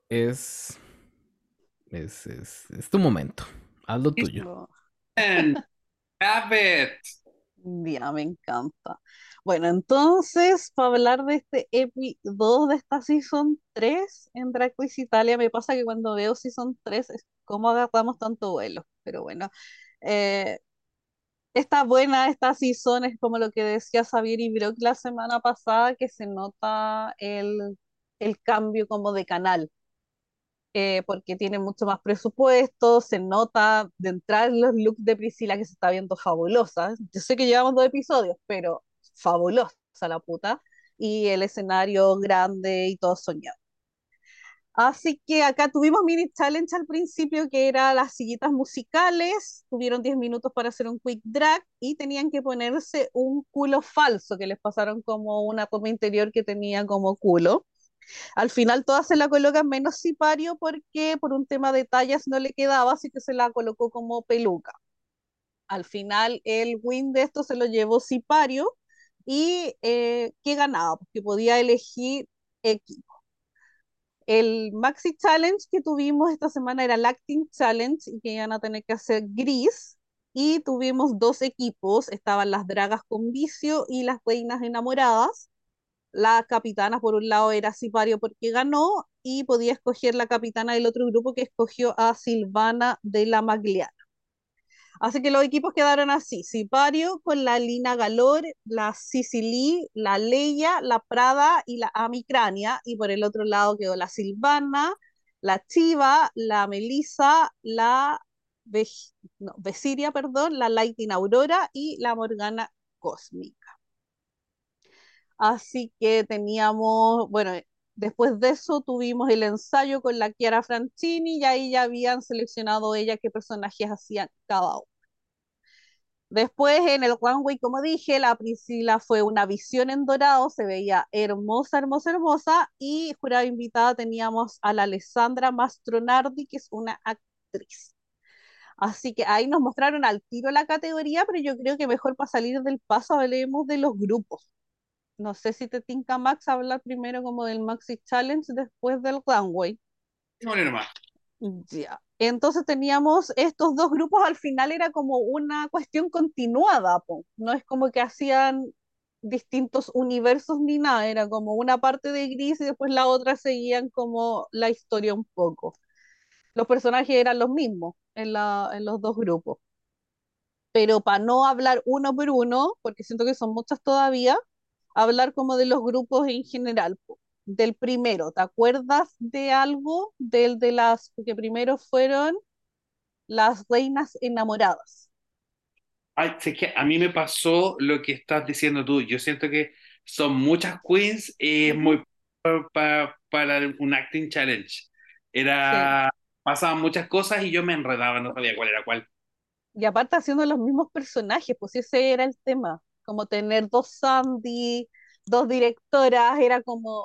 es tu momento. Haz lo tuyo. No, And have it. ya me encanta. Bueno, entonces, para hablar de este Epi 2 de esta Season 3 en Drag Race Italia, me pasa que cuando veo Season 3 es como agarramos tanto vuelo. Pero bueno, eh, está buena esta season, es como lo que decía Xavier y Brock la semana pasada, que se nota el cambio como de canal, porque tiene mucho más presupuesto, se nota de entrar en los looks de Priscila que se está viendo fabulosa. Yo sé que llevamos 2 episodios, pero fabulosa la puta, y el escenario grande y todo soñado. Así que acá tuvimos mini challenge al principio que era las sillitas musicales, tuvieron 10 minutos para hacer un quick drag y tenían que ponerse un culo falso que les pasaron como una toma interior que tenía como culo. Al final todas se la colocan menos Sipario porque por un tema de tallas no le quedaba, así que se la colocó como peluca. Al final el win de esto se lo llevó Sipario y ¿qué ganaba? Porque podía elegir X. El Maxi Challenge que tuvimos esta semana era el Acting Challenge y que iban a tener que hacer gris. Y tuvimos 2 equipos, estaban las dragas con vicio y las reinas enamoradas. La capitana por un lado era Sipario porque ganó y podía escoger la capitana del otro grupo que escogió a Silvana de la Magliana. Así que los equipos quedaron así: Sipario con la Lina Galor, la Sicily, la Leia, la Prada y la Amicrania, y por el otro lado quedó la Silvana, la Chiva, la Melissa, la Ve no, Vesiria, perdón, la Lightning Aurora y la Morgana Cósmica. Así que teníamos, bueno, después de eso tuvimos el ensayo con la Chiara Francini y ahí ya habían seleccionado ella qué personajes hacían cada uno. Después en el runway, como dije, la Priscila fue una visión en dorado, se veía hermosa, hermosa, hermosa, y jurada invitada teníamos a la Alessandra Mastronardi, que es una actriz. Así que ahí nos mostraron al tiro la categoría, pero yo creo que mejor para salir del paso hablemos de los grupos. No sé si te tinca, Max, hablar primero como del Maxi Challenge después del runway. Démosle nomás. Ya. Entonces teníamos estos 2 grupos, al final era como una cuestión continuada, po. No es como que hacían distintos universos ni nada, era como una parte de gris y después la otra seguían como la historia un poco. Los personajes eran los mismos en los 2 grupos, pero para no hablar uno por uno, porque siento que son muchos todavía, hablar como de los grupos en general, po. Del primero, ¿te acuerdas de algo? Del de las que primero fueron las reinas enamoradas. Ay, sé que a mí me pasó lo que estás diciendo tú. Yo siento que son muchas queens y es Ujú. muy para un acting challenge. Sí. Pasaban muchas cosas y yo me enredaba, no sabía cuál era cuál. Y aparte haciendo los mismos personajes, pues ese era el tema, como tener 2 Sandy, 2 directoras, era como,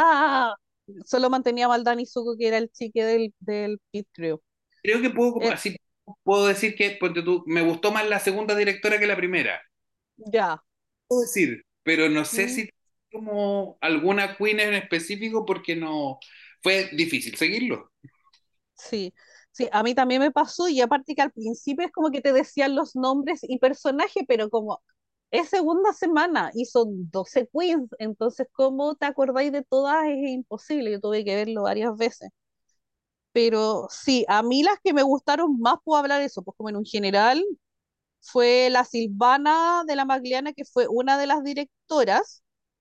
solo mantenía a Dani Zuko, que era el chique del Pit Crew. Creo que Eh, así puedo decir que ponte tú, me gustó más la segunda directora que la primera. ya. Puedo decir, pero no sé Mm, si como alguna queen en específico porque no fue difícil seguirlo. sí, sí, a mí también me pasó y aparte que al principio es como que te decían los nombres y personajes, pero como es segunda semana y son 12 queens, entonces ¿cómo te acordáis de todas? Es imposible, yo tuve que verlo varias veces. Pero sí, a mí las que me gustaron más, puedo hablar de eso, pues como en un general, fue la Silvana de la Magliana, que fue una de las directoras,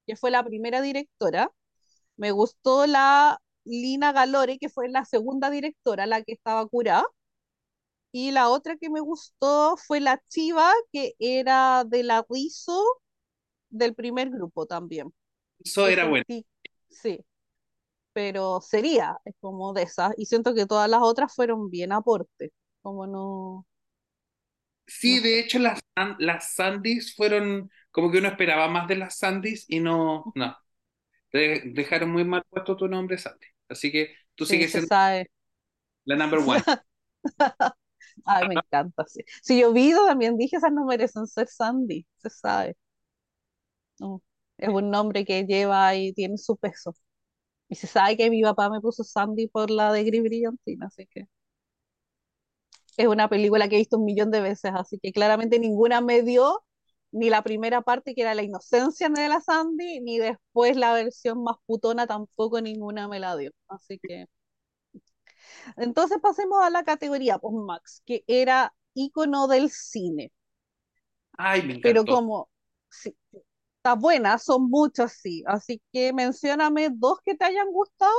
que fue la primera directora. Me gustó la Lina Galore, que fue la segunda directora, la que estaba curada. Y la otra que me gustó fue la Chiva, que era de la Rizzo del primer grupo también. Eso Que era bueno. sentí, sí, pero sería, es como de esas. Y siento que todas las otras fueron bien aporte, como no, no Sí, de sé. hecho las Sandys fueron como que uno esperaba más de las Sandys y no. Dejaron muy mal puesto tu nombre, Sandy. Así que tú Sí, sigues se siendo sabe. la number one. Ay, me encanta, sí. Si yo Vido también dije, esas no merecen ser Sandy, se sabe. No, es un nombre que lleva y tiene su peso. Y se sabe que mi papá me puso Sandy por la de Gris Brillantina, así que es una película que he visto un millón de veces, así que claramente ninguna me dio, ni la primera parte que era la inocencia de la Sandy, ni después la versión más putona tampoco ninguna me la dio. Así que, entonces pasemos a la categoría, pues Max, que era ícono del cine, Ay, me pero encantó. como, sí, está buena, son muchas, sí, así que mencióname dos que te hayan gustado,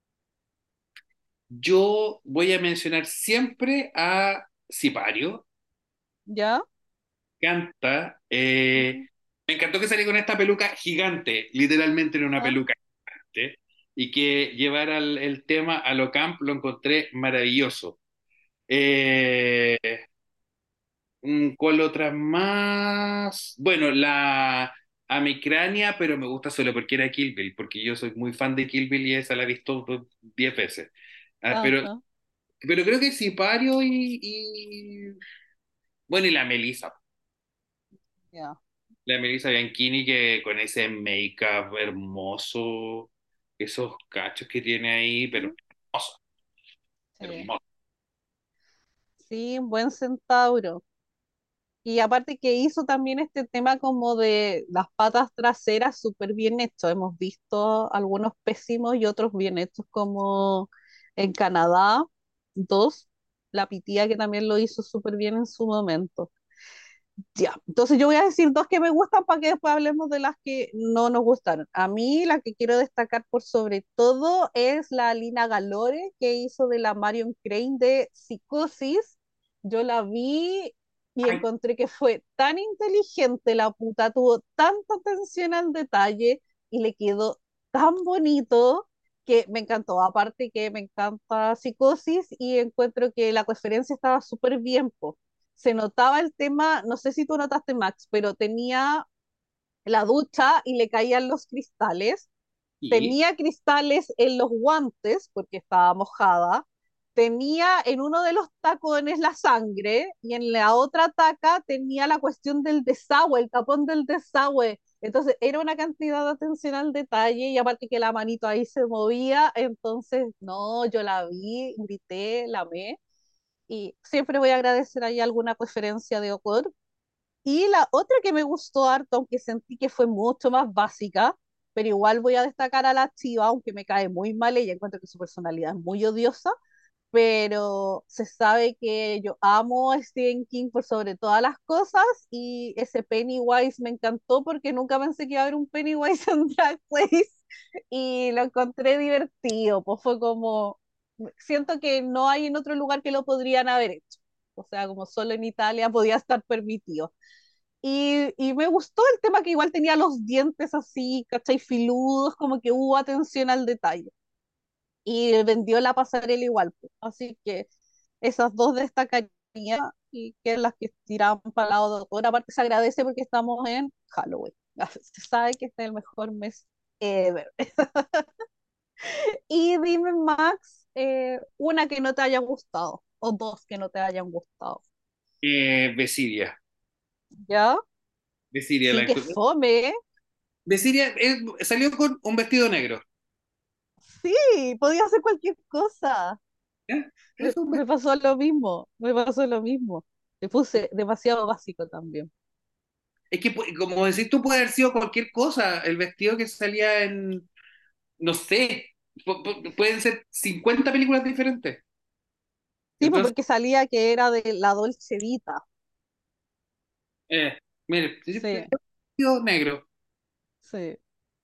Yo voy a mencionar siempre a Sipario. ¿ya? Canta. Ujú. Me encantó que saliera con esta peluca gigante, literalmente era una ¿Ya? peluca gigante, y que llevara el tema a lo camp lo encontré maravilloso. Eh, ¿Cuál otra más? Bueno, la Amicrania, pero me gusta solo porque era Kill Bill, porque yo soy muy fan de Kill Bill y esa la he visto 10 veces. Ah, Ajá, pero creo que Sipario bueno, y ya. la Melissa Bianchini que con ese make-up hermoso, esos cachos que tiene ahí, pero Ujú. hermoso, Sí, hermoso. sí, un buen centauro. Y aparte que hizo también este tema como de las patas traseras súper bien hecho. Hemos visto algunos pésimos y otros bien hechos como en Canadá, dos, la pitía que también lo hizo súper bien en su momento. Ya, entonces yo voy a decir dos que me gustan para que después hablemos de las que no nos gustaron. A mí la que quiero destacar por sobre todo es la Lina Galore que hizo de la Marion Crane de Psicosis. Yo la vi y Ay, encontré que fue tan inteligente la puta, tuvo tanta atención al detalle y le quedó tan bonito que me encantó. Aparte que me encanta Psicosis y encuentro que la referencia estaba súper bien, po. Se notaba el tema, no sé si tú notaste, Max, pero tenía la ducha y le caían los cristales, sí. tenía cristales en los guantes porque estaba mojada, tenía en uno de los tacones la sangre y en la otra taca tenía la cuestión del desagüe, el tapón del desagüe. Entonces era una cantidad de atención al detalle y aparte que la manito ahí se movía, entonces no, yo la vi, grité, la amé y siempre voy a agradecer ahí alguna referencia de Ocor. Y la otra que me gustó harto, aunque sentí que fue mucho más básica, pero igual voy a destacar a la Chiva, aunque me cae muy mal, ella encuentro que su personalidad es muy odiosa, pero se sabe que yo amo a Stephen King por sobre todas las cosas y ese Pennywise me encantó porque nunca pensé que iba a haber un Pennywise en Drag Race y lo encontré divertido, pues fue como, siento que no hay en otro lugar que lo podrían haber hecho, o sea, como solo en Italia podía estar permitido. Y me gustó el tema que igual tenía los dientes así, ¿cachai? Filudos, como que hubo atención al detalle y vendió la pasarela igual, pues. Así que esas dos destacaría y que las que tiraban para el lado de autor. Aparte se agradece porque estamos en Halloween. Se sabe que este es el mejor mes ever. Y dime, Max, una que no te haya gustado o dos que no te hayan gustado. Besiria. ¿Ya? Besiria, Sí que fome, ¿eh? Besiria salió con un vestido negro. Sí, podía hacer cualquier cosa. ¿Ya? Me, Es un me pasó lo mismo, me pasó lo mismo. Le puse demasiado básico también. Es que, como decís tú, puede haber sido cualquier cosa. El vestido que salía en, no sé, pueden ser 50 películas diferentes. Sí, pues Entonces, porque salía que era de la Dolce Vita. eh, mire, Sí, vestido negro. sí.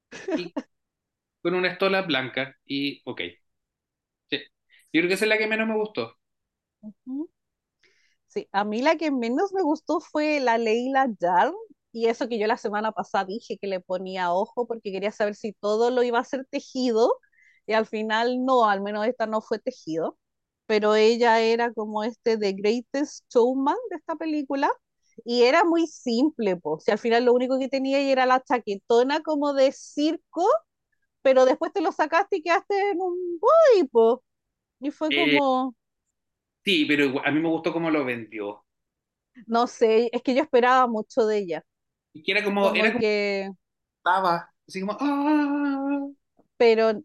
y con una estola blanca y ok. Sí. Yo creo que esa es la que menos me gustó. Ujú. Sí, a mí la que menos me gustó fue la Leila Yarn, y eso que yo la semana pasada dije que le ponía ojo porque quería saber si todo lo iba a ser tejido, y al final no, al menos esta no fue tejido, pero ella era como The Greatest Showman de esta película, y era muy simple, pues, si al final lo único que tenía ella era la chaquetona como de circo, pero después te lo sacaste y quedaste en un body, po, y fue Eh, como... sí, pero a mí me gustó cómo lo vendió. No sé, es que yo esperaba mucho de ella, Y que era como como que, estaba, así como, ¡ah! pero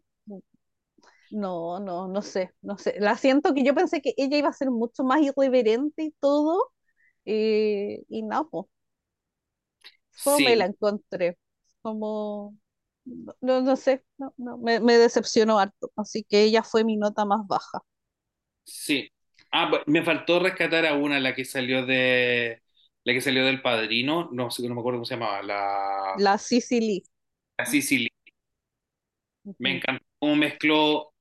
no sé, no sé. La siento que yo pensé que ella iba a ser mucho más irreverente y todo, y no, pues, fome Sí, la encontré, como, no sé, me decepcionó harto, así que ella fue mi nota más baja. sí. Ah, me faltó rescatar a una, la que salió del Padrino, no sé, no me acuerdo cómo se llamaba, La Sicily. la Sicily. Me Ujú, encantó cómo mezcló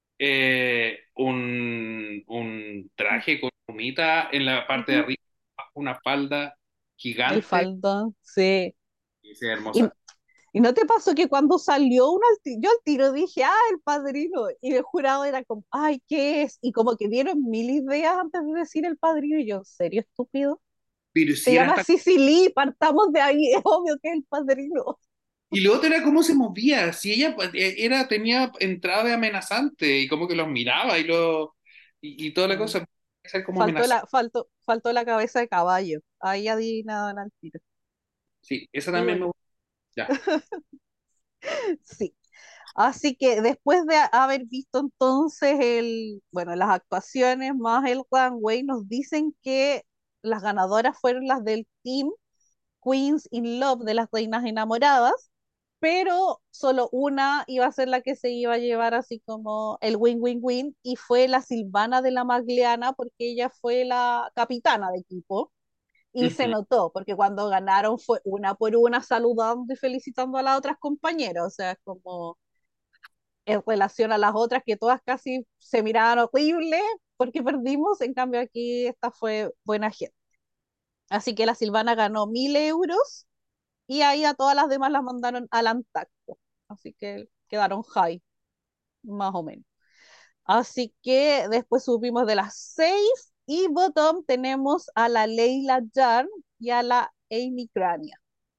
un traje con humita en la parte de ujú. arriba, una falda El gigante faldón, sí. y se ve Y, hermosa. ¿Y no te pasó que cuando salió yo al tiro dije, el padrino? Y el jurado era como, ay, ¿qué es? Y como que dieron mil ideas antes de decir el padrino. Y yo, ¿en serio, estúpido? Pero Se sí era llama hasta... Sicily, partamos de ahí, es obvio que es el padrino. Y lo otro era cómo se movía. Si ella pues, tenía entrada de amenazante y como que los miraba y toda la Sí. cosa. Ser como amenazante. Faltó la cabeza de caballo. Ahí adivinaban al tiro. Sí, esa Y también me bueno, gusta. Ya. sí. Así que después de haber visto entonces bueno, las actuaciones más el runway, nos dicen que las ganadoras fueron las del team Queens in Love de las reinas enamoradas, pero solo una iba a ser la que se iba a llevar así como el win-win-win, y fue la Silvana de la Magliana porque ella fue la capitana de equipo. Y se Ujú. notó, porque cuando ganaron fue una por una saludando y felicitando a las otras compañeras, o sea, es como en relación a las otras que todas casi se miraban horrible porque perdimos, en cambio aquí esta fue buena gente. Así que la Silvana ganó 1.000 euros, y ahí a todas las demás las mandaron al Antacto. Así que quedaron high, más o menos. Así que después subimos de las 6, y bottom tenemos a la Leila Jan y a la Amy Crania.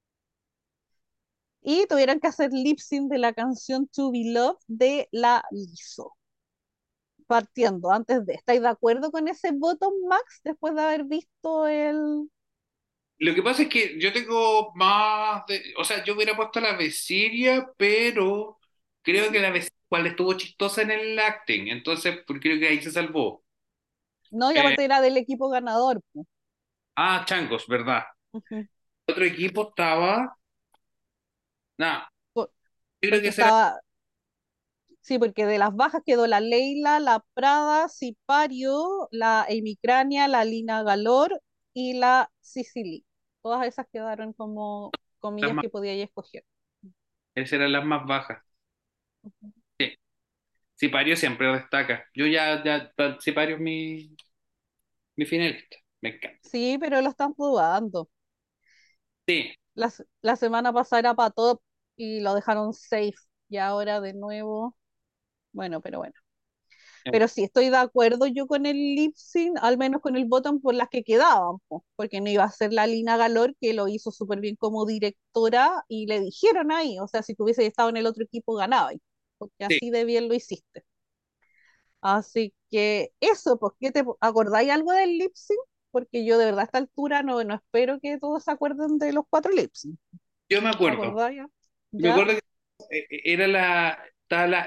Y tuvieron que hacer lip sync de la canción To Be Loved de la Lizzo. Partiendo antes de, ¿estáis de acuerdo con ese bottom, Max, después de haber visto el... Lo que pasa es que yo tengo más o sea, yo hubiera puesto a la Vesiria, pero creo que la Vesiria igual estuvo chistosa en el acting, entonces creo que ahí se salvó. No, y Eh, aparte era del equipo ganador, po. Changos, ¿verdad? Ujú. Otro equipo estaba, nada, Por- yo creo Porque que será, estaba, sí, porque de las bajas quedó la Leila, la Prada, Sipario, la Emicrania, la Lina Galor y la Sicily. Todas esas quedaron como las comillas más, que podíais escoger. esas eran las más bajas. Ujú. Sí, Sipario siempre destaca. Sipario es mi finalista, me encanta. Sí, pero lo están probando. Sí, La semana pasada era para top y lo dejaron safe. Y ahora de nuevo, bueno, pero bueno. eh, Pero sí, estoy de acuerdo yo con el lip sync, al menos con el bottom por las que quedaban, po, porque no iba a ser la Lina Galor, que lo hizo súper bien como directora, y le dijeron ahí, o sea, si tú hubieses estado en el otro equipo ganabas, porque sí. así de bien lo hiciste. Así que eso, pues, ¿qué te acordáis algo del lip sync? Porque yo de verdad a esta altura no espero que todos se acuerden de los 4 lip sync. Yo me ¿Te acuerdo. acordáis? Me ¿Ya? acuerdo que estaba la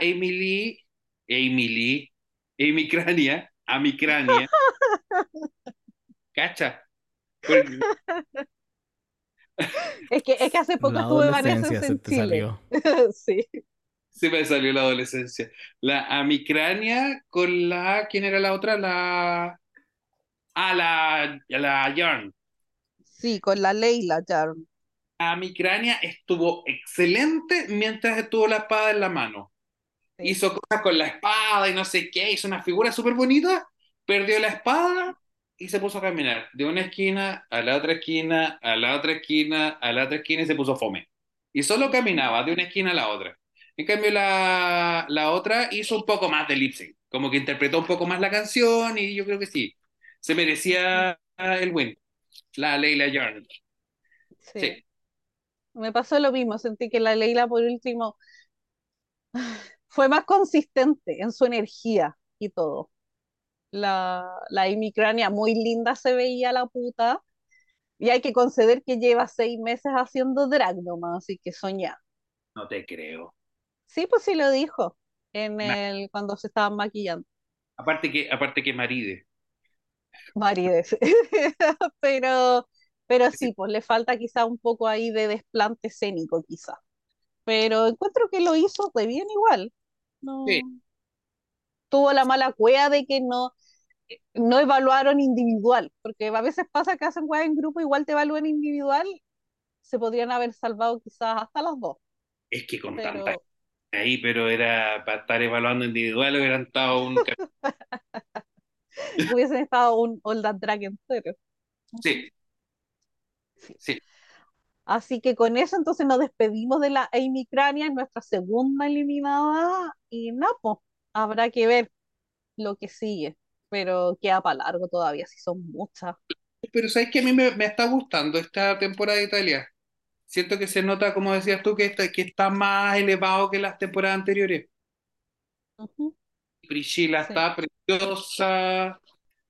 Amy Crania, Amy Crania, ¿cacha? Porque Es que hace poco La estuve adolescencia Evanescence se en te Chile. salió. Sí. se me salió la adolescencia. La Amy Crania con ¿quién era la otra? La Yarn. Sí, con la Leila Jarm. A mi cránea estuvo excelente mientras estuvo la espada en la mano. Sí. Hizo cosas con la espada y no sé qué, hizo una figura súper bonita, perdió la espada y se puso a caminar de una esquina a la otra esquina, a la otra esquina, a la otra esquina y se puso fome. Y solo caminaba de una esquina a la otra. En cambio, la otra hizo un poco más de lip sync, como que interpretó un poco más la canción y yo creo que sí, se merecía el win, la Leila Yarn. Sí, Sí. Me pasó lo mismo, sentí que la Leila por último fue más consistente en su energía y todo. La Amy Crania muy linda se veía la puta, y hay que conceder que lleva 6 meses haciendo drag nomás, así que soñá. no te creo. Sí, pues sí lo dijo Na- cuando se estaban maquillando. aparte que Maride. Marides. Pero, pero sí, pues le falta quizá un poco ahí de desplante escénico, quizá. Pero encuentro que lo hizo de bien igual. Sí, No tuvo la mala cueva de que no evaluaron individual, porque a veces pasa que hacen weas en grupo, igual te evalúan individual, se podrían haber salvado quizás hasta las dos, es que con tanta pero ahí, pero era para estar evaluando individual, hubieran estado un... hubiesen estado un All That Drag entero. Ujú. Sí, Sí. sí. Así que con eso entonces nos despedimos de la Amy Crania, nuestra segunda eliminada, y nada, pues, habrá que ver lo que sigue, pero queda para largo todavía, si son muchas. Pero sabes que a mí me está gustando esta temporada de Italia. Siento que se nota, como decías tú, que está más elevado que las temporadas anteriores. Ujú. Priscilla Sí, está preciosa.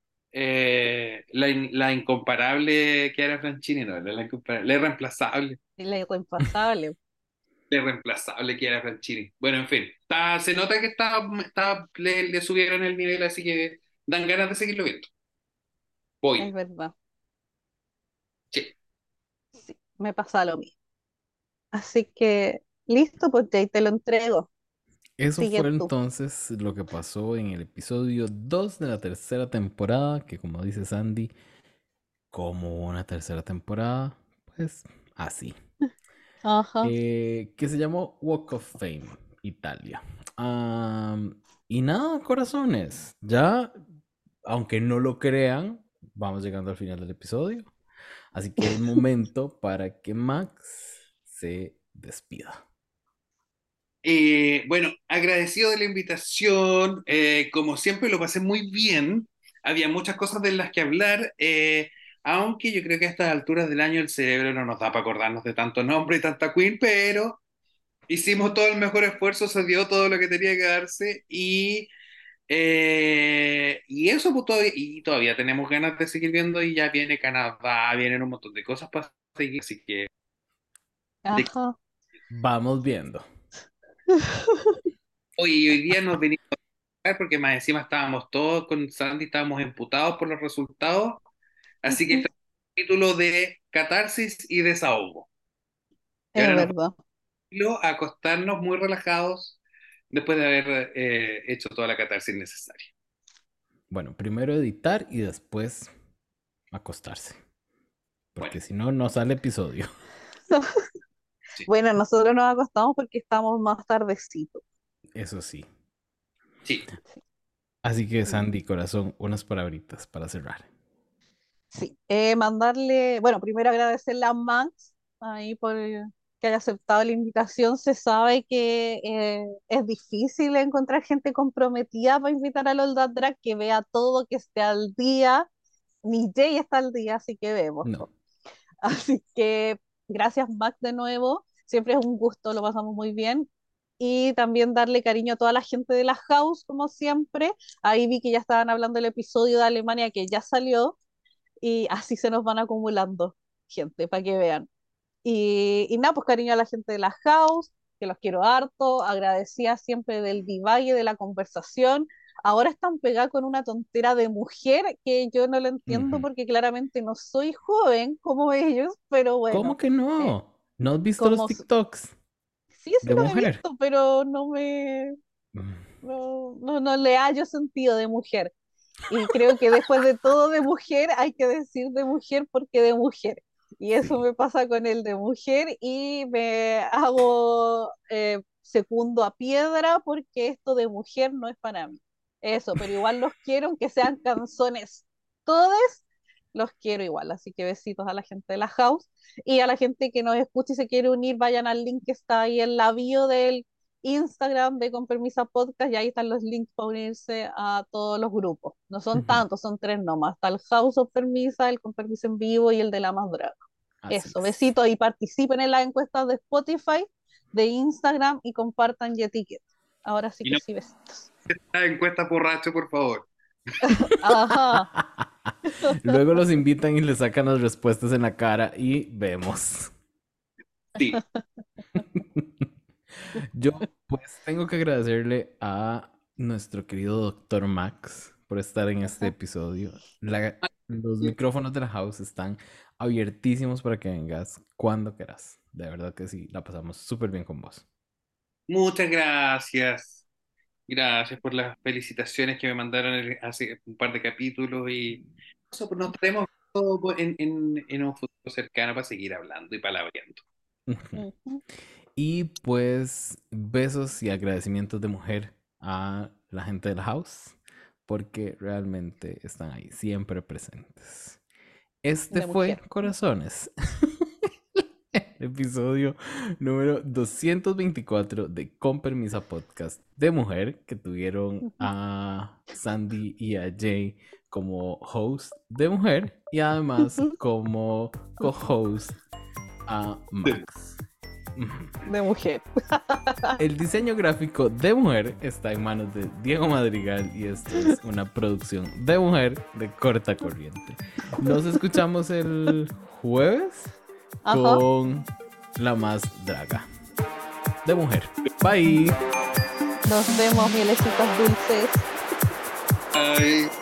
La incomparable Chiara Francini, no, la incomparable, la irreemplazable. y la irreemplazable. La irreemplazable Chiara Francini. Bueno, en fin, se nota que le subieron el nivel, así que dan ganas de seguirlo viendo. Es Voy. verdad. Sí. Sí, me pasa lo mismo. Así que, listo, pues Jay, te lo entrego. Eso Sigue fue tú. entonces lo que pasó en el episodio 2 de la tercera temporada, que como dice Sandy, como una tercera temporada, pues así. Ajá. Que se llamó Walk of Fame, Italia. Y nada, corazones, ya, aunque no lo crean, vamos llegando al final del episodio. Así que es momento para que Max se despida. Bueno, agradecido de la invitación. Como siempre, lo pasé muy bien. Había muchas cosas de las que hablar, aunque yo creo que a estas alturas del año el cerebro no nos da para acordarnos de tanto nombre y tanta Queen, pero hicimos todo el mejor esfuerzo, se dio todo lo que tenía que darse y eso, pues, todavía tenemos ganas de seguir viendo y ya viene Canadá, vienen un montón de cosas para seguir, así que de Ajá. Vamos viendo. hoy día nos venimos porque más encima estábamos todos con Sandy, estábamos emputados por los resultados, así que este es un título de catarsis y desahogo. Y Es ahora nos verdad. vamos a acostarnos muy relajados después de haber hecho toda la catarsis necesaria. Bueno, primero editar y después acostarse. Bueno, Porque si no, no sale episodio. sí, Bueno, nosotros nos acostamos porque estamos más tardecito. Eso sí. sí. Sí. Así que Sandy, corazón, unas palabritas para cerrar. Sí, mandarle, bueno, primero agradecerle a Max ahí por que haya aceptado la invitación. Se sabe que es difícil encontrar gente comprometida para invitar a los Drag, que vea todo, que esté al día. Ni Jay está al día, así que vemos. No. Así que gracias Max de nuevo. Siempre es un gusto, lo pasamos muy bien. Y también darle cariño a toda la gente de la house, como siempre. Ahí vi que ya estaban hablando del episodio de Alemania que ya salió y así se nos van acumulando gente, para que vean. Y nada, pues cariño a la gente de la house, que los quiero harto, agradecida siempre del divague, de la conversación. Ahora están pegadas con una tontera de mujer que yo no lo entiendo Ujú. porque claramente no soy joven como ellos, pero ¿Cómo bueno, que eh, no? ¿No has visto los como TikToks sí, sí de los he mujer? visto, pero no me, Mm. no le hallo sentido de mujer. Y creo que después de todo de mujer hay que decir de mujer porque de mujer. Y eso Sí. me pasa con el de mujer y me hago segundo a piedra porque esto de mujer no es para mí. Eso, pero igual los quiero, aunque sean canzones todos, los quiero igual. Así que besitos a la gente de la house y a la gente que nos escucha y se quiere unir, vayan al link que está ahí en la bio del Instagram de Con Permisa Podcast y ahí están los links para unirse a todos los grupos. No son Ujú. tantos, son 3 nomás. Está el House of Permisa, el Con Permisa en vivo y el de la más draga. Así Eso, es. besitos y participen en las encuestas de Spotify, de Instagram y compartan y etiqueten. Ahora sí Y que no sí, besitos. la encuesta borracho, por favor. Ajá. Luego los invitan y les sacan las respuestas en la cara y vemos. Sí. Yo, pues, tengo que agradecerle a nuestro querido doctor Max por estar en este episodio. Los micrófonos de la house están abiertísimos para que vengas cuando quieras. De verdad que sí, la pasamos súper bien con vos. Muchas gracias. Gracias por las felicitaciones que me mandaron hace un par de capítulos y eso, pues, nos traemos todo en un futuro cercano para seguir hablando y palabreando. Ujú. Y pues, besos y agradecimientos de mujer a la gente de la house, porque realmente están ahí, siempre presentes. Este De fue, mujer. corazones, episodio número 224 de Con Permisa Podcast de mujer, que tuvieron a Sandy y a Jay como host de mujer y además como co-host a Max. De mujer. El diseño gráfico de mujer está en manos de Diego Madrigal y esto es una producción de mujer de corta corriente. Nos escuchamos el jueves Ajá. con la más draga de mujer. Bye. Nos vemos, mielecitas dulces. Ay.